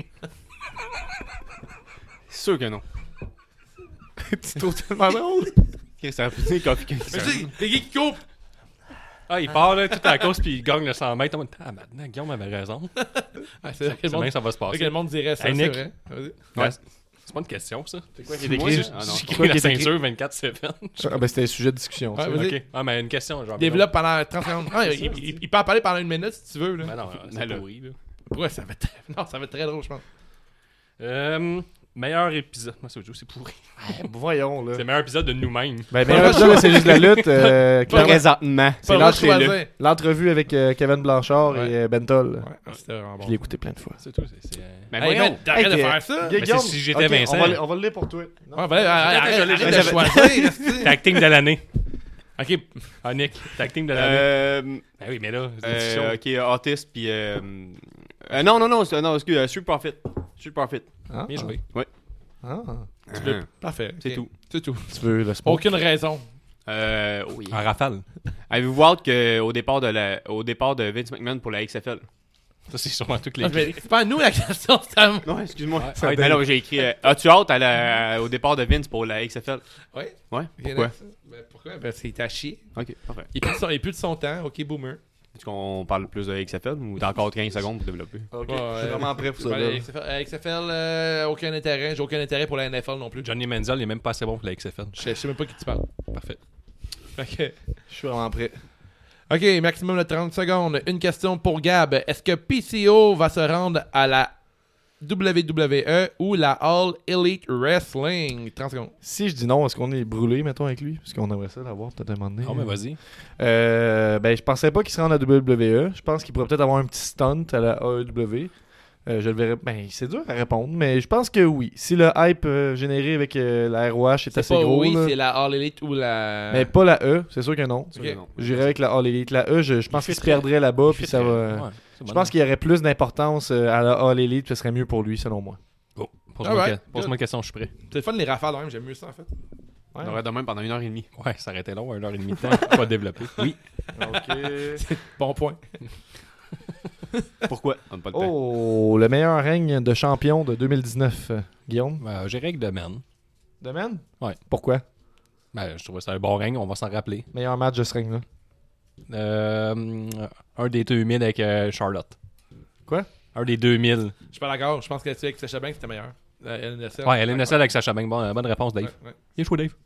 C'est sûr que non. Tu trouves tellement drôle. Chris, ça a pu dire Kofi Kingston. Mais tu sais, c'est qui qui court? Ah, il part là, tout à la course, puis il gagne le cent mètres. Ah, maintenant, Guillaume avait raison. Ah, c'est vrai que C'est le monde, bien, ça va se c'est vrai passer. que le monde dirait ça, Hey, c'est Nick. vrai. Vas-y. Ouais. C'est pas une question, ça. C'est quoi qui est Moi, écrit? c'est- Ah non. J'ai Quoi écrit qui la est écrit? ceinture vingt-quatre sept. Ah, ben c'était un sujet de discussion. Ouais, ça. vas-y. Ok. Ah, mais une question, genre. Développe pendant trente secondes. Ah, il, il- il peut en parler pendant une minute si tu veux. Là. Ben non, c'est Ben là. pourri, là. Pourquoi ça va être... Non, ça va être très drôle, je pense. Euh, Meilleur épisode. Moi, c'est c'est pourri. Voyons, là. C'est le meilleur épisode de nous-mêmes. Ben, meilleur épisode, là, c'est juste la lutte. Euh, clairement, Présentement. c'est Pas le droit de l'entrevue, choisir. l'entrevue avec euh, Kevin Blanchard Ouais. et euh, Bentol. Ouais, c'était vraiment bon. Je l'ai écouté plein de fois. C'est tout. C'est, c'est, euh, Mais Hey, voyons. man, t'arrêtes Hey, de t'es- faire ça. Guillaume, Mais c'est si j'étais ok, Vincent. On va, le- on va le lire pour toi. Non. Ouais, ben, arrête, arrête, j'allais- arrête de j'avais- choisir. esti. Tag team de l'année. Ok, Ah, Nick, tag team de l'année. Euh, Ben oui, mais là, c'est une euh, discussion. ok, Artist, puis. Euh, euh, non, non, non, c'est- non, excuse, euh, Street Profit. Street Profit. Ah, Bien joué. ah. Euh, parfait. C'est ok. tout. C'est tout. Tu veux le sport? Aucune raison. Euh, oui. En rafale. Avez-vous vu qu'au départ, de la, au départ de Vince McMahon pour la X F L? Ça, c'est sûrement toutes les. Ah, mais C'est pas à nous la question, c'est à moi. Non, excuse-moi. Ouais, mais non, j'ai écrit. euh, As-tu hâte à la- au départ de Vince pour la X F L? Ouais. Ouais. Ok, Pourquoi? là, ben, pourquoi? Ben, c'est à chier. Ok, parfait. Il est plus de son, il est plus de son temps. Ok, boomer. Est-ce qu'on parle plus de X F L ou t'as encore quinze secondes pour développer? Ok, Ouais, je suis euh, vraiment prêt pour ça. Ouais, là. X F L, euh, X F L, euh, aucun intérêt. J'ai aucun intérêt pour la N F L non plus. Johnny Manziel, il est même pas assez bon pour la X F L. Je sais, je sais même pas qui tu parles. Parfait. Ok. Je suis vraiment prêt. Ok, maximum de trente secondes. Une question pour Gab. Est-ce que P C O va se rendre à la W W E ou la All Elite Wrestling? trente secondes. Si je dis non, est-ce qu'on est brûlé, mettons, avec lui? Parce qu'on aimerait ça l'avoir peut-être un moment donné. Non, mais vas-y. Euh, ben, je pensais pas qu'il se rende à la W W E. Je pense qu'il pourrait peut-être avoir un petit stunt à la A E W. Euh, je le verrais. Ben, c'est dur à répondre, mais je pense que oui. Si le hype euh, généré avec euh, la R O H est, C'est assez pas gros, oui, là, c'est la All Elite ou la... mais pas la E, c'est sûr que non. Ok. J'irais avec la All Elite. La E, je, je pense qu'il se très- perdrait là-bas, Il puis fait ça très- va. Ouais, c'est Je bon. pense qu'il y aurait plus d'importance euh, à la All Elite, puis ce serait mieux pour lui, selon moi. Oh, pose-moi Alright. une, que- pose-moi une question, je suis prêt. C'est le fun les rafales quand même, j'aime mieux ça en fait. Ouais. On aurait de même pendant une heure et demie. Ouais, ça aurait été long, une heure et demie de temps. Pas développé. Oui. Ok. Bon point. Pourquoi? On n'a pas le temps. Oh, le meilleur règne de champion de deux mille dix-neuf, euh, Guillaume. Ben, j'ai règle de man. Domaine? Ouais. Pourquoi? Ben, je trouvais ça un bon règne, on va s'en rappeler. Meilleur match de ce règne-là. Euh, un des deux mille avec euh, Charlotte. Quoi? Un des deux mille. Je suis pas d'accord, je pense que celui avec Sacha Banks c'était meilleur. La L N S L. Ouais, elle est une avec Sacha Banks. Bon, bonne réponse, Dave. Ouais, ouais. Il est chaud, Dave.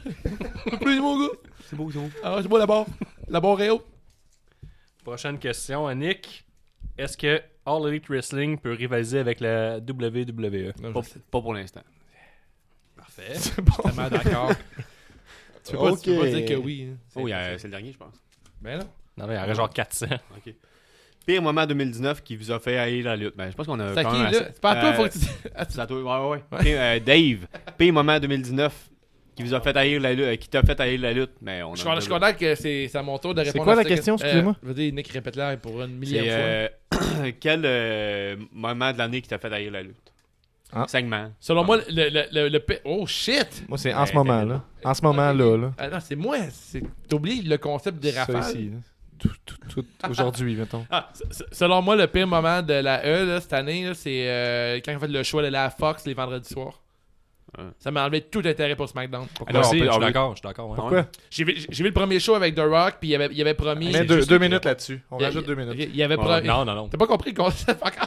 Plus mon gars. C'est beau, c'est beau. Ah, c'est beau la barre. La barre est haute. Prochaine question, à Nick. Est-ce que All Elite Wrestling peut rivaliser avec la W W E? Non, Pas, je sais. pas pour l'instant. Parfait. C'est bon. Tellement d'accord. Tu peux pas, tu peux pas Ok. dire que oui. hein. Oh, il y a- c'est le dernier, je pense. Ben non. Non, non, il y aurait genre quatre cents. Ok. Pire moment deux mille dix-neuf qui vous a fait haïr la lutte. Ben, je pense qu'on a C'est à quand qui même là? assez- C'est pas à toi, Euh, faut que tu... Ah, tu- C'est à toi, ouais, ouais. ouais. Pire, euh, Dave, pire moment deux mille dix-neuf qui vous a fait haïr la lutte, euh, qui t'a fait haïr la lutte. Mais on Je en suis a je suis déjà- content que c'est c'est à mon tour de répondre quoi à la cette question, Euh, excusez-moi? Vas-y, Nick, répète-la pour une millième C'est fois. euh, quel euh, moment de l'année qui t'a fait haïr la lutte? Ah. Segment. Selon moi, le, le, le, le pi- Oh shit! Moi, c'est en ce Ouais, moment-là. En ce moment-là. Là. Ah non, c'est moi. c'est- T'oublies le concept des Ça rafales. ici, là. Tout, tout, tout aujourd'hui, mettons. Ah, c- c- selon moi, le pire moment de la E là, cette année, là, c'est euh, quand on fait le choix de la Fox les vendredis soirs. Ouais. Ça m'a enlevé tout intérêt pour SmackDown. Ah, non, on si, peut- je on suis peut- d'accord, je suis d'accord. ouais. Pourquoi? J'ai vu, j'ai vu le premier show avec The Rock, puis il avait, il avait promis. Mais deux, juste deux que- minutes là-dessus. On il- rajoute il- deux minutes. Il avait Ouais, promis. Non, non, non. T'as pas compris le concept encore?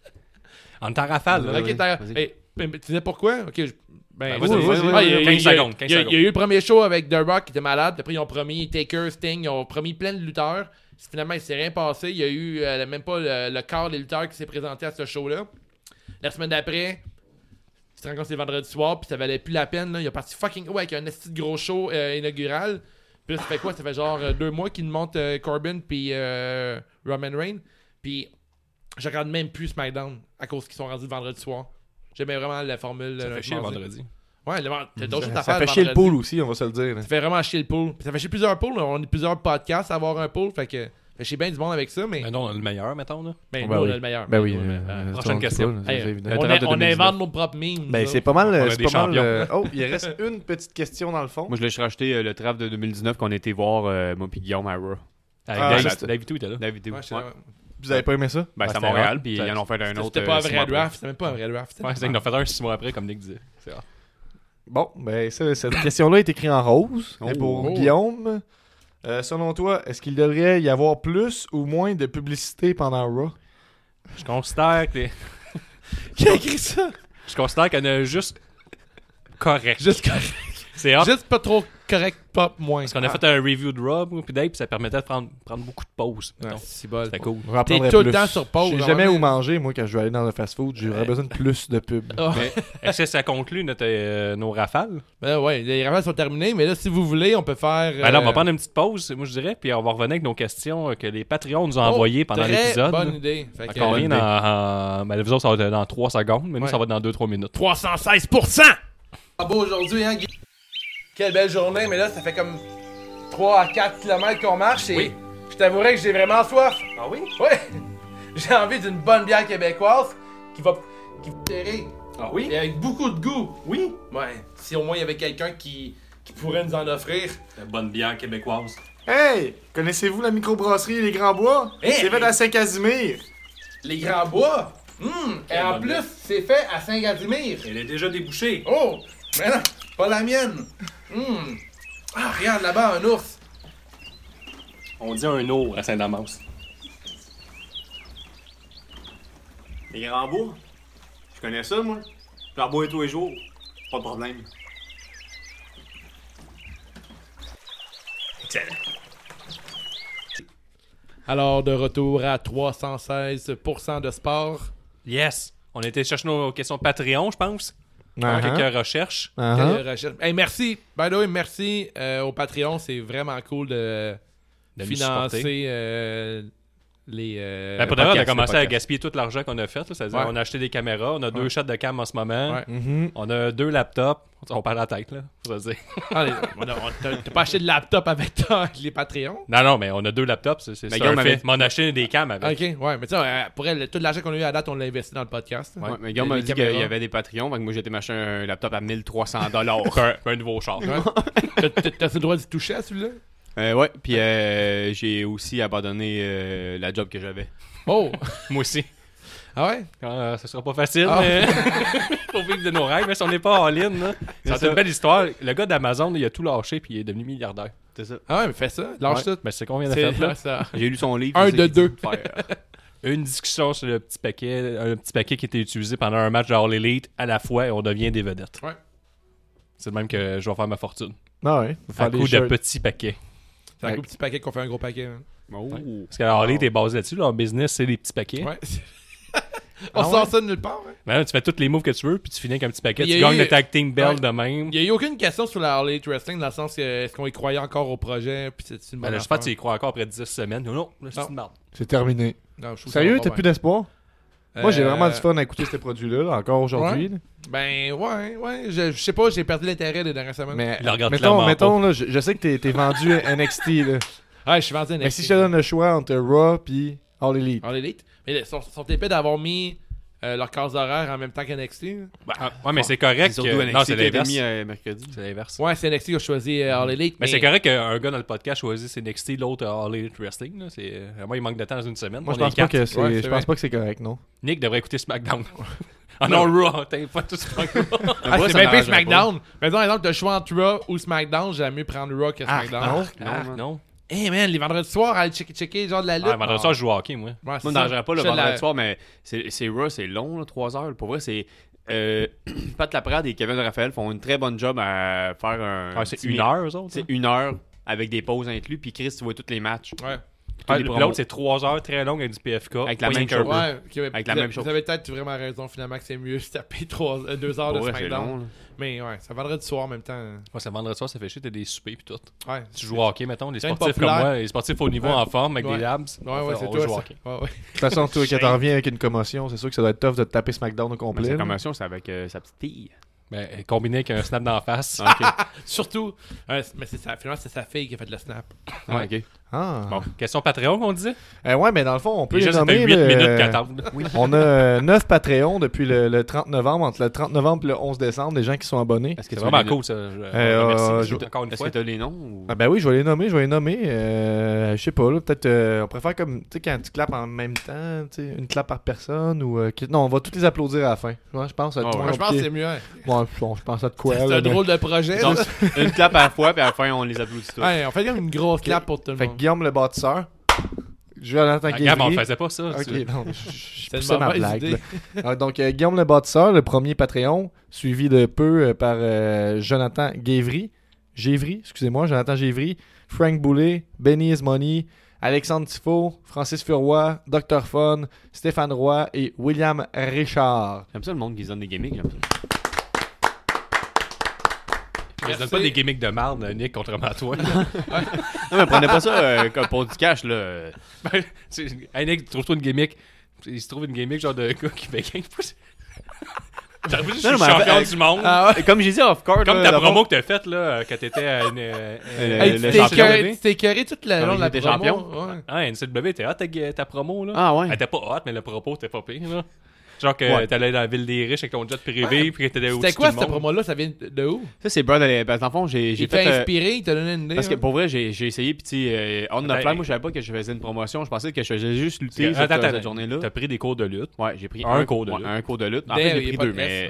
En temps rafale, là. Ok, t'as- vas-y. hey, mais tu disais pourquoi? Ok, je- ben, Ben, vas-y, oui, vas-y, oui, vas-y, il y a- quinze il y a- secondes, quinze il y a- secondes. Il y a eu le premier show avec The Rock qui était malade, puis après ils ont promis Taker, Sting, ils ont promis plein de lutteurs. Finalement, il s'est rien passé. Il y a eu euh, même pas le, le quart des lutteurs qui s'est présenté à ce show-là. La semaine d'après, il se rencontre les vendredis soir, puis ça valait plus la peine. Là. Il a parti fucking ouais avec un esti de gros show euh, inaugural. Puis là, ça fait quoi? Ça fait genre euh, deux mois qu'il monte euh, Corbin puis euh, Roman Reigns. Puis je regarde même plus SmackDown à cause qu'ils sont rendus le vendredi soir. J'aimais vraiment la formule. Ça euh, fait chier le mardi. vendredi. Ouais, le vend- t'as d'autres choses à Ça faire fait chier le vendredi. pool aussi, on va se le dire. là. Ça fait vraiment chier le pool. Puis ça fait chier plusieurs pools. là. On a plusieurs podcasts à avoir un pool. Fait que ça fait chier bien du monde avec ça. Mais Mais non, on a le meilleur, mettons, là. ben, Ben nous, on oui. a le meilleur. Ben oui. Nous, on a- euh, euh, euh, prochaine tout le question. monde, c'est hey, évident. on, L'intérêt a- de on deux mille dix-neuf. invente nos propres memes. Ben, nous c'est autres. pas mal. On euh, a c'est des pas mal, champions. euh, Oh, il reste une petite question dans le fond. Moi, je l'ai racheté euh, le trave de deux mille dix-neuf qu'on a été voir, euh, moi puis Guillaume à Raw. Avec Ah, Dave, ça, Dave Tout était là. La vidéo. Ouais, je sais Ouais. pas. Vous avez pas aimé ça? Ben, Ouais, c'est à c'était Montréal, hot. puis C'était- ils en ont fait un autre. C'était pas euh, un six vrai mois après. draft. C'était même pas un vrai draft. Ouais, c'est qu'ils en ont fait un six mois après, comme Nick disait. C'est rare. Bon, ben ça, cette question-là est écrite en rose. Oh. Et pour Oh. Guillaume, euh, selon toi, est-ce qu'il devrait y avoir plus ou moins de publicité pendant Raw? Je considère que les- Qui a écrit ça? je considère qu'elle est juste correct. Juste correct. C'est hot. Juste pas trop correct, pop moins. Parce qu'on a fait un review de Rob, puis Dave, puis ça permettait de prendre, prendre beaucoup de pauses. Ouais, mettons. c'est bon. C'était cool. J'en T'es prendrais tout le plus. temps sur pause. Je sais à un jamais moment où manger, moi, quand je vais aller dans le fast-food. J'aurais besoin de plus de pub. Ah. Mais est-ce que ça conclut notre, euh, nos rafales? Ben ouais, les rafales sont terminées, mais là, si vous voulez, on peut faire. Ben là, on va euh, prendre une petite pause, moi je dirais, puis on va revenir avec nos questions euh, que les Patreons nous ont oh, envoyées pendant très l'épisode. bonne idée. Fait que, On euh, revient dans, en, ben, vous autres, ça va être dans trois secondes, mais nous, Ouais. ça va être dans deux trois minutes. trois cent seize pour cent! Ah beau aujourd'hui, hein, Guy? Quelle belle journée, mais là, ça fait comme trois à quatre kilomètres qu'on marche et Oui. je t'avouerais que j'ai vraiment soif. Ah oui? Ouais! J'ai envie d'une bonne bière québécoise qui va. qui va terrer. Ah oui? Et avec beaucoup de goût. Oui? Ouais, si au moins il y avait quelqu'un qui, qui pourrait nous en offrir. La bonne bière québécoise. Hey! Connaissez-vous la microbrasserie Les Grands Bois? Hey! C'est fait à Saint-Casimir. Les Grands Bois. Hum, et en bonne plus, bière. c'est fait à Saint-Casimir. Elle est déjà débouchée. Oh! Mais non, pas la mienne. Hum. Ah, regarde là-bas, un ours. On dit un ours à Saint-Damas. Les Grands Bois? Je connais ça, moi. J'en bois tous les jours. Pas de problème. Excellent. Alors, de retour à trois cent seize pour cent de sport. Yes! On a été chercher nos questions Patreon, je pense. Uh-huh. Quelques recherches. Uh-huh. Quelle recherche. Hey, merci. By the way, merci euh, au Patreon. C'est vraiment cool de, De nous financer supporter. euh, les. euh, Ben, pour d'ailleurs, on a podcasts, commencé les à podcasts. gaspiller tout l'argent qu'on a fait. là. C'est-à-dire, Ouais. on a acheté des caméras, on a deux Ouais. shots de cam en ce moment. Ouais. Mhm. On a deux laptops. On perd la tête, là. Faut se dire. Allez, on a- on- t'as t'as pas acheté de laptop avec toi, les Patreons? Non, non, mais on a deux laptops. C'est, c'est Mais ça Guillaume un fait. avait- Mais on a acheté des cams avec. Ok, ouais, mais tu sais, euh, pour elle, tout l'argent qu'on a eu à date, on l'a investi dans le podcast. Ouais, mais Guillaume Les m'a dit caméras. qu'il y avait des Patreons, fait que moi j'ai été m'acheter un laptop à mille trois cents dollars. Puis un, puis un nouveau char. Ouais. T'as- t'as- T'as le droit d'y toucher à celui-là? euh, ouais, puis euh, j'ai aussi abandonné euh, la job que j'avais. Oh! Moi aussi. Ah ouais? Euh, ça sera pas facile, Ah. mais faut vivre de nos rêves. Mais si on n'est pas en ligne, là, c'est ça. une belle histoire. Le gars d'Amazon, il a tout lâché puis il est devenu milliardaire. C'est ça. Ah ouais, mais fais ça, lâche Ouais. tout. Mais c'est combien de C'est fait là? ça. J'ai lu son livre. Un c'est ça de qu'il dit deux. de faire. Une discussion sur le petit paquet, un petit paquet qui était utilisé pendant un match de All Elite à la fois et on devient des vedettes. Ouais. C'est le même que je vais faire ma fortune. Ah ouais. Faut À faire des coup de shirts. petits paquets. C'est un Ouais. gros petit paquet qu'on fait un gros paquet. hein. Oh. Parce que All Elite est basé là-dessus. Leur business, c'est des petits paquets. Ouais. On Ah sort ouais? ça de nulle part. hein. Ben là, tu fais tous les moves que tu veux puis tu finis avec un petit paquet. Il y Tu a gagnes eu- le tag team belt Ouais. de même. Il n'y a eu aucune question sur la All Elite Wrestling dans le sens que est-ce qu'on y croyait encore au projet puis c'est une Ben bonne là, je pense que tu affaire. y crois encore après dix semaines. Non, non, là, c'est Non. une merde. C'est terminé. Non, je trouve Sérieux, ça t'as va plus bien. d'espoir? Moi, j'ai Euh, vraiment du fun à écouter ces produits-là, là, encore aujourd'hui. là. Ben ouais, ouais. Je, je sais pas, j'ai perdu l'intérêt des dernières semaines. Mais Il le regarde mettons, clairement mettons là, je, je sais que t'es, t'es vendu à N X T. Là. Ouais, je suis vendu un Mais si je te donne le choix entre Raw puis All Elite. All Elite. Mais ils sont, sont épais d'avoir mis euh, leur case horaire en même temps qu'N X T. là. Ah, ouais, mais c'est correct. C'est surtout que- N X T Non, c'est qui a été l'inverse. mis euh, mercredi. C'est l'inverse. Ouais, c'est N X T qui a choisi euh, All Elite. Mais c'est correct qu'un gars dans le podcast choisisse N X T, l'autre euh, All Elite Wrestling. Là. C'est... euh, Moi, il manque de temps dans une semaine. Moi, On je est pense pas quatre. que c'est, Ouais, c'est je vrai. pense pas que c'est correct, non? Nick devrait écouter SmackDown. Ah non, Raw. T'as pas tout SmackDown. Ah, Moi, c'est ça bien pire m'arrangerait SmackDown. Mais par exemple, t'as le choix entre Raw ou SmackDown, j'aime mieux prendre Raw que Ah, SmackDown. non, Ah, non, non. Hey man, les vendredis soirs, aller checker, checker genre de la lutte. Ah, vendredi soir, je joue au hockey, moi. Ouais, c'est Moi, ça. je n'arrangerais pas le Je fais de la- vendredi soir, mais c'est, c'est Raw, c'est long, là, trois heures. Pour vrai, c'est. Euh, Pat Laprade et Kevin Raphaël font une très bonne job à faire un. Ah, c'est petit- une heure, eux autres. C'est hein? une heure avec des pauses inclus. Puis Chris, tu vois tous les matchs. Ouais. Tous Ah, les l'autre, promos. c'est trois heures très longues avec du P F K. Avec la pas même rien qu'un chose. peu. Ouais, ok, mais Avec la vous- même chose. Vous avez peut-être vraiment raison finalement que c'est mieux se taper trois, euh, deux heures Pour de vrai, c'est SmackDown. long. là. Mais ouais, ça vendredi soir en même temps. Ouais, c'est vendredi soir, ça fait chier, t'as des soupers pis tout. Ouais. Tu joues au hockey, mettons, les C'est sportifs comme populaire. moi, les sportifs au niveau Ouais. en forme avec Ouais. des abs. Ouais, ouais, c'est on toi. joue au ça. hockey. Ouais, ouais. De toute façon, toi, quand t'en reviens avec une commotion, c'est sûr que ça doit être tough de te taper SmackDown au Mais complet. sa là. commotion, c'est avec euh, sa petite fille. Ben, combiné avec un snap d'en face. Ah, ok. Surtout, euh, mais c'est sa, finalement, c'est sa fille qui a fait le snap. Ah, ok. Ah. Bon, question Patreon qu'on disait? Euh, ouais, mais dans le fond, on peut Les les gens, ça fait nommer. huit là, minutes euh, qu'ils attendent. On a euh, neuf Patreons depuis le, le trente novembre, entre le trente novembre et le onze décembre, des gens qui sont abonnés. Est-ce que C'est tu veux vraiment les- cool, ça. Je Euh, remercie je- encore une Est-ce fois. que tu as les noms ou... Ah ben oui, je vais les nommer, je vais les nommer. Euh, je sais pas, là, peut-être euh, on préfère comme, tu sais, quand tu clapes en même temps, tu sais, une clap par personne ou... euh, qui- non, on va tous les applaudir à la fin. Ouais, je pense que ça va être Ah moins Moi, je pense que compliqué. c'est mieux. hein. Ouais, bon, je pense à de quoi, C'est là, un mais- drôle de projet. Donc, là. une clap à la fois, puis à la fin, on les applaudit tous. Ouais, on fait comme une grosse clap pour tout le Fait que monde. Guillaume le bâtisseur. Jonathan Ah, Gab, on Guévry. faisait pas ça. Ok, tu- non, je- je je C'est une poussais ma mauvaise blague. idée. là. Ah, donc, euh, Guillaume le bâtisseur, le premier Patreon, suivi de peu euh, par euh, Jonathan Guévry. Gévry, excusez-moi, Jonathan Gévry, Frank Boulet, Benny Ismoney, Alexandre Tifo, Francis Furoy, docteur Fun, Stéphane Roy et William Richard. J'aime ça le monde qui se donne des gimmicks. J'aime ça. Mais ça donne pas des gimmicks de marde, Nick, contrairement à toi. là. Non, mais prenez pas ça euh, comme pour du cash, là. Ben, c'est- hey, Nick, trouve-toi une gimmick. Il se trouve une gimmick genre de gars qui fait quinze pouces. T'as vu, je suis Non, non, mais en champion fait, du monde. Ah ouais. Comme j'ai dit off-card, Comme là, ta dans le promo fond- que t'as faite là, quand t'étais à une. euh, Euh, Hey, le tu t'es champion écœuré- bébé. tu t'es écœuré toute la Ah, long il de la était promo. champion. Ouais. Ah, N C W, t'es hot ta, ta promo là. Ah ouais. Elle était pas hot, mais le propos était pas pire là. Genre que Ouais. t'allais dans la ville des riches avec ton jet privé, Ouais. puis que t'étais au C'était quoi cette promo-là? Ça vient de où? Ça, c'est Brad. Allen- Parce que dans le fond, j'ai j'ai Il t'a fait. euh, inspiré, il t'a donné une idée. Parce que hein? pour vrai, j'ai j'ai essayé, puis tu sais, euh, on the Ben, fly, moi, je savais pas que je faisais une promotion. Je pensais que je faisais juste lutter Attends, cette, attends, cette attends. journée-là. T'as pris des cours de lutte. Ouais, j'ai pris Un un, cours de ouais, lutte. un cours de lutte. En D'ailleurs, fait, il y j'ai a pris pas deux, de mais S.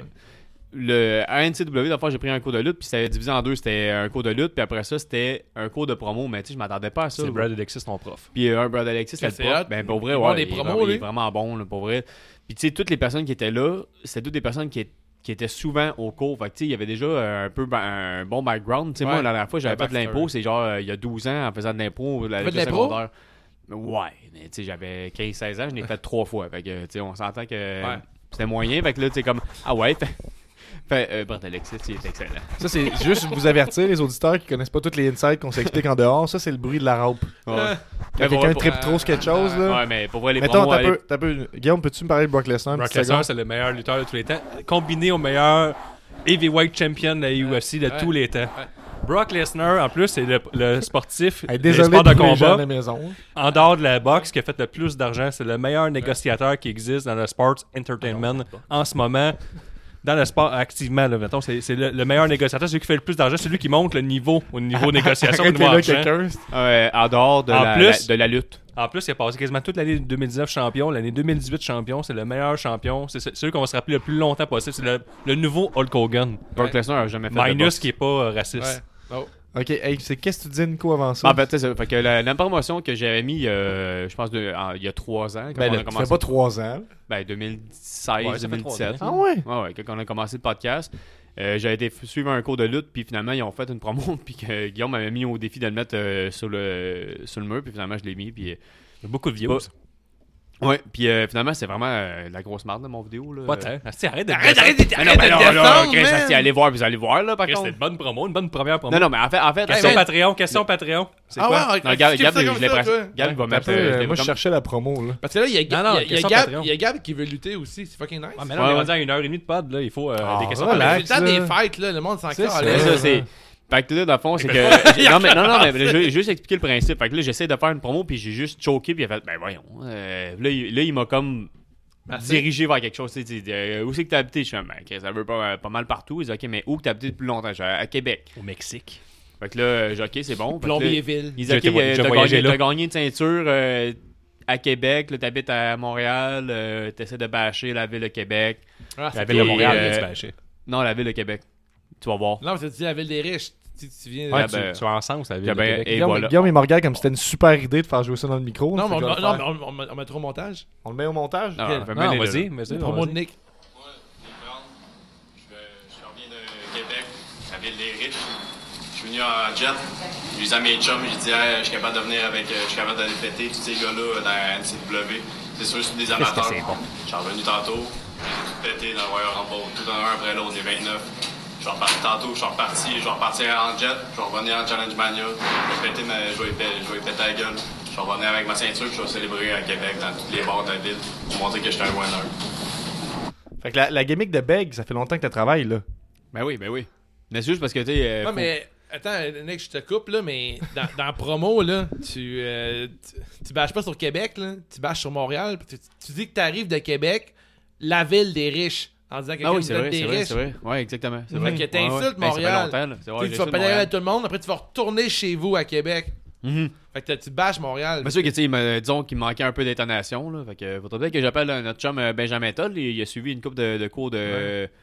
le à N C W, d'abord, j'ai pris un cours de lutte, puis c'était divisé en deux. C'était un cours de lutte, puis après ça, c'était un cours de promo. Mais tu sais, je m'attendais pas à ça. C'est là. Brad Alexis, ton prof. Puis euh, un Brad Alexis, Que c'était c'est pas. hot. Ben, pour vrai, Il est bon ouais. des il est promos, vraiment- il est lui. vraiment bon, là, pour vrai. Puis tu sais, toutes les personnes qui étaient là, c'était toutes des personnes qui étaient qui étaient souvent au cours. Fait que, tu sais, il y avait déjà euh, un peu ba- un bon background. Tu sais, Ouais. moi, la dernière fois, j'avais Un fait de l'impro, c'est genre euh, il y a douze ans en faisant de l'impro, la fait de l'école l'impro? secondaire. Ouais, mais tu sais, j'avais quinze seize ans, je l'ai fait trois fois. Fait que, tu sais, on s'entend que Ouais. c'était moyen. Fait que là, tu sais, comme, ah ouais, fait. Fait, euh, Brad Alexis, il est excellent. Ça, c'est juste vous avertir, les auditeurs qui connaissent pas toutes les insights qu'on s'explique en dehors. Ça, c'est le bruit de la raupe. Ouais. Quand Mais pour- quelqu'un pour- tripe trop sur quelque chose, là. Ouais, mais pour vrai, les Mettons, promos, t'as allez- peu, t'as peu. Guillaume, peux-tu me parler de Brock Lesnar? une Brock petite Lesnar, seconde? c'est le meilleur lutteur de tous les temps. Combiné au meilleur heavyweight champion de la U F C de Ouais. tous les temps. Brock Lesnar, en plus, c'est le, le sportif, Hey, le désolé sport de pour les gens à combat, la maison. en dehors de la boxe, qui a fait le plus d'argent. C'est le meilleur négociateur qui existe dans le sports entertainment en ce moment. Dans le sport activement, là, mettons, c'est, c'est le, le meilleur négociateur, c'est celui qui fait le plus d'argent, c'est lui qui monte le niveau au niveau négociation, au Arrêtez niveau là, argent. quelqu'un. Ouais, en dehors de, En la, plus- la- de la lutte. En plus, il a passé quasiment toute l'année deux mille dix-neuf champion, l'année deux mille dix-huit champion, c'est le meilleur champion, c'est c'est celui qu'on va se rappeler le plus longtemps possible, c'est le, le nouveau Hulk Hogan. Brock Lesnar a jamais fait de Minus boxe. qui est pas euh, raciste. Ouais. Oh. Ok, hey, c'est qu'est-ce que tu disais, Nico, avant ça? En fait, c'est ça. Fait que la, la promotion que j'avais mis, euh, je pense, de, en- il y a trois ans, quand Ben, on là, a tu commencé. fais pas trois ans. Ben, deux mille seize, Ouais, ça fait deux mille dix-sept. trois Ah ouais? Ouais, ouais, quand on a commencé le podcast, euh, j'avais été f- suivre un cours de lutte, puis finalement, ils ont fait une promo, puis que Guillaume m'avait mis au défi de le mettre euh, sur, le, sur le mur, puis finalement, je l'ai mis, puis... euh, Il y a beaucoup de views. Pas- Ouais, puis euh, finalement, c'est vraiment euh, la grosse marde de mon vidéo, là. Pas tant. Asti, arrête de Arrête, descendre. arrête, Mais non, arrête mais de non, là, descendre, Chris, man! asti, allez voir, vous allez voir, là, par Chris, contre. C'était une bonne promo, une bonne première promo. Non, non, mais en fait, en fait... Question Hey, man. Patreon, question Patreon. C'est Ah quoi? ouais, Non, ok, Gab, skip Gab, ça je comme l'ai ça, presque- toi. Gab, il va Attends, mettre... euh, euh, je l'ai moi, je comme- cherchais la promo, là. Parce que là, il y a, Ga- Non, non, il y a- il y a question Gab, Patreon. il y a Gab qui veut lutter aussi. C'est fucking nice. Ah, mais là, on Ouais, est ouais. rendu à une heure et demie de pod, là. Il faut euh, Ah, des questions relax. C'est Patreon. le temps là. des fêtes, là. Le monde s'en C'est calme. ça. C'est ça, c'est... Fait que là, dans le fond, c'est que... non, mais, non, non, mais je vais juste expliquer le principe. Fait que là, j'essaie de faire une promo, puis j'ai juste choqué, puis il a fait, ben voyons. Euh, là, il, là, il m'a comme Merci. dirigé vers quelque chose. Tu sais, euh, où c'est que t'as habité? Je suis comme, ben, ok, ça veut pas, pas mal partout. Il dit, ok, mais où que t'as habité depuis longtemps? Je suis à Québec. Au Mexique. Fait que là, j'ai ok, c'est bon. Fait que là, Plombier-ville. il dit, J'ai ok, été vo- euh, j'ai t'as voyagé gagné, là. t'as gagné une ceinture euh, à Québec, là, t'habites à Montréal, euh, t'essaies de bâcher la ville de Québec. Ah, c'est La ville de cool. Montréal, euh, là, tu vas acheter. Non, la ville de Québec. Tu vas voir. Non, c'est la ville des riches. Tu, tu viens. Ouais, Ah, tu, ben, tu vas ensemble, c'est la ville ah, de ben, Québec. et Guillaume, voilà. Guillaume, il me regarde comme si c'était une super idée de faire jouer ça dans le micro. Non, Fait mais que on, je vais non, le mais faire. on, on, on mettra au montage. On le met au montage? Non, Ok. on fait Non, mêler, vas-y, là. vas-y. Promo de vas-y. Nick. Moi, Nick Brown, je, vais- je reviens de Québec, la ville des riches. Je suis venu en jet. J'ai dit à mes chums, j'ai dit, hey, je suis capable de venir avec, euh, je suis capable d'aller péter tous ces gars-là dans la N C W. C'est sûr, c'est des amateurs. c'est bon? Je suis revenu tantôt, j'ai tout pété dans le Royal Rumble, tout un après l'autre, les vingt-neuf. Je suis reparti tantôt, je suis reparti, je vais repartir en jet, je vais revenir en Challenge Mania, je vais péter, ma, je vais, je vais péter la gueule. Je vais revenir avec ma ceinture, puis je vais célébrer à Québec, dans tous les bars de la ville, pour montrer que je suis un winner. Fait que la, la gimmick de Beg, ça fait longtemps que tu travailles, là. Ben oui, ben oui. Mais c'est juste parce que, tu sais... euh, Non, faut- mais attends, Nick, je te coupe, là, mais dans, dans la promo, là, tu, euh, tu, tu bâches pas sur Québec, là, tu bâches sur Montréal, puis tu, tu dis que tu arrives de Québec, la ville des riches, en disant que Ah oui, c'est ville vrai, des c'est vrai, riches. c'est vrai. Ouais, exactement. C'est Fait vrai. que Ouais, t'insultes ouais. Ben, ça fait Montréal. longtemps, là. C'est Tu vrai, sais, tu j'insulte vas pédaler Montréal. avec tout le monde, après tu vas retourner chez vous à Québec. Mhm. Fait que tu bâches Montréal. C'est sûr que, tu sais, il m'a- disons qu'il manquait un peu d'intonation, là. Fait que, faudrait peut-être que j'appelle euh, notre chum euh, Benjamin Toll. Il, il a suivi une couple de, de cours de,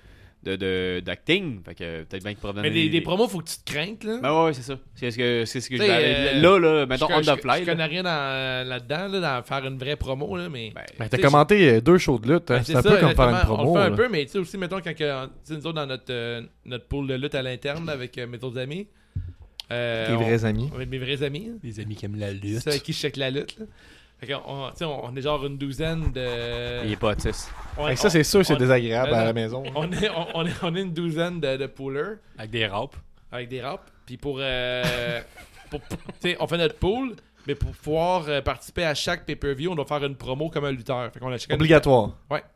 de, de, d'acting. Fait que peut-être bien qu'ils pourraient donner Mais des, des promos, faut que tu te craignes, là. Ben ouais, ouais, c'est ça. C'est ce que, c'est ce que je T'sais, vais- euh, Là, là, mettons, je, on je, the fly. je là. connais rien dans, là-dedans, là, dans faire une vraie promo, là, mais... Ben, Ben, t'as T'sais, commenté euh, deux shows de lutte. Hein. Ben, C'est un peu comme faire une exactement. promo. On le fait un là. peu, mais tu sais aussi, mettons, quand que, t'sais, nous autres, dans notre, euh, notre pool de lutte à l'interne, avec euh, mes autres amis... Euh, Tes on- vrais amis. Ouais, mes vrais amis. hein. Les amis qui aiment la lutte. Ceux avec qui je check la lutte, là. Fait qu'on, on, t'sais, on, on est genre une douzaine de... Il est pas autiste. On- Fait que ça, on- c'est sûr, c'est on- désagréable non, à non. la maison. On est, on, on est, on est une douzaine de, de poolers Avec des rapes. avec des raps. Puis pour, euh, pour, pour- t'sais, on fait notre pool, mais pour pouvoir euh, participer à chaque pay-per-view, on doit faire une promo comme un lutteur. Fait qu'on a chacun Obligatoire.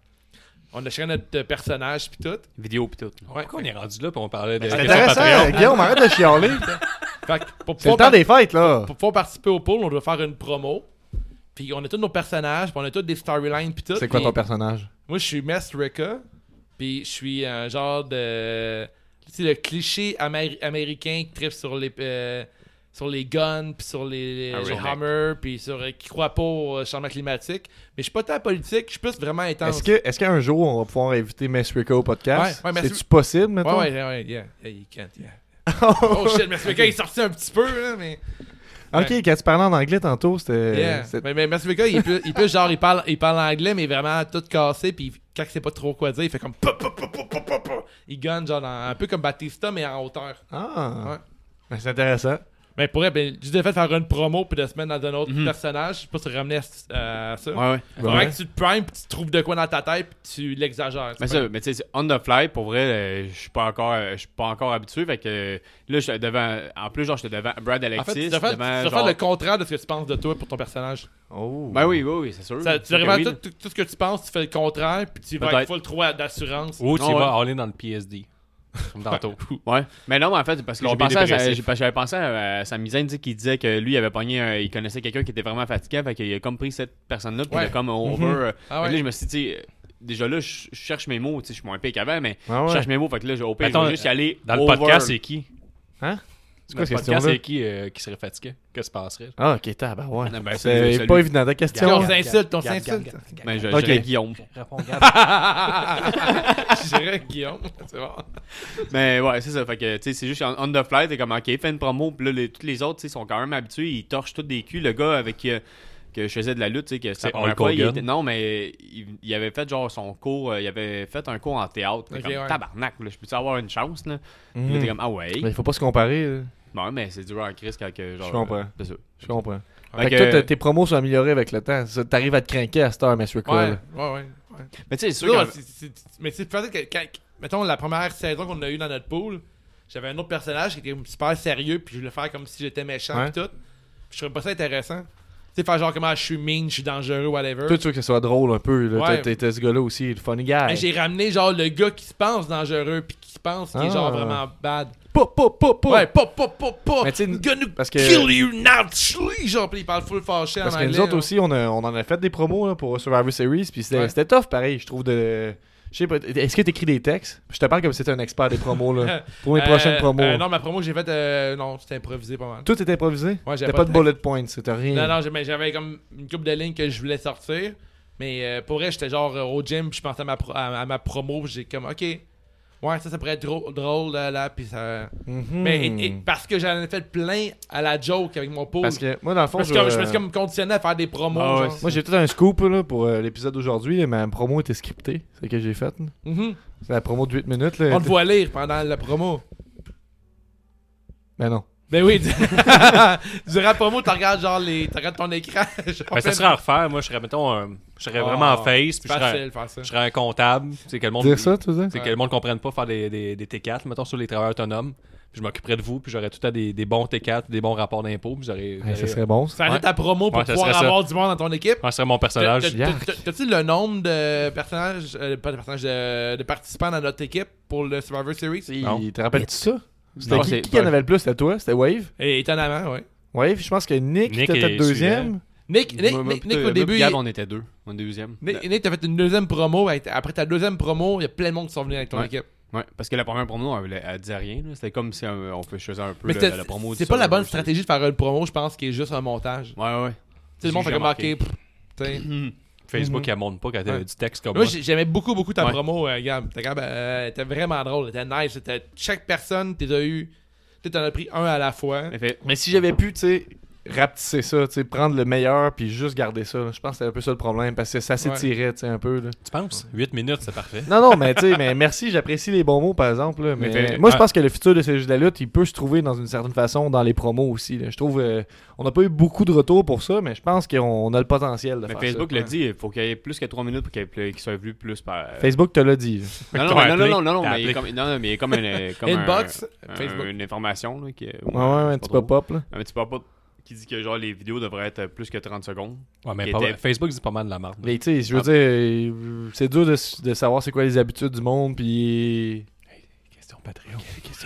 On a chacun notre euh, personnage puis tout. Vidéo pis tout. là. Ouais. Pourquoi on est rendu là puis on parlait de Ben, C'est Question intéressant, Patreon. Guillaume, arrête de chialer. Fait que pour C'est le pouvoir, temps des fêtes, là. pour pouvoir participer au pool, on doit faire une promo. Puis on a tous nos personnages, puis on a tous des storylines puis tout. C'est quoi puis ton personnage? Moi, je suis Mess Ricka, puis je suis un genre de... Tu sais, le cliché améri- américain qui tripe sur les... euh, sur les guns, puis sur les, Ah, les redneck. Hummer, puis sur euh, qui croit pas au euh, changement climatique. Mais je suis pas tant politique, je suis plus vraiment intense. Est-ce que, est-ce qu'un jour, on va pouvoir inviter Mess Rico au podcast? Ouais, ouais, Mess- C'est-tu possible, Ouais, mettons? ouais, ouais, yeah. Yeah, you can't, yeah. Oh shit, Mess Ricka, il est sorti un petit peu, là, mais... Ok, quand tu parlais en anglais tantôt, c'était... Yeah. c'était- Mais, mais Mess Ricka, il est plus, il est plus genre, il parle, il parle anglais, mais vraiment tout cassé, puis quand il sait pas trop quoi dire, il fait comme... pa, pa, pa, pa, pa, pa, pa. Il gunne, genre, dans- un peu comme Batista, mais en hauteur. Ah, Ouais. Ben, c'est intéressant. Mais pour elle, ben, juste le fait de faire une promo puis de se mettre dans un autre Mhm. personnage, je sais pas si tu ramenais à, à ça. Ouais, ouais. Faudrait Ouais. que tu te primes puis tu trouves de quoi dans ta tête puis tu l'exagères. Mais C'est ça, pas- mais tu sais, c'est on the fly, pour vrai, euh, je suis pas encore euh, je suis pas encore habitué. Fait que euh, là, j'étais devant. En plus, genre, j'étais devant Brad En Alexis. fait, tu dois faire, devant, tu dois genre- faire le contraire de ce que tu penses de toi pour ton personnage. Oh. Ben oui, oui, oui, c'est sûr. Ça, tu C'est arrives que à oui, tout, là. tout, tout ce que tu penses, tu fais le contraire puis tu vas Peut-être. avec full trop d'assurance. Ou tu Ah, ouais. vas aller dans le P S D. Comme tantôt. Ouais. Mais non, mais en fait, parce que j'ai Combien pensé à, dépressif. j'ai- parce que j'avais pensé à, à sa misaine, tu sais, qui disait que lui, il avait pogné, un- il connaissait quelqu'un qui était vraiment fatigué, fait qu'il a comme pris cette personne-là, puis Ouais. il a comme over. Mhm. euh, Ah fait que ouais. là, je me suis dit, tu sais, déjà là, je je cherche mes mots, tu sais, je suis moins pire qu'avant, mais Ah je ouais. cherche mes mots, fait que là, j'ai au pire, je Attends, vais juste y aller. Dans le over. podcast, c'est qui? C'est Dans quoi le cette podcast, question-là? c'est qui euh, qui serait fatigué? Qu'est-ce qui se passerait? Ah, ok, t'as, ben ouais. Non, ben, C'est salut, salut. pas évident ta Puis question. on s'insulte, on Garde, s'insulte. garde, garde, Ben, je, Ok. je dirais Guillaume. Réponds, Gab. Je dirais Guillaume. C'est bon. Mais ouais, c'est ça. Fait que, tu sais, c'est juste on, on the fly, t'es comme, ok, fais une promo, puis là, les, tous les autres, tu sais, sont quand même habitués, ils torchent tous des culs. Le gars avec euh, que je faisais de la lutte, tu sais, que c'était C'est la première Hulk fois, il Hogan. était- non, mais il, il avait fait genre son cours, euh, il avait fait un cours en théâtre. Fait Ok, comme, ouais. tabarnak, là, je peux-tu avoir une chance, là? Puis Mhm. là, t'es comme, ah ouais. Mais il faut pas se comparer. là. Ouais, mais c'est dur en crise quand que, genre. Je comprends. euh, c'est ça. Je comprends. Fait Fait que que- toi, t'as- tes promos sont améliorés avec le temps. Ça, T'arrives à te cranker à Star, Mess Rico. Ouais, là. ouais, ouais. ouais. Mais tu sais, c'est Non, sûr que. c'est- c'est- mais c'est peut-être que, quand- mettons, la première saison qu'on a eu dans notre pool, j'avais un autre personnage qui était super sérieux, puis je voulais faire comme si j'étais méchant, Ouais. puis tout. Puis je trouvais pas ça intéressant. Tu sais, faire genre comment je suis mean, je suis dangereux, whatever. Toi, tu veux que ce soit drôle un peu. là. Ouais. T'as- T'as t'as ce gars-là aussi, le funny guy. Mais j'ai ramené genre le gars qui se pense dangereux, puis qui se pense qui est Ah. genre vraiment bad. Pas, pas, pas, pas. Ouais, pas, pas, pas, pas. Mais tu sais, Gonna parce que- kill you naturally. Genre, puis il parle full fâché en Parce que anglais. nous autres là. aussi, on, a- on en a fait des promos là, pour Survivor Series, puis c'était Ouais. c'était tough pareil, je trouve. de Je sais pas, est-ce que t'écris des textes? Je te parle comme si t'étais un expert des promos, là. Pour mes Euh, prochaines promos. euh, non, ma promo que j'ai faite, euh, non, c'était improvisé pas mal. Tout est improvisé? Ouais, j'avais T'as pas pas de de bullet points, c'était rien. Non, non, j'avais, j'avais comme une couple de lignes que je voulais sortir. Mais euh, pour vrai, j'étais genre euh, au gym, puis je pensais à ma, pro- à, à ma promo, puis j'ai comme, ok, ouais, ça, ça pourrait être drôle, drôle là, là, puis ça. Mhm. Mais et- et parce que j'en ai fait plein à la joke avec mon pool. Parce que moi, dans le fond, Parce je, que je me suis comme conditionné à faire des promos. Ah ouais, genre. moi j'ai tout un scoop là, pour euh, l'épisode d'aujourd'hui. Ma promo était scriptée, c'est ce que j'ai fait. là. Mhm. C'est la promo de huit minutes. Là. On te voit lire pendant la promo. Ben non. Ben oui, du- durant la promo, tu regardes genre les. Tu regardes ton écran. genre Ben, ça plein serait à refaire. Moi, je serais, mettons, un- je serais Oh, vraiment en face, puis je serais, Facile faire ça. je serais un comptable. C'est que le monde. Dire ça, tu sais? C'est que le monde comprenne pas faire des, des, des T quatre, mettons, sur les travailleurs autonomes. Puis je m'occuperais de vous, puis j'aurais tout à des, des bons T quatre, des bons rapports d'impôts, puis j'aurais. Ouais, ça j'aurais- serait bon. Ça. Ça arrête Ouais. ta promo pour Ouais, ça pouvoir serait ça. avoir du monde dans ton équipe. Ouais, ce serait mon T'as- personnage. t'as- t'as- T'as-tu le nombre de personnages, euh, pas de personnages, de, de participants dans notre équipe pour le Survivor Series? Non. Il te rappelles-tu ça? C'était Non, qui, c'est qui pas- en avait le plus? C'était toi? C'était Wave? Et étonnamment, ouais. Wave, je pense que Nick, Nick était est peut-être deuxième. Nick, Nick, Moi, moi, Nick, plutôt- Nick, au moi, début, Gab, il- on était deux. On est deuxième. Nick, Nick, t'as fait une deuxième promo. avec- Après ta deuxième promo, il y a plein de monde qui sont venus avec ton Ouais. équipe. Ouais, parce que la première promo, elle, elle disait rien. là. C'était comme si euh, on peut choisir un peu Mais la, c'était- la promo. c'est du pas la bonne Survivor stratégie de faire une promo, je pense, qui est juste un montage. Tu Series. Ouais, ouais. sais, le monde fait J'ai comme, ok, remarqué. pff, tu sais. Mhm. Facebook, Mhm. elle monte pas quand t'as Ouais. du texte comme Moi, moi. j'ai- j'aimais beaucoup, beaucoup ta Ouais. promo, euh, Gab. T'es capable, euh, t'es vraiment drôle, t'es nice. T'es- chaque personne, t'es eu. Tu t'en as pris un à la fois. En fait, Mais si j'avais pu, tu sais, rapetisser ça, tu sais, prendre le meilleur puis juste garder ça, là. Je pense que c'est un peu ça le problème parce que ça s'étirait, tu sais, un peu. Là. Tu penses? huit minutes, c'est parfait. Non, non, mais tu sais, mais merci, j'apprécie les bons mots, par exemple. Là, mais Mais fait- moi, je ouais. pense que le futur de ces jeux de la lutte, il peut se trouver dans une certaine façon dans les promos aussi. Là. Je trouve, euh, on n'a pas eu beaucoup de retours pour ça, mais je pense qu'on on a le potentiel de mais faire Facebook ça. l'a dit, il faut qu'il y ait plus que trois minutes pour qu'il y ait plus- qu'il soit vu plus par. Facebook te l'a dit. Non, non, T'as mais non, appelé, non, non, non, t'as mais il y a appelé. comme, non, non, mais il y a comme une, comme Inbox, un- Facebook. un- une information là, qui, Ouais, ouais, un petit pop-up. Là. Un petit pop-up qui dit que genre les vidéos devraient être plus que trente secondes. Ouais, mais Qui pas- était- Facebook dit pas mal de la merde. Mais tu sais, je veux dire, euh, c'est dur de, s- de savoir c'est quoi les habitudes du monde, puis. Question Patreon.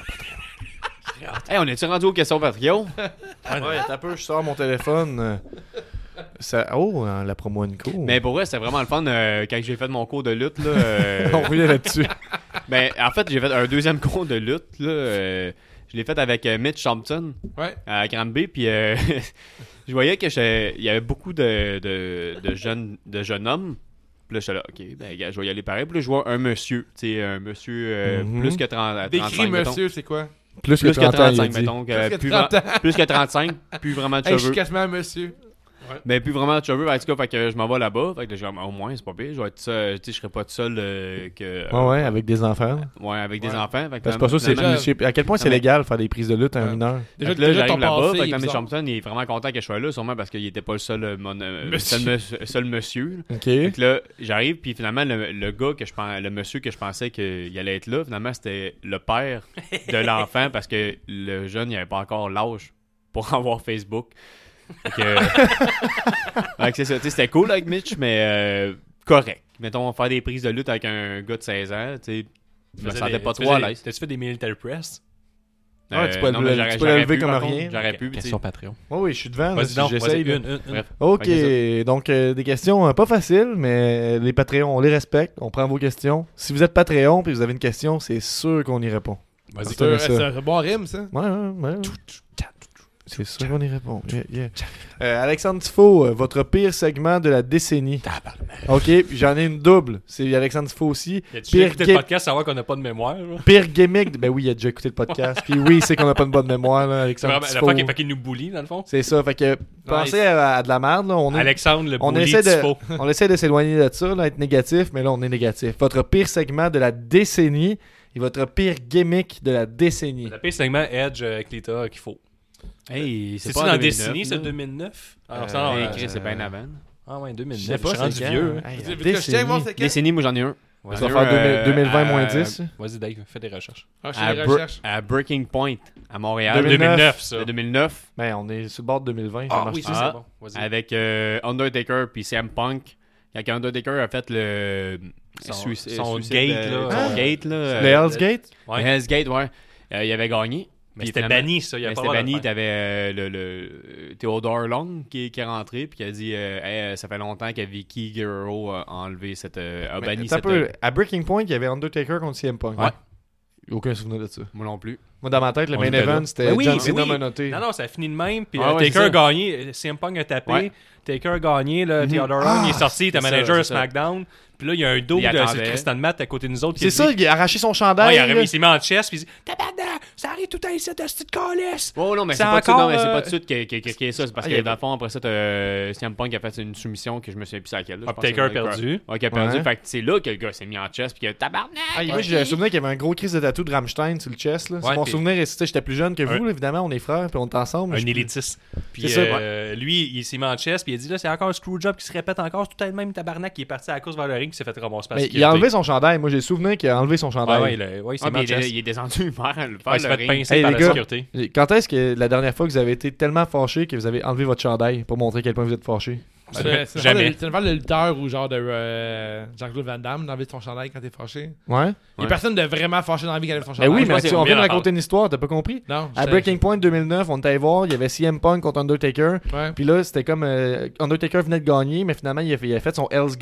Hey, on est-tu rendu aux questions Patreon? Ouais, t'as peu, je sors mon téléphone. euh, Ça... Oh, hein, la promo Nico. Mais pour vrai, c'était vraiment le fun euh, quand j'ai fait mon cours de lutte. Là, euh, on revient là-dessus. ben, en fait, j'ai fait un deuxième cours de lutte. Là, euh, je l'ai fait avec euh, Mitch Thompson Ouais. à Granby. Puis euh, je voyais que j'étais- il y avait beaucoup de, de, de, jeunes, de jeunes hommes. Puis là, j'étais là, ok, ben, gars, je vais y aller pareil. Puis là, je vois un monsieur. Tu sais, un monsieur euh, Mhm. plus que trente, trente-cinq. Décris mettons. monsieur, c'est quoi? Plus, Plus que trente ans, il a trente-cinq, dit. mettons. que, Plus que plus, trente vra- ans. plus que trente-cinq, plus vraiment de Hey, je suis cheveux. quasiment un monsieur. Mais plus vraiment de cheveux, en tout cas, fait que je m'en vais là-bas. Fait que je dis, au moins, c'est pas pire. Je vais être seul, tu sais, je serai pas tout seul euh, que. Ouais, ouais, avec des enfants. Ouais, avec des Ouais. enfants. Fait que C'est pas ça, c'est. finalement- je sais- À quel point c'est Non, mais- légal faire des prises de lutte à un Ouais. mineur? Déjà, Fait que là, déjà, j'arrive ton là-bas. passé, Fait il que est Mitch bizarre. Thompson, il est vraiment content que je sois là, sûrement parce qu'il était pas le seul, euh, mon, euh, Monsieur. seul, monsieur- seul monsieur. Ok. Fait que là, j'arrive, puis finalement, le, le gars que je pensais, le monsieur que je pensais qu'il allait être là, finalement, c'était le père de l'enfant parce que le jeune, il avait pas encore l'âge pour avoir Facebook. Fait que, fait que c'est ça. Tu sais, c'était cool avec Mitch, mais euh, correct. Mettons, faire des prises de lutte avec un gars de seize ans, tu sais, je me Faisais sentais des- pas tu trop à faisais- l'aise. T'as-tu fait des military press? Ouais, tu peux non, le- mais tu j'aurais- peux le j'aurais lever pu, comme par rien. contre, J'aurais pu, tu sais. Question Patreon. Oui, oui, je suis devant. là, Vas-y si donc, j'essaye. vas-y, là. une, une, une. Bref. Ok, Fait donc euh, des questions euh, pas faciles, mais les Patreons, on les respecte. On prend vos questions. Si vous êtes Patreon et vous avez une question, c'est sûr qu'on y répond. Vas-y. C'est C'est un- ça. c'est un bon rime, ça. Ouais, ouais, ouais. C'est sûr qu'on y répond. Yeah, yeah. Euh, Alexandre Tifo, euh, votre pire segment de la décennie. Ok, puis j'en ai une double. C'est Alexandre Tifo aussi. As-tu Pire écouté ga- le podcast, savoir qu'on n'a pas de mémoire? là? Pire gimmick. Ben oui, il a déjà écouté le podcast. Puis oui, il sait qu'on a pas une bonne mémoire, là, C'est Alexandre vraiment la Tifo. fois qu'il fait qu'il nous bully, dans le fond. C'est ça. Fait que pensez à, à de la merde. Là. On est, Alexandre, le on bully essaie de, Tifo. on essaie de s'éloigner de ça, là, être négatif, mais là, on est négatif. Votre pire segment de la décennie et votre pire gimmick de la décennie. Le pire segment Edge euh, avec Lita qu'il faut. Hey, c'est C'est-tu pas dans en deux mille neuf, Destiny, c'est là. deux mille neuf? Ah, non, Euh, ça, non, Hey, euh, Chris, c'est bien avant. Ah ouais, deux mille neuf. Je sais pas, je suis rendu c'est vieux. quand? hein. Hey, Tu la veux que je check voir décennie. c'est quel? Décennie, moi j'en ai un. Vas-y, Ça J'en va ai un, faire euh, deux mille vingt à- moins dix. Vas-y, Dave, fais des recherches. Ah, je À, fais des Br- recherches. à Breaking Point, à Montréal. deux mille neuf. deux mille neuf, ça. De deux mille neuf. Ben, on est sur le bord de deux mille vingt. ça Ah marche oui, pas. ça Ah. c'est bon. Vas-y. Avec euh, Undertaker puis C M Punk. Quand Undertaker a fait le Son- suicide- son suicide, gate, euh, là. son Ah. gate, là. Le euh, Hell's Gate? Ouais. le Hell's Gate, ouais. Euh, il avait gagné. Mais Puis c'était finalement- banni, ça. Il y Mais avait pas c'était le droit de banni, le faire. t'avais euh, le, le Theodore Long qui, qui est rentré puis qui a dit euh, Hey, euh, ça fait longtemps que Vicky Guerrero a enlevé cette euh, a Mais banni attends un cette peu, euh, à Breaking Point, il y avait Undertaker contre C M Punk. Ouais. Aucun souvenir de ça. moi non plus. Moi, dans ma tête, le On main était là. event, c'était Ben oui, John ben Cena oui. menotté. Non, non, ça a fini de même. Puis Ah euh, ouais, Taker c'est ça. a gagné. C M Punk a tapé. Ouais. Taker a gagné. Là, Mhm. Theodore Long, Ah, il est sorti. Il était c'est ça, manager à c'est ça. SmackDown. Puis là, il y a un dos Il de attendait. Christian Matt à côté de nous autres. qui C'est a ça, dit- il a arraché son Ouais, chandail. il, a remis- là. il s'est mis en chest. Puis il dit Tabarnak, ça arrive tout à ici, de cette calice. Oh non, mais C'est c'est pas, tout de suite- encore, non, mais c'est euh, pas tout de suite qui, qui, qui, qui est ça. C'est parce Ah, que il y dans le fond, après ça, t'as euh, C M Punk a fait une soumission que je me souviens plus c'est laquelle. là. Je Ah, pense que Taker c'est a perdu. Ouais, qui a perdu. Ouais. Fait que c'est là que le gars s'est mis en chest puis que tabarnak. Ah, moi, j'ai un souvenir qu'il y avait un gros crise de tatou de Rammstein sur le chest. Là. C'est Ouais, mon puis- souvenir, et c'était- j'étais plus jeune que vous, Un- là, évidemment, on est frères, puis on est ensemble. Un Je- élitiste. Puis C'est ça, euh, lui, il s'est mis en chest. Puis il a dit là, c'est encore un screwjob qui se répète encore. C'est tout le même tabarnak qui est parti à la course vers le ring. Qui s'est fait ramasser par la Mais il a sécurité. enlevé son chandail. Moi, j'ai le souvenir qu'il a enlevé son Ouais, chandail. ouais, il, a- ouais, il s'est Ah, mis mais en il, est, chest. il est descendu vers, vers Ouais, il s'est le fait ring. pincer Hey, par les la gars. sécurité. Quand est-ce que la dernière fois que vous avez été tellement fâché que vous avez enlevé votre chandail pour montrer à quel point vous êtes fâché? C'est Jamais. c'est Jamais. une affaire de lutteur ou genre de euh, Jean-Claude Van Damme d'enlever ton chandail quand t'es fâché. Ouais? Il y a Ouais. personne de vraiment fâché dans la vie qui enlève son Ben chandail. oui, je mais pense tu- qu'on on vient vient de d'en raconter une histoire, t'as pas compris? Non. À j'étais- Breaking Point deux mille neuf, on était allé voir, il y avait C M Punk contre Undertaker. Ouais. Puis là, c'était comme euh, Undertaker venait de gagner, mais finalement, il a fait, il a fait son Hell's Gate. Puis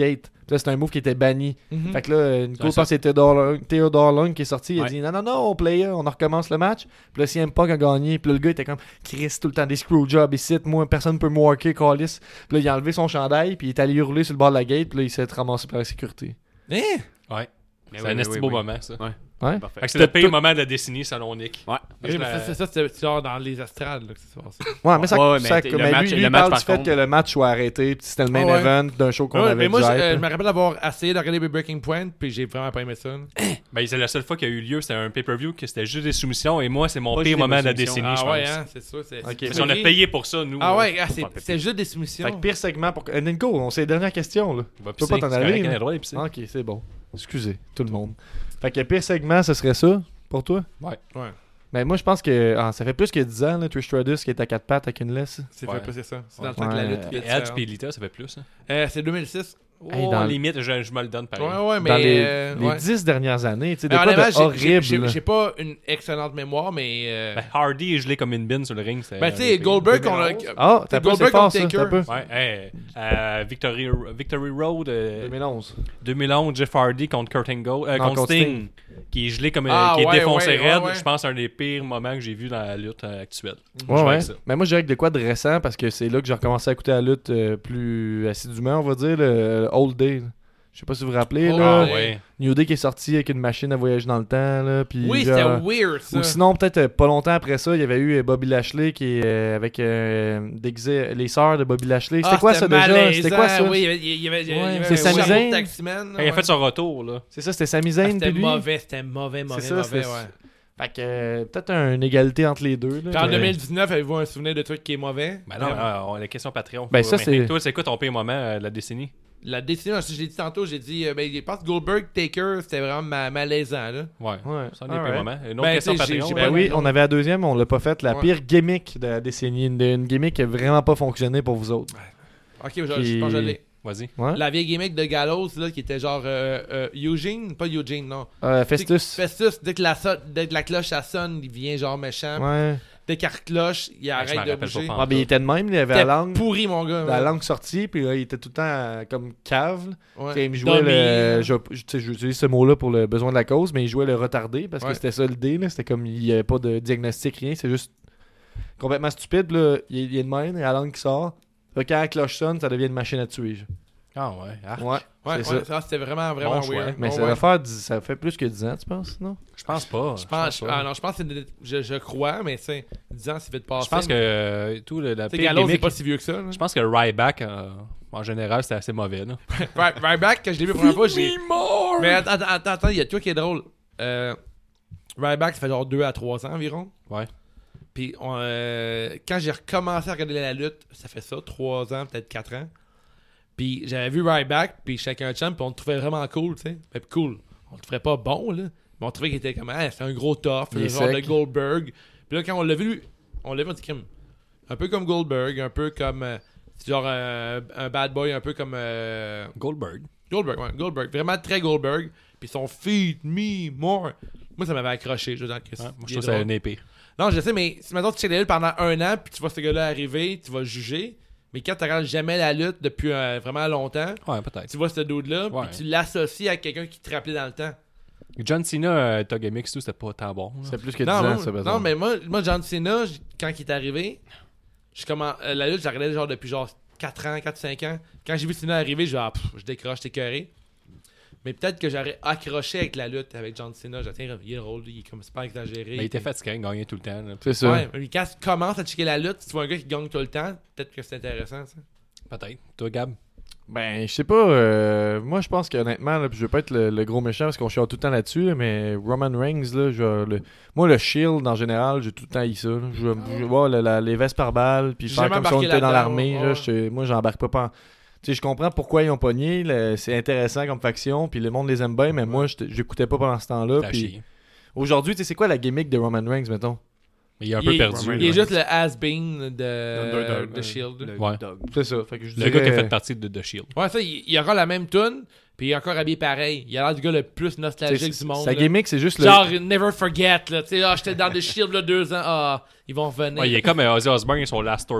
Là, c'est un move qui était banni. Mhm. Fait que là, Nico, Ouais, je pense que c'est Theodore Theodore Long qui est sorti. Il a Ouais. dit non, non, non, on play, on recommence le match. Puis là, C M Punk a gagné. Puis là, le gars était comme Chris, tout le temps des screwjobs ici. Moi, personne peut me worker, Callis. Puis là, il a enlevé son chandail. Puis il est allé hurler sur le bord de la gate. Puis là, il s'est ramassé par la sécurité. Hein? Ouais. Mais C'est oui, un oui, esti oui, beau oui. moment, ça. Ouais. Ouais. Parfait. Fait que c'est le C'était pire tout- moment de la décennie, selon Nick. Ouais. Oui, Je mais la- ça, c'est ça, c'était genre dans les astrales là, que c'est passé. Ouais, mais ça, Ouais, ouais, mais ça t'es- comme- le mais match- lui, le lui, il match, parle par du fait contre- que le match soit arrêté. Puis c'était le main Ah ouais. event d'un show qu'on Ouais, avait mais moi, du je, hype, euh, là. je me rappelle d'avoir essayé de regarder Breaking Point, puis j'ai vraiment pas aimé ça. là. Ben, c'est la seule fois qu'il y a eu lieu, c'était un pay-per-view que c'était juste des soumissions. Et moi, c'est mon Pas pire juste moment des de la soumissions. décennie, je Ah ouais, pense. hein, c'est ça. C'est, Ok. c'est Parce qu'on a fucké. payé pour ça, nous. Ah euh, ouais, ah, c'est, pas payé. c'est juste des soumissions. Fait que pire segment pour. Euh, Nico, on sait les dernières questions, là. Va Tu peux pisser, pas t'en c'est aller, correct, là. on a le droit d'aller pisser. Ok, c'est bon. Excusez, tout le monde. Fait que pire segment, ce serait ça, pour toi? Ouais. Ouais, Ben moi, je pense que ah, ça fait plus que dix ans, là, Trish Stratus qui est à quatre pattes avec une laisse. c'est Ouais. fait plus c'est ça. C'est dans le Ouais. temps que la lutte. Et était Edge différente. et Lita, ça fait plus. Hein. Euh, c'est deux mille six. Hey, Oh, dans- limite, je, je me le donne pareil. Ouais, ouais, mais. Dans les, euh, les ouais. dix dernières années, tu sais, des Mais quoi honnêtement, de j'ai- j'ai, horrible. j'ai, là. j'ai pas une excellente mémoire, mais. euh, Ben, Hardy est gelé comme une bin sur le ring. c'est ben, un tu des sais, pires. Goldberg, on a. Ah, t'as c'est pas, c'est Goldberg fort, contre ça, Taker. t'as peu. Ouais, hey, euh, Victory, Victory Road, euh, deux mille onze. deux mille onze, Jeff Hardy contre Kurt Angle, euh, Non, contre contre Sting, qui est gelé comme euh, Ah, qui est ouais, défoncé ouais, ouais, raide. ouais. Je pense que c'est un des pires moments que j'ai vu dans la lutte euh, actuelle. Ouais, Je vais ouais. avec ça. Mais moi, je dirais que de quoi de récent, parce que c'est là que j'ai recommencé à écouter la lutte euh, plus assidûment, on va dire, le Old Day. là. Je sais pas si vous vous rappelez, Old là. Ah Day. ouais. New Day qui est sorti avec une machine à voyager dans le temps, là. Puis Oui, genre- c'était weird, ça. Ou sinon, peut-être euh, pas longtemps après ça, il y avait eu euh, Bobby Lashley qui est euh, avec euh, déguisé- les sœurs de Bobby Lashley. C'était Ah, quoi ça déjà? malaisant, C'était quoi ça? Oui, il y avait, il y avait, il y avait, Ouais, il y avait c'est un Sami chapeau de Zayn. taximan. Quand il a fait son retour, là. C'est ça, c'était Sami Ah, Zayn c'était puis lui. mauvais, c'était mauvais, mauvais, C'est ça, mauvais, c'était- ouais. Fait que euh, peut-être une égalité entre les deux. Là, Puis en mais- deux mille dix-neuf, avez-vous un souvenir de truc qui est mauvais? Ben non, Euh, euh, on a la question Patreon. Ben Faut- ça, mais c'est- Toi, c'est quoi ton pire moment euh, de la décennie? La décision, je l'ai dit tantôt, j'ai dit, euh, ben, je pense que Goldberg, Taker, c'était vraiment ma- malaisant, là. Ouais. Ouais. Ça, on est Alright. pire moment. Une autre Ben, question tu sais, j'ai- Patreon. j'ai ouais. Ben pas oui, le on avait la deuxième, on l'a pas faite. La Ouais. pire gimmick de la décennie. Une, une gimmick qui a vraiment pas fonctionné pour vous autres. Ok, je, Qui- je pense que je l'ai. Vas-y. Ouais. La vieille gimmick de Gallows, là, qui était genre euh, euh, Eugene, pas Eugene, non. Euh, Festus. Festus, dès que, la so- dès que la cloche ça sonne, il devient genre méchant. Ouais. Dès qu'elle cloche, il je arrête m'en de rappelle bouger. pas. Ah, ben, il était de même, il avait la C'était langue, pourri, mon gars. la ouais. langue sortie, puis là, il était tout le temps euh, comme cave. là. Ouais. Tu sais, il me jouait Dummy. le. Je, je- tu sais, j'utilise ce mot-là pour le besoin de la cause, mais il jouait le retardé parce que Ouais. c'était ça l'idée. là. C'était comme il n'y avait pas de diagnostic, rien. C'est juste complètement stupide. puis Là, il, il est de même, il a la langue qui sort. Là, quand la cloche sonne, ça devient une machine à tuer. genre. Ah ouais. Ah, Ouais, Ouais, c'est ouais, ça. ça, c'était vraiment, vraiment Bon choix. weird. Mais Ouais, ça, ouais. va faire dix- ça fait plus que dix ans, tu penses, non? je pense pas. Je pense, pas. ah non, je pense que c'est de- je, je crois, mais c'est dix ans, c'est vite passé. Je pense que euh, tout le, la Tu sais, pire Gallows, c'est gimmick, pas si vieux que ça. là. je pense que Ryback, euh, en général, c'était assez mauvais. Là. Right, right back, quand je l'ai vu la première fois, j'ai. Mais attends, attends, attends, attends, il y a tout qui est drôle. Euh, Ryback, ça fait genre deux à trois ans environ. Ouais. Puis on, euh, quand j'ai recommencé à regarder la lutte, ça fait ça, trois ans, peut-être quatre ans. Puis j'avais vu Ryback, puis chacun champ, puis on le trouvait vraiment cool, tu sais. Fait que cool. On le trouvait pas bon, là. Mais on trouvait qu'il était comme, ah, c'est un gros tough, Il le est genre sec. de Goldberg. Puis là, quand on l'a vu, on l'a vu, on dit, crime. Un peu comme Goldberg, un peu comme. euh, c'est genre euh, un bad boy, un peu comme. euh, Goldberg. Goldberg, ouais, Goldberg. Vraiment très Goldberg. Puis son feed me more. Moi, ça m'avait accroché. Je veux dire, que c'est- Ouais, moi, je il est trouve ça drôle. un épée. Non, je sais, mais si maintenant tu checkes la lutte pendant un an, puis tu vois ce gars-là arriver, tu vas juger. Mais quand tu regardes jamais la lutte depuis euh, vraiment longtemps, Ouais, peut-être. tu vois ce dude-là, Ouais. puis tu l'associes à quelqu'un qui te rappelait dans le temps. John Cena, euh, Tug M X, tout, c'était pas tant bon. là. C'est plus que dix Non, ans, non, ça, par non, exemple. mais moi, moi, John Cena, j- quand il est arrivé, je commen- euh, la lutte, je la regardais genre depuis genre quatre ans, quatre cinq ans. Quand j'ai vu Cena arriver, je, ah, pff, je décroche, t'es écœuré. Mais peut-être que j'aurais accroché avec la lutte avec John Cena. J'ai dit, tiens, il est drôle, il est comme super exagéré. Mais il était fatigué, il gagnait tout le temps. là. C'est ça. Ouais, mais quand tu commences à checker la lutte, si tu vois un gars qui gagne tout le temps, peut-être que c'est intéressant, ça. Peut-être. Toi, Gab? Ben, je sais pas. euh, moi, je pense qu'honnêtement, là, puis je veux pas être le, le gros méchant parce qu'on chiale tout le temps là-dessus, là, mais Roman Reigns, là, je, le, moi, le Shield, en général, j'ai tout le temps eu ça. là. Je, je vois la- la- les vestes par balle, puis J'ai faire jamais comme si on embarqué était dans là-dedans, l'armée. ouais, là, ouais. je- moi, j'embarque pas. pas en- Tu sais, je comprends pourquoi ils ont pogné. là, C'est intéressant comme faction, puis le monde les aime bien, mais moi, j'étais- j'écoutais pas pendant ce temps-là. T'as Puis chié. aujourd'hui, tu sais, c'est quoi la gimmick de Roman Reigns, mettons? Mais il est un Il peu est- perdu. Il est là. juste le has-been de, Underdog, de ouais. Shield. Le Ouais. dog. C'est ça. Fait que je Le gars qui a dirais- fait partie de The Shield. Ouais, ça, il, il aura la même tune, puis il est encore habillé pareil. Il a l'air du gars le plus tu nostalgique sais, du monde. Sa là. gimmick, c'est juste le. Genre, never forget, là. Tu sais, ah, j'étais dans The Shield, là, deux ans. Ah, ils vont revenir. Ouais, il est comme euh, Ozzy Osbourne et son Last Tour deux.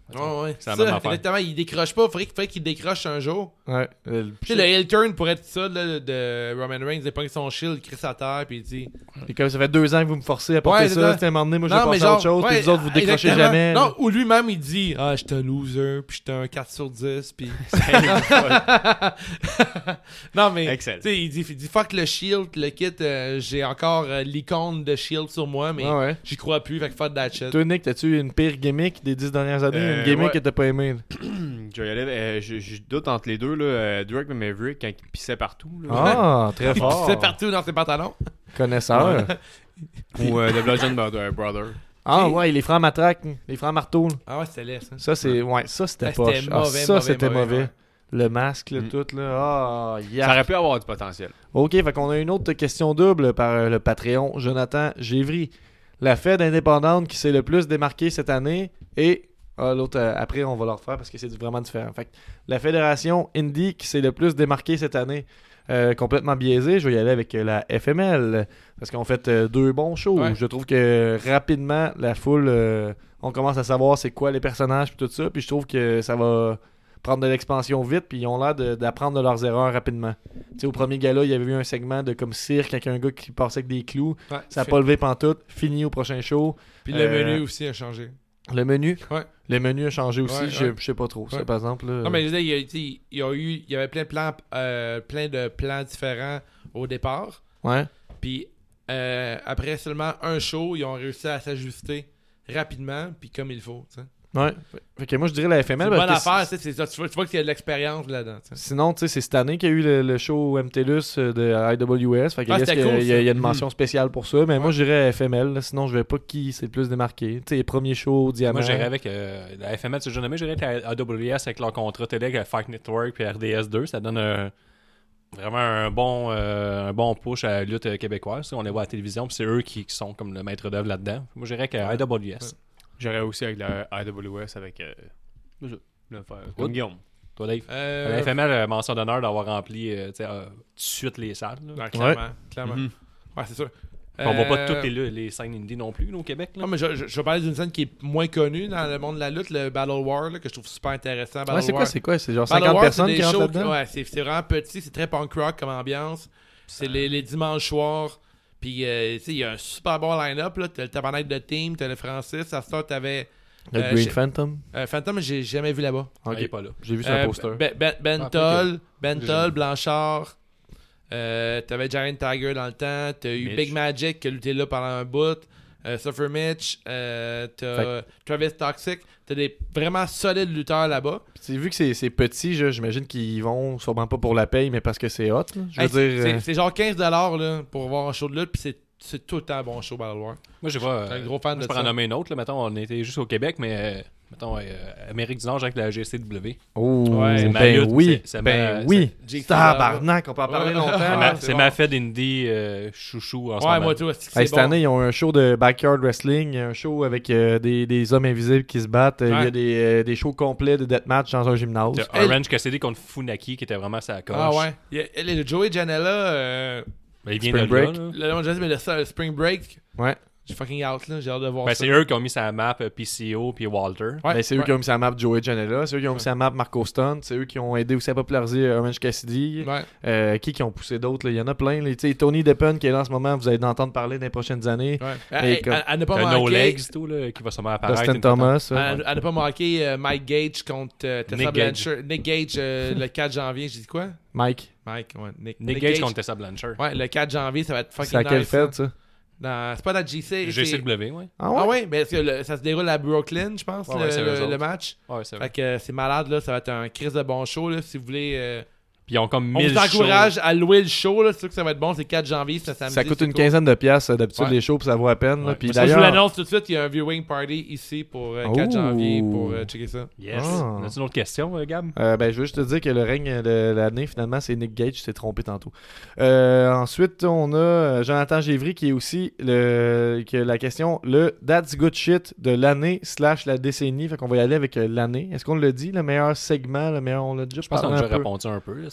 Ouais, ouais. C'est la Ça, même affaire. exactement, il décroche pas. Faudrait, faudrait qu'il décroche un jour. Ouais. Euh, Tu sais, le heel turn pourrait être ça là, de Roman Reigns. Il pogne son shield, il crie sa terre, puis il dit. Et comme ça fait deux ans que vous me forcez à porter Ouais, c'est ça, ça. tu sais, à un moment donné, moi je Non, vais mais passer à autre genre, chose, puis ouais, vous autres vous décrochez exactement. jamais. Non, ou lui-même il dit ah, j'étais un loser, puis j'étais un quatre sur dix, puis. Non, mais. Excellent. Tu sais, il dit, il dit fuck le shield, le kit, euh, j'ai encore euh, l'icône de shield sur moi, mais Ah ouais. j'y crois plus, fait que fuck that shit. Toi, Nick, t'as-tu une pire gimmick des dix dernières années? Euh, une gimmick ouais. que t'as pas aimée? Je vais y aller, euh, je, je doute entre les deux, là. Euh, Drake et Maverick, quand il pissait partout. Là. Ah, très Il fort. pissait partout dans ses pantalons. Connaisseur. Ou euh, The Bludgeon Brother. Brother. Ah ouais, les francs matraques, les francs marteaux. là. Ah ouais, c'était laid, ça. Ça, c'est. Ouais, ça, c'était Ah, poche. c'était Ah, mauvais, ça, mauvais, c'était mauvais, mauvais. ouais. Le masque, là, Mm. tout, là. Ah, Ça yeah. aurait pu avoir du potentiel. Ok, fait qu'on a une autre question double par euh, le Patreon. Jonathan Gévry. La Fed indépendante qui s'est le plus démarquée cette année et. Ah, l'autre, euh, après, on va le refaire parce que c'est vraiment différent. Fait que la Fédération Indie qui s'est le plus démarquée cette année. Euh, complètement biaisé, je vais y aller avec euh, la F M L parce qu'on fait euh, deux bons shows. Ouais. Je trouve que rapidement, la foule, euh, on commence à savoir c'est quoi les personnages et tout ça. Puis je trouve que ça va prendre de l'expansion vite. Puis ils ont l'air de- d'apprendre de leurs erreurs rapidement. Tu sais, au premier gala, il y avait eu un segment de comme cirque avec un gars qui passait avec des clous. Ouais, Ça n'a fait- pas levé pantoute. Fini au prochain show. Puis le Euh, menu aussi a changé. Le menu, Ouais. le menu a changé aussi. Ouais, je, ouais. je sais pas trop. Ça, Ouais. par exemple. Là, Non, mais je veux dire, il y a, tu sais, il y a eu, il y avait plein de plans, euh, plein de plans différents au départ. Ouais. Puis euh, après seulement un show, ils ont réussi à s'ajuster rapidement, puis comme il faut. tu sais. Ouais. Fait que moi, je dirais la F M C'est L. une parce bonne que affaire, tu sais, c'est ça. Tu vois, tu vois qu'il y a de l'expérience là-dedans. tu sais. Sinon, tu sais, c'est cette année qu'il y a eu le, le show M T L U S euh, de I W S. Fait que Ah, est-ce c'était qu'il y a- cool, il y, a- il y a une ça. mention spéciale pour ça. Mais moi, je dirais F M L. là. Sinon, je vais pas qui c'est le plus démarqué. Tu sais, les premiers shows, Diamant. Moi, j'irais avec euh, la F M L, c'est jamais, j'irais avec la A W S avec leur contrat télé avec Fight Network et R D S deux. Ça donne un- vraiment un bon, euh, un bon push à la lutte québécoise. On les voit à la télévision, puis c'est eux qui, qui sont comme le maître d'œuvre là-dedans. Moi, j'irais avec A W S. J'aurais aussi avec la I W S avec. Euh, le faire, comme Guillaume. Toi, Dave? Euh, La F M L, euh, mention d'honneur d'avoir rempli euh, tu sais, euh, tout de suite les salles. là. non, clairement. clairement. Mhm. Ouais, c'est sûr. On voit pas Euh, toutes les, les scènes indie non plus là, au Québec. Là. Non, mais je, je, je vais parler d'une scène qui est moins connue dans le monde de la lutte, le Battle War, là, que je trouve super intéressant. Battle Ouais, c'est quoi, War. c'est quoi? C'est genre Battle cinquante War, personnes c'est des qui rentrent shows là-dedans? Ouais, c'est, c'est vraiment petit, c'est très punk rock comme ambiance. C'est les, les dimanches soirs. Puis, euh, tu sais, il y a un super bon line-up. Là. T'as le tabarnak de Team, t'as le Francis. À ce temps, t'avais. Le euh, Green j'ai- Phantom? Euh, Phantom, j'ai jamais vu là-bas. Ok. Ah, il est pas là. J'ai vu sur Euh, un poster. Ben, ben, ben Ah, Toll, peut-être Ben J'ai Toll, jamais vu. Blanchard. Euh, t'avais Giant Tiger dans le temps. T'as eu Mitch. Big Magic qui a lutté là pendant un bout. Euh, Suffer Mitch. Euh, t'as Travis Toxic. T'as des vraiment solides lutteurs là-bas. Puis, vu que c'est c'est petit, je- j'imagine qu'ils vont sûrement pas pour la paye, mais parce que c'est hot. là. Je veux Hey, c'est, dire. c'est- euh, c'est genre quinze dollars là, pour voir un show de lutte. Puis c'est, c'est tout le temps un bon show Battle War. Moi, je vois. T'es un gros fan moi, de je peux en ça. nommer une autre. Là. Mettons, on était juste au Québec, mais euh, mettons, euh, Amérique du Nord, avec la G C W. Oh, Ouais, c'est ma ben lutte, oui. c'est- c'est ben ma- oui. J C Tabarnak, on peut en parler Ouais. longtemps. Ah, C'est ma- c'est c'est bon. ma fête indie euh, chouchou en ce Ouais, moment. moi tout. C'est, c'est Hey, cette bon. année, ils ont un show de backyard wrestling, un show avec euh, des, des hommes invisibles qui se battent. Euh, Il y Ouais. a des, euh, des shows complets de deathmatch dans un gymnase. T'as Elle- Orange Cassidy contre Funaki qui était vraiment sa coche. Ah ouais. Il y a- le le Joey Janela. Euh, Ben, il vient Spring de Break. là. là. le, le, mais le, ça, le Spring Break. Ouais. J'ai fucking out là. J'ai hâte de voir Ben, ça. c'est eux qui ont mis sa map euh, P C O puis Walter. Ouais, Ben, c'est eux ouais. qui ont mis sa map Joey Janela, c'est eux qui ont mis sa map Marco Stunt, c'est eux qui ont aidé aussi à populariser euh, Orange Cassidy. Ouais. Euh, qui qui ont poussé d'autres là? Il y en a plein. là. Tu sais, Tony Deppen qui est là en ce moment, vous allez en entendre parler dans les prochaines années. Ouais. Et Elle- comme- elle- elle n'a pas Un manqué. No Legs, tout, là, qui va sûrement apparaître. Dustin une fois Thomas. Elle ça. elle n'a pas manqué euh, Mike Gage contre euh, Tessa Nick Gage. Blanchard. Nick Gage euh, le quatre janvier. J'ai dit quoi? Mike. Mike, ouais. Nick, Nick Gage contre Tessa Blanchard. Ouais, le quatre janvier, ça va être fucking C'est à quelle nice, fête ça. ça? Dans- C'est pas dans G C. G C c'est- W, ouais. Ah Ah ouais, mais parce que le- ça se déroule à Brooklyn, je pense, Ouais, le, ouais, c'est eux le- autres. le match. Ouais, c'est vrai. Fait que euh, c'est malade, là. Ça va être un crise de bon show, là. Si vous voulez. euh, Puis ils ont comme On mille vous encourage à louer le show, là. C'est sûr que ça va être bon. C'est quatre janvier, c'est samedi. Ça coûte c'est une cool. quinzaine de piastres euh, d'habitude Ouais. les shows, puis ça vaut à peine. là. Ouais. Puis Parce que je vous d'ailleurs, l'annonce tout de suite, il y a un viewing party ici pour euh, quatre Oh. janvier pour euh, checker ça. Yes. Ah. As-tu une autre question, euh, Gab? Euh, ben, je veux juste te dire que le règne de l'année, finalement, c'est Nick Gage. Je t'ai trompé tantôt. Euh, ensuite, on a euh, Jonathan Gévry qui est aussi le, qui a la question le That's Good Shit de l'année slash la décennie. Fait qu'on va y aller avec euh, l'année. Est-ce qu'on le dit, le meilleur segment, le meilleur, on l'a déjà Je pense qu'on parlé a un déjà peu. répondu un peu. là.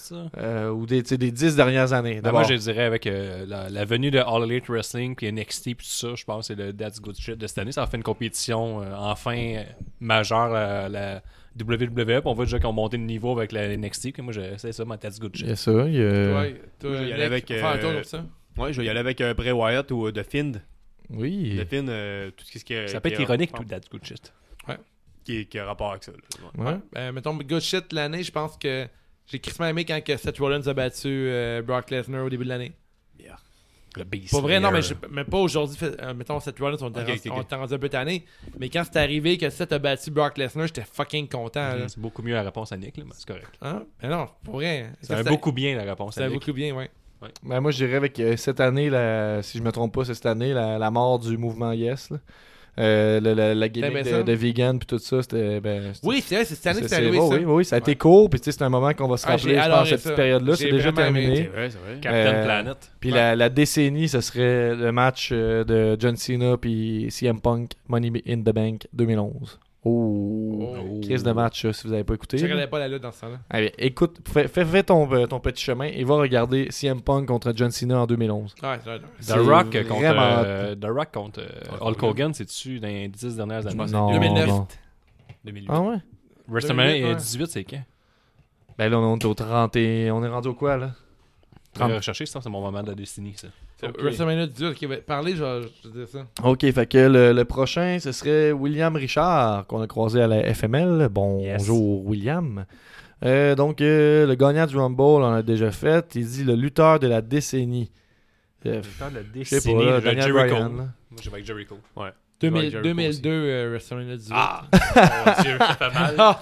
c'est ça? Euh, ou des, tu sais, des dix dernières années. Ben, D'abord. moi, je dirais avec euh, la, la venue de All Elite Wrestling puis N X T puis tout ça, je pense que c'est le That's Good Shit de cette année. Ça a fait une compétition euh, enfin euh, majeure, la, la W W E. Puis on voit déjà qu'ils ont monté le niveau avec la N X T. Puis moi, je- c'est ça, ma That's Good Il Shit. y a ça. Il y a... Ouais, toi, je vais y Nick, aller avec, faire un tour euh, comme ça. Ouais, je vais y aller avec euh, Bray Wyatt ou euh, The Fiend. Oui. The Fiend, euh, tout ce qui est. Ça peut qui être est- ironique, tout That's Good Shit. Qui, qui a rapport avec ça. là. Ouais. Euh, mettons, good shit l'année, je pense que j'ai crissement aimé quand que Seth Rollins a battu euh, Brock Lesnar au début de l'année. Le Beast. Pas vrai, non, mais, Slayer. je- mais pas aujourd'hui. fait- euh, mettons, Seth Rollins, on était Ok, rendu- ok, ok. on était rendu un peu tanné. Mais quand c'est arrivé que Seth a battu Brock Lesnar, j'étais fucking content. là. C'est beaucoup mieux la réponse à Nick, là, mais c'est correct. Hein? Mais non, pour vrai. C'est un beaucoup bien la réponse C'est à Nick. beaucoup bien, ouais. Ben, moi, je dirais avec euh, cette année, la, si je me trompe pas, c'est cette année, la, la mort du mouvement Yes. Là. Euh, le- la, la gimmick T'aimais de, ça? de vegan puis tout ça, c'était... Ben, c'était- Oui, c'est vrai, c'est cette année que c'est- c'est c'est- arrivé, oui, ça. oui, oui, ça a été Ouais. court, puis tu sais, c'est un moment qu'on va se Ah, rappeler, j'ai je pense, adoré cette ça. petite période-là, J'ai c'est déjà vraiment aimé. terminé. C'est vrai, c'est vrai. Captain Euh, Planet. Puis Ouais. la, la décennie, ce serait le match euh, de John Cena puis C M Punk, Money in the Bank deux mille onze. Oh, Oh. crise de match, ça, si vous n'avez pas écouté. Je là. regardais pas la lutte dans ce temps-là. Allez, écoute, fais, fais, fais ton, euh, ton petit chemin et va regarder C M Punk contre John Cena en deux mille onze. Ouais, ouais, ouais. The c'est Rock contre, vraiment- euh, The Rock contre euh, Hulk Hogan, c'est-tu dans les dix dernières années? Non, deux mille neuf. non. deux mille huit. Ah ouais? WrestleMania deux mille huit, ouais. dix-huit, c'est quand? Ben là, on est au trente et... On est rendu au quoi, là? Je vais rechercher, ça, c'est mon moment de la destinée, ça. Ok. WrestleMania dix-huit, ok, ben, parlez, je vais je vais dire ça. OK, fait que le, le prochain, ce serait William Richard, qu'on a croisé à la F M L. Bonjour, William. Euh, donc, euh, le gagnant du Rumble, on l'a déjà fait. Il dit le lutteur de la décennie. Euh, Je sais pas, là, Daniel Jericho. Bryan. là. Moi, je vais avec Jericho. Ouais. deux Je vais mille avec deux mille Jericho deux, euh, WrestleMania dix-huit. Ah! Mon Dieu, ça fait mal.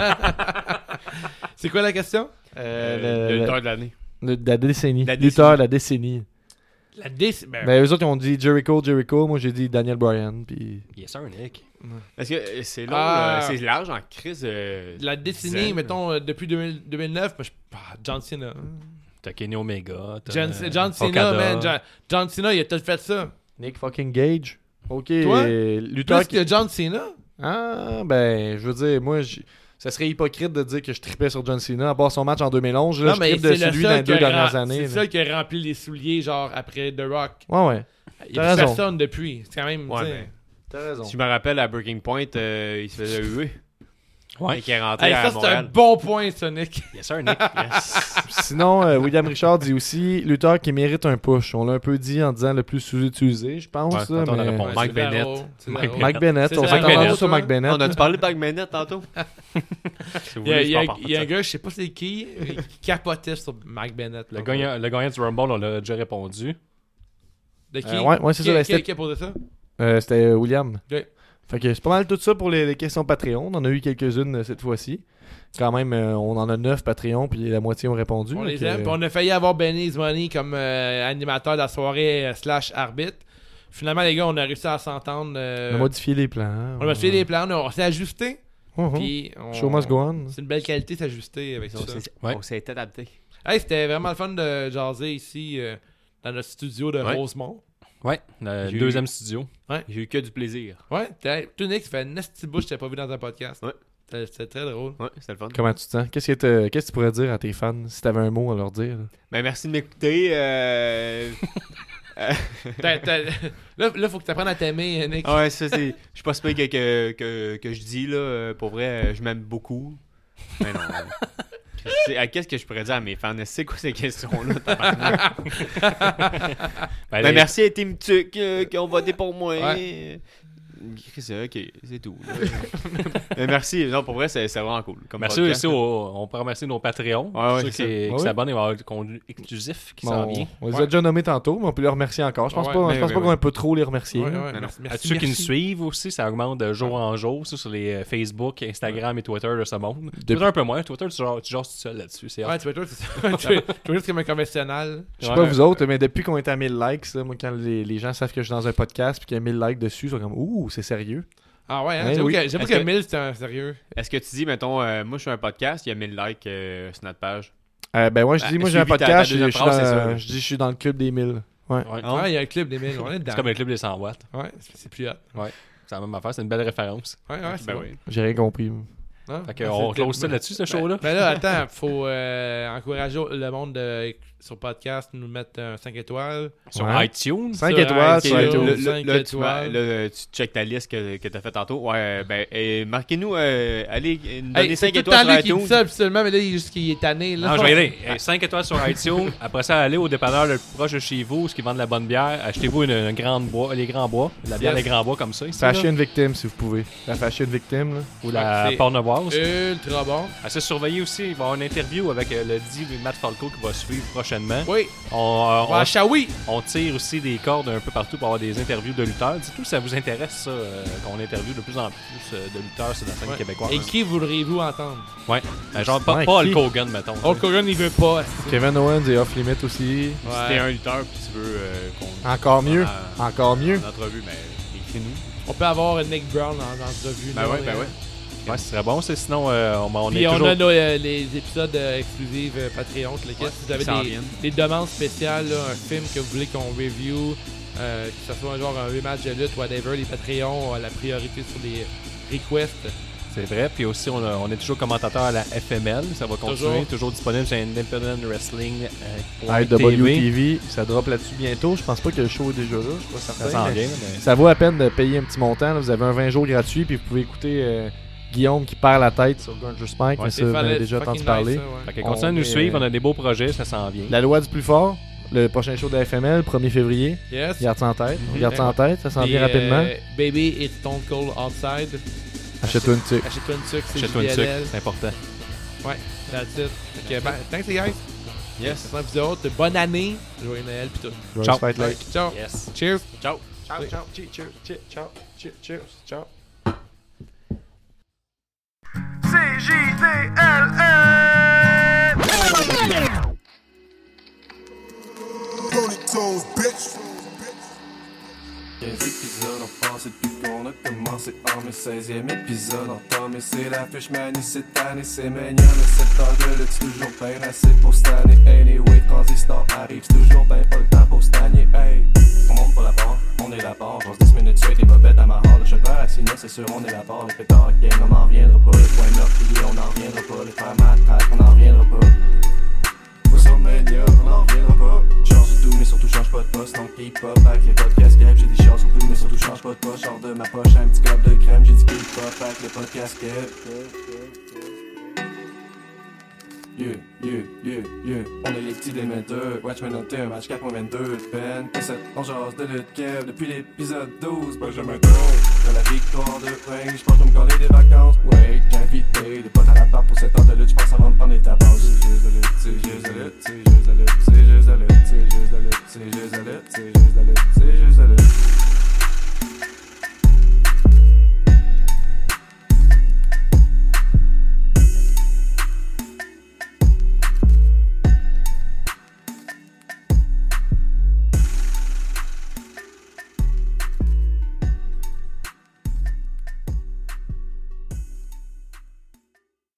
C'est quoi la question? Euh, Euh, le- le le- lutteur de l'année. le- de la décennie. La Lutteur de la décennie. La déc... Ben, Ben, eux autres, ils ont dit Jericho, Jericho. Moi, j'ai dit Daniel Bryan. Puis... Yes, sir, Nick. Parce que euh, c'est long, Ah. là, c'est large en crise. euh, la décennie, dizaine. mettons, euh, depuis deux mille deux mille neuf, moi, je... ah, John Cena. T'as Kenny Omega. t'as, John, euh, John Cena, Okada. man. John, John Cena, il a tout fait ça. Nick fucking Gage. OK. Toi? euh, lutteur Plus que John Cena? Ah, ben, je veux dire, moi, j- ça serait hypocrite de dire que je tripais sur John Cena, à part son match en deux mille onze. Là, Non, je mais tripe de c'est le celui dans les seul deux qui a dernières rem- années. C'est le là. seul qui a rempli les souliers, genre, après The Rock. Ouais, ouais. Il n'y a T'as plus raison. personne depuis. C'est quand même, Ouais, tu sais. mais- T'as raison. Si je me rappelle, à Breaking Point, euh, il se faisait huer. Ouais. Et qu'il est rentré Hey, à ça, c'est un Montréal. bon point, Sonic. Yes, sir, Nick. Yes. Sinon, euh, William Richard dit aussi lutteur qui mérite un push. On l'a un peu dit en disant le plus sous-utilisé, je pense. Ouais, là, tantôt, on a mais- répondu. Mike C'est Bennett. Zaro, c'est Mike Zaro. Mike Bennett, C'est on ça, s'est Mike entendu Bennett, sur toi? Mike Bennett. On a-tu parlé de Mike Bennett tantôt? Si vous Il y a, voulez, il y a- je parle il y a un pas de gars, je sais pas c'est qui, qui capotait sur Mike Bennett. Le là. gagnant, le gagnant du Rumble, on l'a déjà répondu. De qui? Euh, ouais, ouais, c'est Qui- ça, la qui, step- qui a posé ça? Euh, C'était euh, William. Ok. Fait que c'est pas mal tout ça pour les, les questions Patreon. On en a eu quelques-unes euh, cette fois-ci. Quand même, euh, on en a neuf Patreon, puis la moitié ont répondu. On donc, les aime. euh, Puis on a failli avoir Benny's Money comme euh, animateur de la soirée euh, slash arbitre. Finalement, les gars, on a réussi à s'entendre. euh, on a modifié les plans. hein. on a modifié les plans, on, a- on s'est ajusté. Mhm. Puis on- Show must go on. C'est une belle qualité s'ajuster avec On tout ça. s'est- Ouais. on s'est adapté. Hey, c'était vraiment le fun de jaser ici euh, dans notre studio de Ouais. Rosemont. Ouais, le J'ai eu- deuxième studio. J'ai eu que du plaisir. Ouais, t'as- toi, Nick, ça fait une nasty bouche que je t'ai pas vu dans un podcast. Ouais. C'était c'était très drôle. Ouais, c'était le fun. Comment tu te sens? Qu'est-ce que, te- qu'est-ce que tu pourrais dire à tes fans si t'avais un mot à leur dire? là? Ben, merci de m'écouter. Euh... T'as- t'as- là, là, faut que tu apprennes à t'aimer, Nick. Ah ouais, ça, c'est. Je suis pas sûr que, que, que, que je dis, là. euh, Pour vrai, euh, je m'aime beaucoup. Mais non. euh, c'est- à Qu'est-ce que je pourrais dire à mes fans? C'est quoi ces questions-là? tabarnak? Ben, Ben, les- merci à Team Tuc euh, qui ont voté pour moi. Ouais. C'est ok, c'est tout. là. Mais merci. Non, pour vrai, c'est c'est vraiment cool. Comme Merci podcast, aussi, là. au- on peut remercier nos Patreons. Ouais, ouais, ceux c'est qui, ça. qui Ouais, s'abonnent, il va y avoir du contenu exclusif qui Bon, s'en vient. on les Ouais. a déjà nommés tantôt, mais on peut les remercier encore. Je pense Ouais, pas, mais- je pense mais pas ouais. qu'on peut trop les remercier. Ouais, là. ouais, non. merci, À merci, tous ceux qui nous merci. suivent aussi, ça augmente de jour en jour, ça, sur les euh, Facebook, Instagram et Twitter de ce monde. Depuis- Twitter un peu moins, Twitter, tu jases, tu jases tout seul là-dessus. C'est Ouais, Twitter, c'est ça. Twitter, c'est comme un conventionnel. Je sais Ouais. pas vous autres, mais depuis qu'on est à mille likes, là, moi, quand les, les gens savent que je suis dans un podcast puis qu'il y a mille likes dessus, ils sont comme ouh, c'est sérieux. Ah ouais, hein? Ouais, j'avoue oui. que, j'avoue Est-ce que que- mille, c'était un sérieux. Est-ce que tu dis, mettons, euh, moi je suis un podcast, il y a mille likes euh, sur notre page? Euh, ben, moi, je dis, Ah, moi, j'ai un suivi ta- podcast, ta je, deuxième je suis phrase, dans- c'est ça, là. je dis, je suis dans le club des mille. Ouais. Ouais. Non? Ouais, il y a un club des mille, on est dedans. C'est comme le club des cent watts. Ouais, c'est c'est plus hot. C'est la même affaire, c'est une belle référence. Ouais, ouais, c'est Ben bon. oui. J'ai rien compris. moi. Hein? Fait qu'on close ça là-dessus, ce show-là. Ben là, attends, faut euh, encourager le monde de, sur podcast nous mettre un cinq étoiles. Sur Ouais. iTunes. cinq Sur étoiles iTunes. sur iTunes. Là, cinq là, tu, m'as- étoiles. là, tu checkes ta liste que, que t'as fait tantôt. Ouais, ben, et marquez-nous, euh, allez, nous donner Hey, c'est cinq tout le étoiles temps sur lui qui dit iTunes. ça absolument, mais là, il est juste qu'il est tanné. Là. Non, je vais y aller. Hey, cinq étoiles sur iTunes. Après ça, allez au dépanneur le plus proche de chez vous, ce qui vend de la bonne bière. Achetez-vous une, une grande bois, les grands bois. De la bière Yes. les grands bois comme ça. Ici, là. Fashion Victim, si vous pouvez. La Fashion Victim, là. Ou la C'est- pornoise. Ultra bon. À se surveiller aussi, il va y avoir une interview avec euh, le dit Matt Falco qui va suivre prochainement. Oui, On, euh, on va on, à Shawi. on tire aussi des cordes un peu partout pour avoir des interviews de lutteurs. Dites-nous si ça vous intéresse, ça, euh, qu'on interviewe de plus en plus euh, de lutteurs sur la scène Ouais. québécoise. Et qui voudriez-vous entendre? Ouais. Euh, genre, pas, Ouais, pas qui? Hulk Hogan, mettons. Hulk Hogan, il veut pas. Kevin Owens et Off Limit aussi. Si t'es un lutteur pis tu veux euh, qu'on Encore mieux. Ah. Encore mieux. en entrevue, mais écris-nous. On peut avoir Nick Brown en entrevue. Ben là, ouais, ben là. ouais. Ouais, ce serait bon, c'est sinon euh, on, on Puis est on toujours... a nos, euh, les épisodes euh, exclusifs euh, Patreon. Là, Ouais, si vous avez qui s'en des, viennent. des demandes spéciales, là, un film que vous voulez qu'on review, euh, que ce soit genre un rematch de lutte, whatever, les Patreons ont la priorité sur les requests. C'est vrai, puis aussi on, a- on est toujours commentateur à la F M L, ça va continuer, toujours, Toujours. disponible sur Independent Wrestling. Euh, I point T V. W T V, ça drop là-dessus bientôt. Je pense pas que le show est déjà là. Je suis pas certain. Ça s'en mais vient, mais... Ça vaut la peine de payer un petit montant. là. Vous avez un vingt jours gratuit, puis vous pouvez écouter euh, Guillaume qui perd la tête sur Gunter Spike. Ouais, mais C'est ça, vous en fallait- avez déjà fucking entendu parler. nice, ça, ouais. Fait que continuez à On nous est, suivre, euh, on a des beaux projets, ça s'en vient. La loi du plus fort, le prochain show de la F M L, premier février. Yes. Garde ça en tête. Mhm. Garde ça en tête, ça s'en Puis, vient rapidement. euh, Baby, it's Stone Cold Outside. Achète-toi une tuque. Achète-toi une sucre, c'est Achète-toi une J D sucre, L. c'est important. Ouais, that's it. Fait que, ben, thanks les guys. Yes. C'est vous autres. Bonne année. Joyeux Noël pis tout. Joyeux Ciao. Fight Like. Ciao. Yes. Cheers. Ciao. Ciao, ciao, cheers, cheers, ciao, cheers, cheers, ciao. C J D L L. Ponytails, bitch. quinze épisodes ont passé depuis qu'on a commencé en mes seizième épisode entamé. C'est l'affiche manie cette année, c'est mignon. Le sept heures de lutte, c'est toujours bien assez pour cette année. Anyway, Transistor arrive, c'est toujours bien pas le temps pour stagner. Hey, on monte pas la barre, on est la barre. J'ose dix minutes suite, les bobettes à ma hall. Le cheval à Sina, c'est sûr, on est la barre. Les pétards, game, on n'en reviendra pas. Les points meurtriers, on n'en reviendra pas. Les frères matraques, on n'en reviendra pas. WrestleMania, on n'en reviendra pas. Change tout, mais surtout change pas de poste. Donc keep up avec les podcasts Kev. J'ai des chances surtout, mais surtout change pas de poste. Genre de ma poche, un petit cop de crème. J'ai dit keep up avec les podcasts Kev. Yeah, yeah, yeah, yeah. On est les petits démetteurs. Watchmen Hunter, match quatre point vingt-deux. Ben, cassette, on jase de lutte Kev. Depuis l'épisode douze, Benjamin Tour. De la victoire de Ring, j'pense que je me coller des vacances. Ouais, j'ai invité des potes à la part pour cette heure de lutte. J'pense que ça va me prendre des tabacs. C'est juste de lutte, c'est juste de lutte, c'est juste de lutte, c'est juste de lutte, c'est juste de lutte, c'est juste de lutte, c'est juste de lutte, c'est juste de lutte.